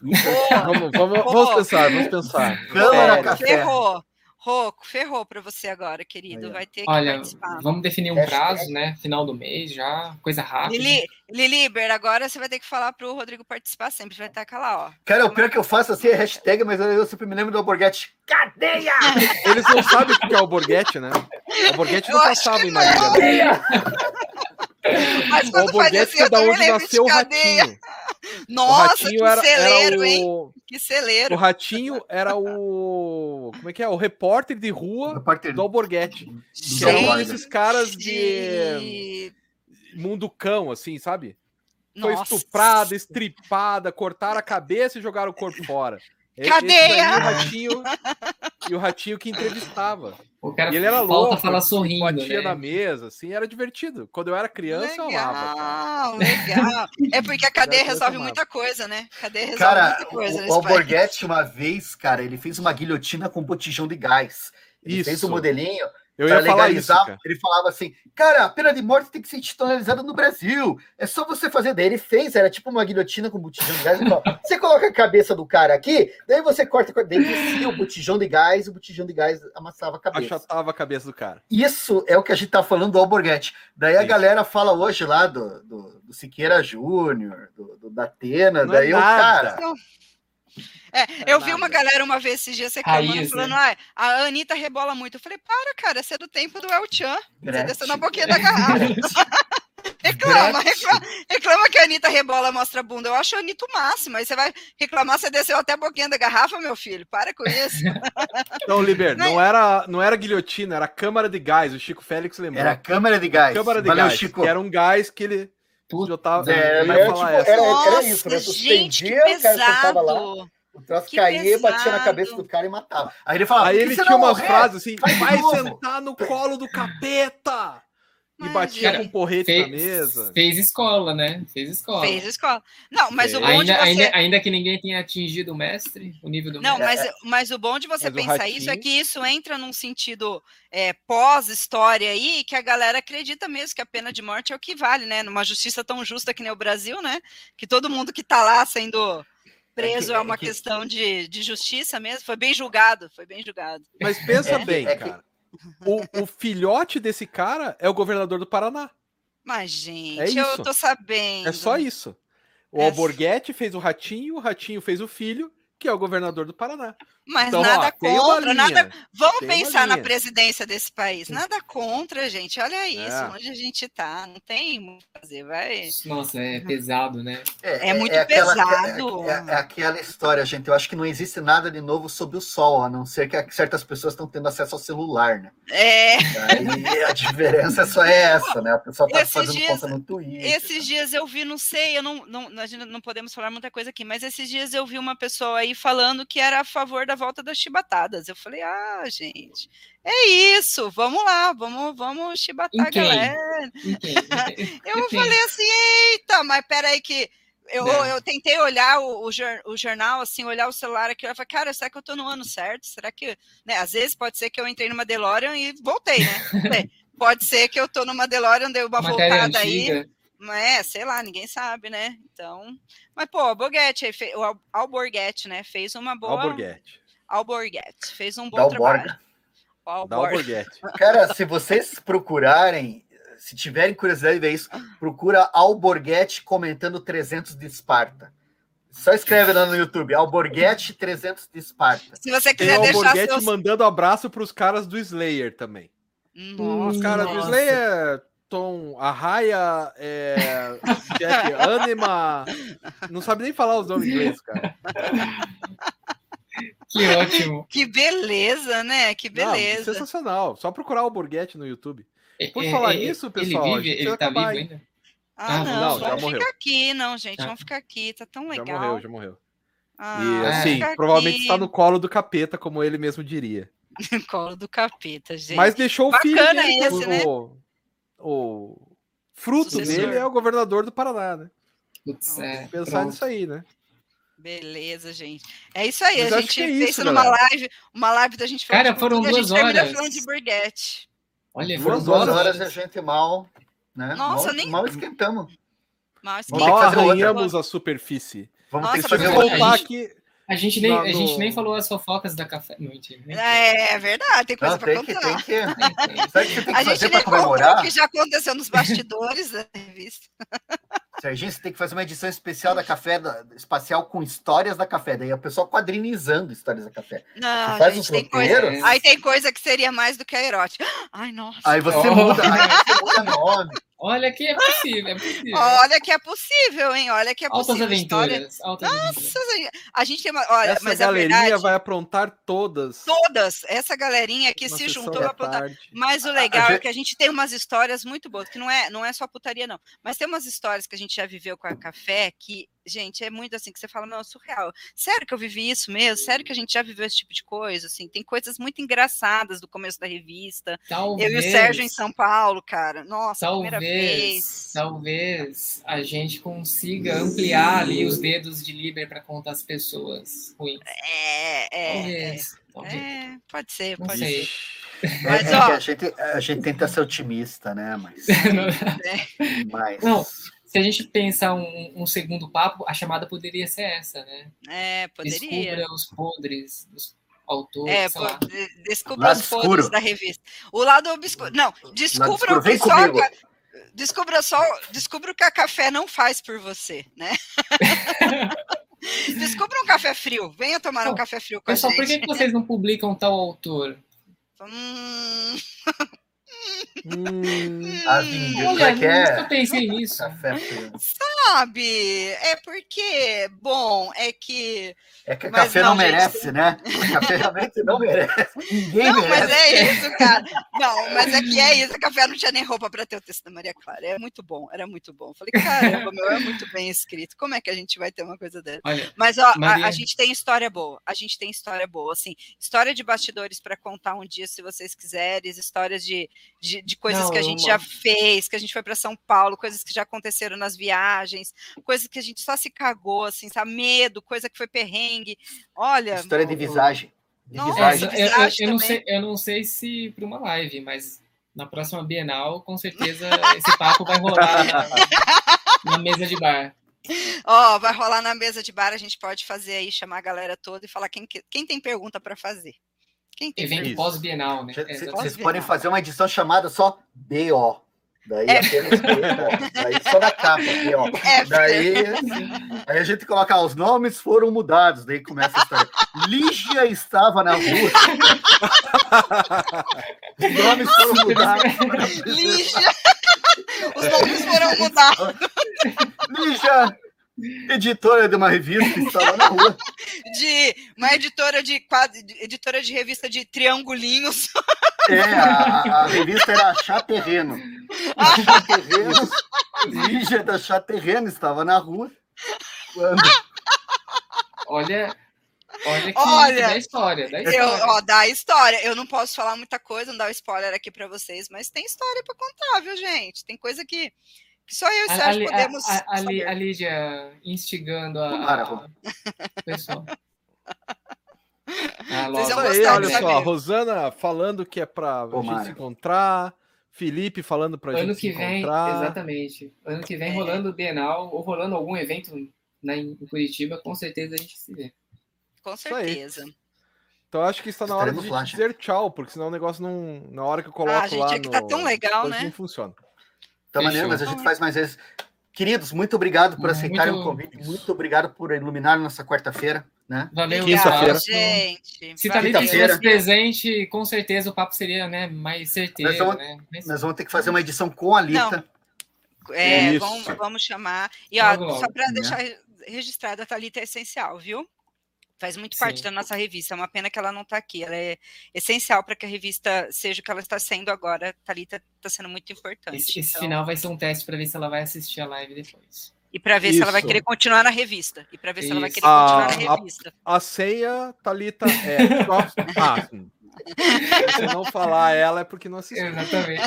Vamos pensar. Escama na Café. Ferrou para você agora, querido. Vai ter que participar. Vamos definir um prazo, né? Final do mês já, coisa rápida. Liliber, agora você vai ter que falar pro Rodrigo participar sempre. Vai estar aquela, ó. Cara, o pior que eu faço assim é hashtag, mas eu sempre me lembro do Alborguete. Cadeia! Eles não sabem o que é o Alborguete, né? O Alborguete não passava em Marília. Mas o Alborguete é da onde nasceu o Ratinho. Nossa, que celeiro, hein? Que celeiro. O Ratinho era o... Como é que é? O repórter de rua do Alborguete. Que eram esses caras de... mundo cão, assim, sabe? Foi estuprada, estripada, cortaram a cabeça e jogaram o corpo fora. Cadeia! E o Ratinho que entrevistava. O cara e ele era louco, falar sorrindo, batia né? na mesa, assim, era divertido. Quando eu era criança, eu amava. Legal. É porque a cadeia resolve muita coisa, né? Cadeia resolve muita coisa. O Alborguete, uma vez, cara, ele fez uma guilhotina com botijão de gás. Ele fez um modelinho. Eu ia legalizar, falar isso, ele falava assim, cara, a pena de morte tem que ser institucionalizada no Brasil, é só você fazer. Daí ele fez, era tipo uma guilhotina com botijão de gás. Você coloca a cabeça do cara aqui, daí você corta, daí descia o botijão de gás, amassava a cabeça. Achatava a cabeça do cara. Isso é o que a gente tá falando do Alborguete. Daí a galera fala hoje lá do Siqueira Júnior, do Datena, não daí o cara... eu vi uma galera uma vez esses dias reclamando, falando, a Anitta rebola muito. Eu falei, cara, você é do tempo do El Chan. Você desceu na boquinha da garrafa. reclama que a Anitta rebola, mostra a bunda. Eu acho a Anitta o máximo. Aí você vai reclamar, você desceu até a boquinha da garrafa, meu filho. Para com isso. Não, Liber, não era guilhotina, era câmara de gás. O Chico Félix lembrou. Era câmara de gás. Câmara de gás, Chico. Que era um gás que ele... Era isso, né? Suspendia, o cara sentava lá, o troço caía, batia na cabeça do cara e matava. Aí ele falava, ele tinha umas frases assim, vai sentar no colo do capeta! E batia com porrete na mesa. Fez escola, né? Fez escola. Não, mas o bom de você... Ainda que ninguém tenha atingido o mestre, o nível do mestre. Não, mas o bom de você pensar isso é que isso entra num sentido pós-história aí, que a galera acredita mesmo que a pena de morte é o que vale, né? Numa justiça tão justa que nem o Brasil, né? Que todo mundo que tá lá sendo preso é uma questão de justiça mesmo. Foi bem julgado. Mas pensa bem, cara. O filhote desse cara é o governador do Paraná. Mas, gente, eu tô sabendo. É só isso. O Alborguete fez o Ratinho fez o filho, que é o governador do Paraná. Mas então, nada contra, Vamos pensar na presidência desse país. Nada contra, gente. Olha isso, onde a gente tá. Não tem o que fazer, vai. Nossa, é pesado, né? É muito pesado. É aquela história, gente. Eu acho que não existe nada de novo sob o sol, a não ser que certas pessoas estão tendo acesso ao celular, né? Aí a diferença é só essa, né? A pessoa tá fazendo conta no Twitter. Esses dias eu vi, não sei, a gente não podemos falar muita coisa aqui, mas esses dias eu vi uma pessoa aí falando que era a favor da volta das chibatadas. Eu falei, gente, é isso, vamos lá, vamos chibatar a galera. Eu falei assim, eita, mas peraí que eu tentei olhar o jornal, assim, olhar o celular aqui, eu falei, cara, será que eu tô no ano certo? Será que, né, às vezes pode ser que eu entrei numa DeLorean e voltei, né? Pode ser que eu tô numa DeLorean, dei uma voltada aí. Sei lá, ninguém sabe, né? Então, mas pô, o Alborguete, né? Fez uma boa. Alborguete fez um bom trabalho. Alborguete. Cara, se vocês procurarem, se tiverem curiosidade de ver isso, procura Alborguete comentando 300 de Esparta. Só escreve lá no YouTube, Alborguete 300 de Esparta. Se você quiser deixar Alborguete mandando abraço para os caras do Slayer também. Nossa, Cara, do Slayer, Tom Arraia, Jack Anima, não sabe nem falar os nomes em inglês, cara. Que ótimo. Que beleza, né? Que beleza. Não, sensacional. Só procurar o Borghetti no YouTube. Por falar nisso, pessoal, ele tá vivo ainda? Não, já vamos morreu. ficar aqui, não, gente. Vamos ficar aqui, tá tão legal. Já morreu. E assim, provavelmente está no colo do capeta, como ele mesmo diria. No colo do capeta, gente. Mas deixou o filho dele, esse, né? O fruto dele é o governador do Paraná, né? Putz, pensar nisso aí, né? Beleza, gente. É isso aí. Mas a gente fez isso, numa live, uma live da gente falando. Cara, foram 2 horas. A gente terminou falando de Borghetti. Olha, foram 2 horas a gente mal, né? Nossa, mal esquentamos. Mal arranhamos a superfície. Vamos ter que fazer voltar aqui. A gente nem falou as fofocas da café. Não, é verdade, tem coisa para contar. Sabe o que você tem que fazer para comemorar? O que já aconteceu nos bastidores da revista. Serginho, você tem que fazer uma edição especial da Café Espacial com histórias da Café. Daí a pessoa quadrinizando histórias da Café. Não, faz gente, tem coisa. Aí tem coisa que seria mais do que a erótica. Ai, nossa. Aí você muda nome. Olha que é possível, Olha que é possível, hein? Olha que é possível. Altas aventuras. A gente tem uma... Olha, essa galerinha vai aprontar todas. Todas. Essa galerinha que se juntou para aprontar. Mas o legal é que a gente tem umas histórias muito boas, que não é só putaria, não. Mas tem umas histórias que a gente já viveu com a Café que, gente, é muito assim, que você fala, não, é surreal. Sério que eu vivi isso mesmo? Sério que a gente já viveu esse tipo de coisa? Assim, tem coisas muito engraçadas do começo da revista. Talvez, eu e o Sérgio em São Paulo, cara. Nossa, primeira vez. Talvez a gente consiga ampliar ali os dedos de Liber para contar as pessoas ruins. Talvez. Pode ser, Não sei. Mas, ó, a gente tenta ser otimista, né? Mas não, se a gente pensar um segundo papo, a chamada poderia ser essa, né? Poderia. Descubra os podres dos autores, descubra os podres da revista. O lado obscuro. Não, descubra o que a Café não faz por você, né? Descubra um café frio. Venha tomar um café frio com a gente. Pessoal, por que vocês não publicam tal autor? Olha, eu pensei nisso. Sabe? É porque, bom, é que a Café não merece, né? A Café realmente não merece. Ninguém merece. Mas é isso, cara. Não, mas é que é isso. A Café não tinha nem roupa para ter o texto da Maria Clara. Era muito bom. Falei, caramba, é muito bem escrito. Como é que a gente vai ter uma coisa dessa? Olha, mas, ó, a gente tem história boa. Assim, história de bastidores para contar um dia, se vocês quiserem, histórias de coisas que a gente já fez, que a gente foi para São Paulo, coisas que já aconteceram nas viagens, coisas que a gente só se cagou, assim, sabe? Medo, coisa que foi perrengue. Olha, história de visagem. Eu não sei se para uma live, mas na próxima Bienal, com certeza, esse papo vai rolar na mesa de bar. Vai rolar na mesa de bar, a gente pode fazer aí, chamar a galera toda e falar quem tem pergunta para fazer. Evento pós-Bienal, né? Vocês podem fazer uma edição chamada só BO. Daí apenas daí só na capa, BO. Daí a gente coloca os nomes foram mudados, daí começa a história. Lígia estava na rua. Os nomes foram mudados. Lígia. Os nomes foram mudados. Lígia, editora de uma revista, estava na rua. Uma editora de revista de triangulinhos. A revista era Chá Terreno. Lígia da Chá Terreno estava na rua. Olha da história. Da história. Eu não posso falar muita coisa, não dar spoiler aqui para vocês, mas tem história para contar, viu, gente? Tem coisa que só eu e o Sérgio podemos saber. A Lídia instigando a pessoal. Olha só, a Rosana falando que é pra gente se encontrar, Felipe falando pra gente se encontrar. Exatamente. Ano que vem rolando o Bienal, ou rolando algum evento em Curitiba, com certeza a gente se vê. Com certeza. Então acho que está na hora de dizer tchau, porque senão o negócio não... Na hora que eu coloco lá tá tão legal, né? Não funciona. Tá maneiro, mas a gente faz mais vezes. Queridos, muito obrigado por aceitarem o convite. Muito obrigado por iluminar nossa quarta-feira. Né? Valeu, quinta-feira. Gente. Se Thalita estivesse presente, com certeza o papo seria, né, mais certeiro. Nós vamos ter que fazer uma edição com a Lita. Vamos chamar. E ó, só para deixar registrada, a Thalita é essencial, viu? Faz muito parte da nossa revista. É uma pena que ela não está aqui. Ela é essencial para que a revista seja o que ela está sendo agora. A Thalita está sendo muito importante. Esse final vai ser um teste para ver se ela vai assistir a live depois. E para ver se ela vai querer continuar na revista. E para ver se ela vai querer continuar na revista. A senha, Thalita, se não falar ela é porque não assistiu. Exatamente.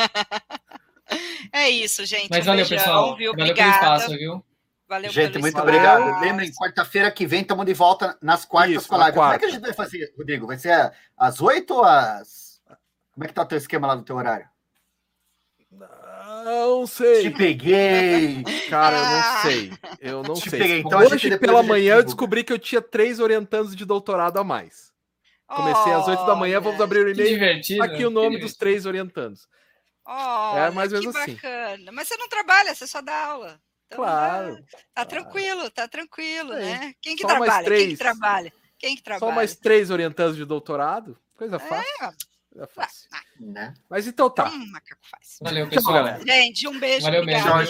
É isso, gente. Mas valeu, pessoal. Viu? Valeu pelo espaço, viu? Valeu, gente, muito obrigado. Lembrem, quarta-feira que vem estamos de volta nas quartas com a live. Como é que a gente vai fazer, Rodrigo? Vai ser às 8 ou às... Como é que tá o teu esquema lá do teu horário? Não sei. Te peguei. Cara, eu não sei. Eu não sei. Peguei. Então, hoje pela manhã eu descobri que eu tinha 3 orientandos de doutorado a mais. Comecei às 8 da manhã, vamos abrir o e-mail. Aqui o nome dos 3 orientandos. É mais ou menos assim. Bacana. Mas você não trabalha, você só dá aula. Então, claro. Tá tranquilo, né? Quem que trabalha? Quem que trabalha? Só mais 3 orientandos de doutorado? Coisa fácil. É fácil. Né? Mas então tá. Valeu, pessoal. Gente, um beijo. Valeu mesmo.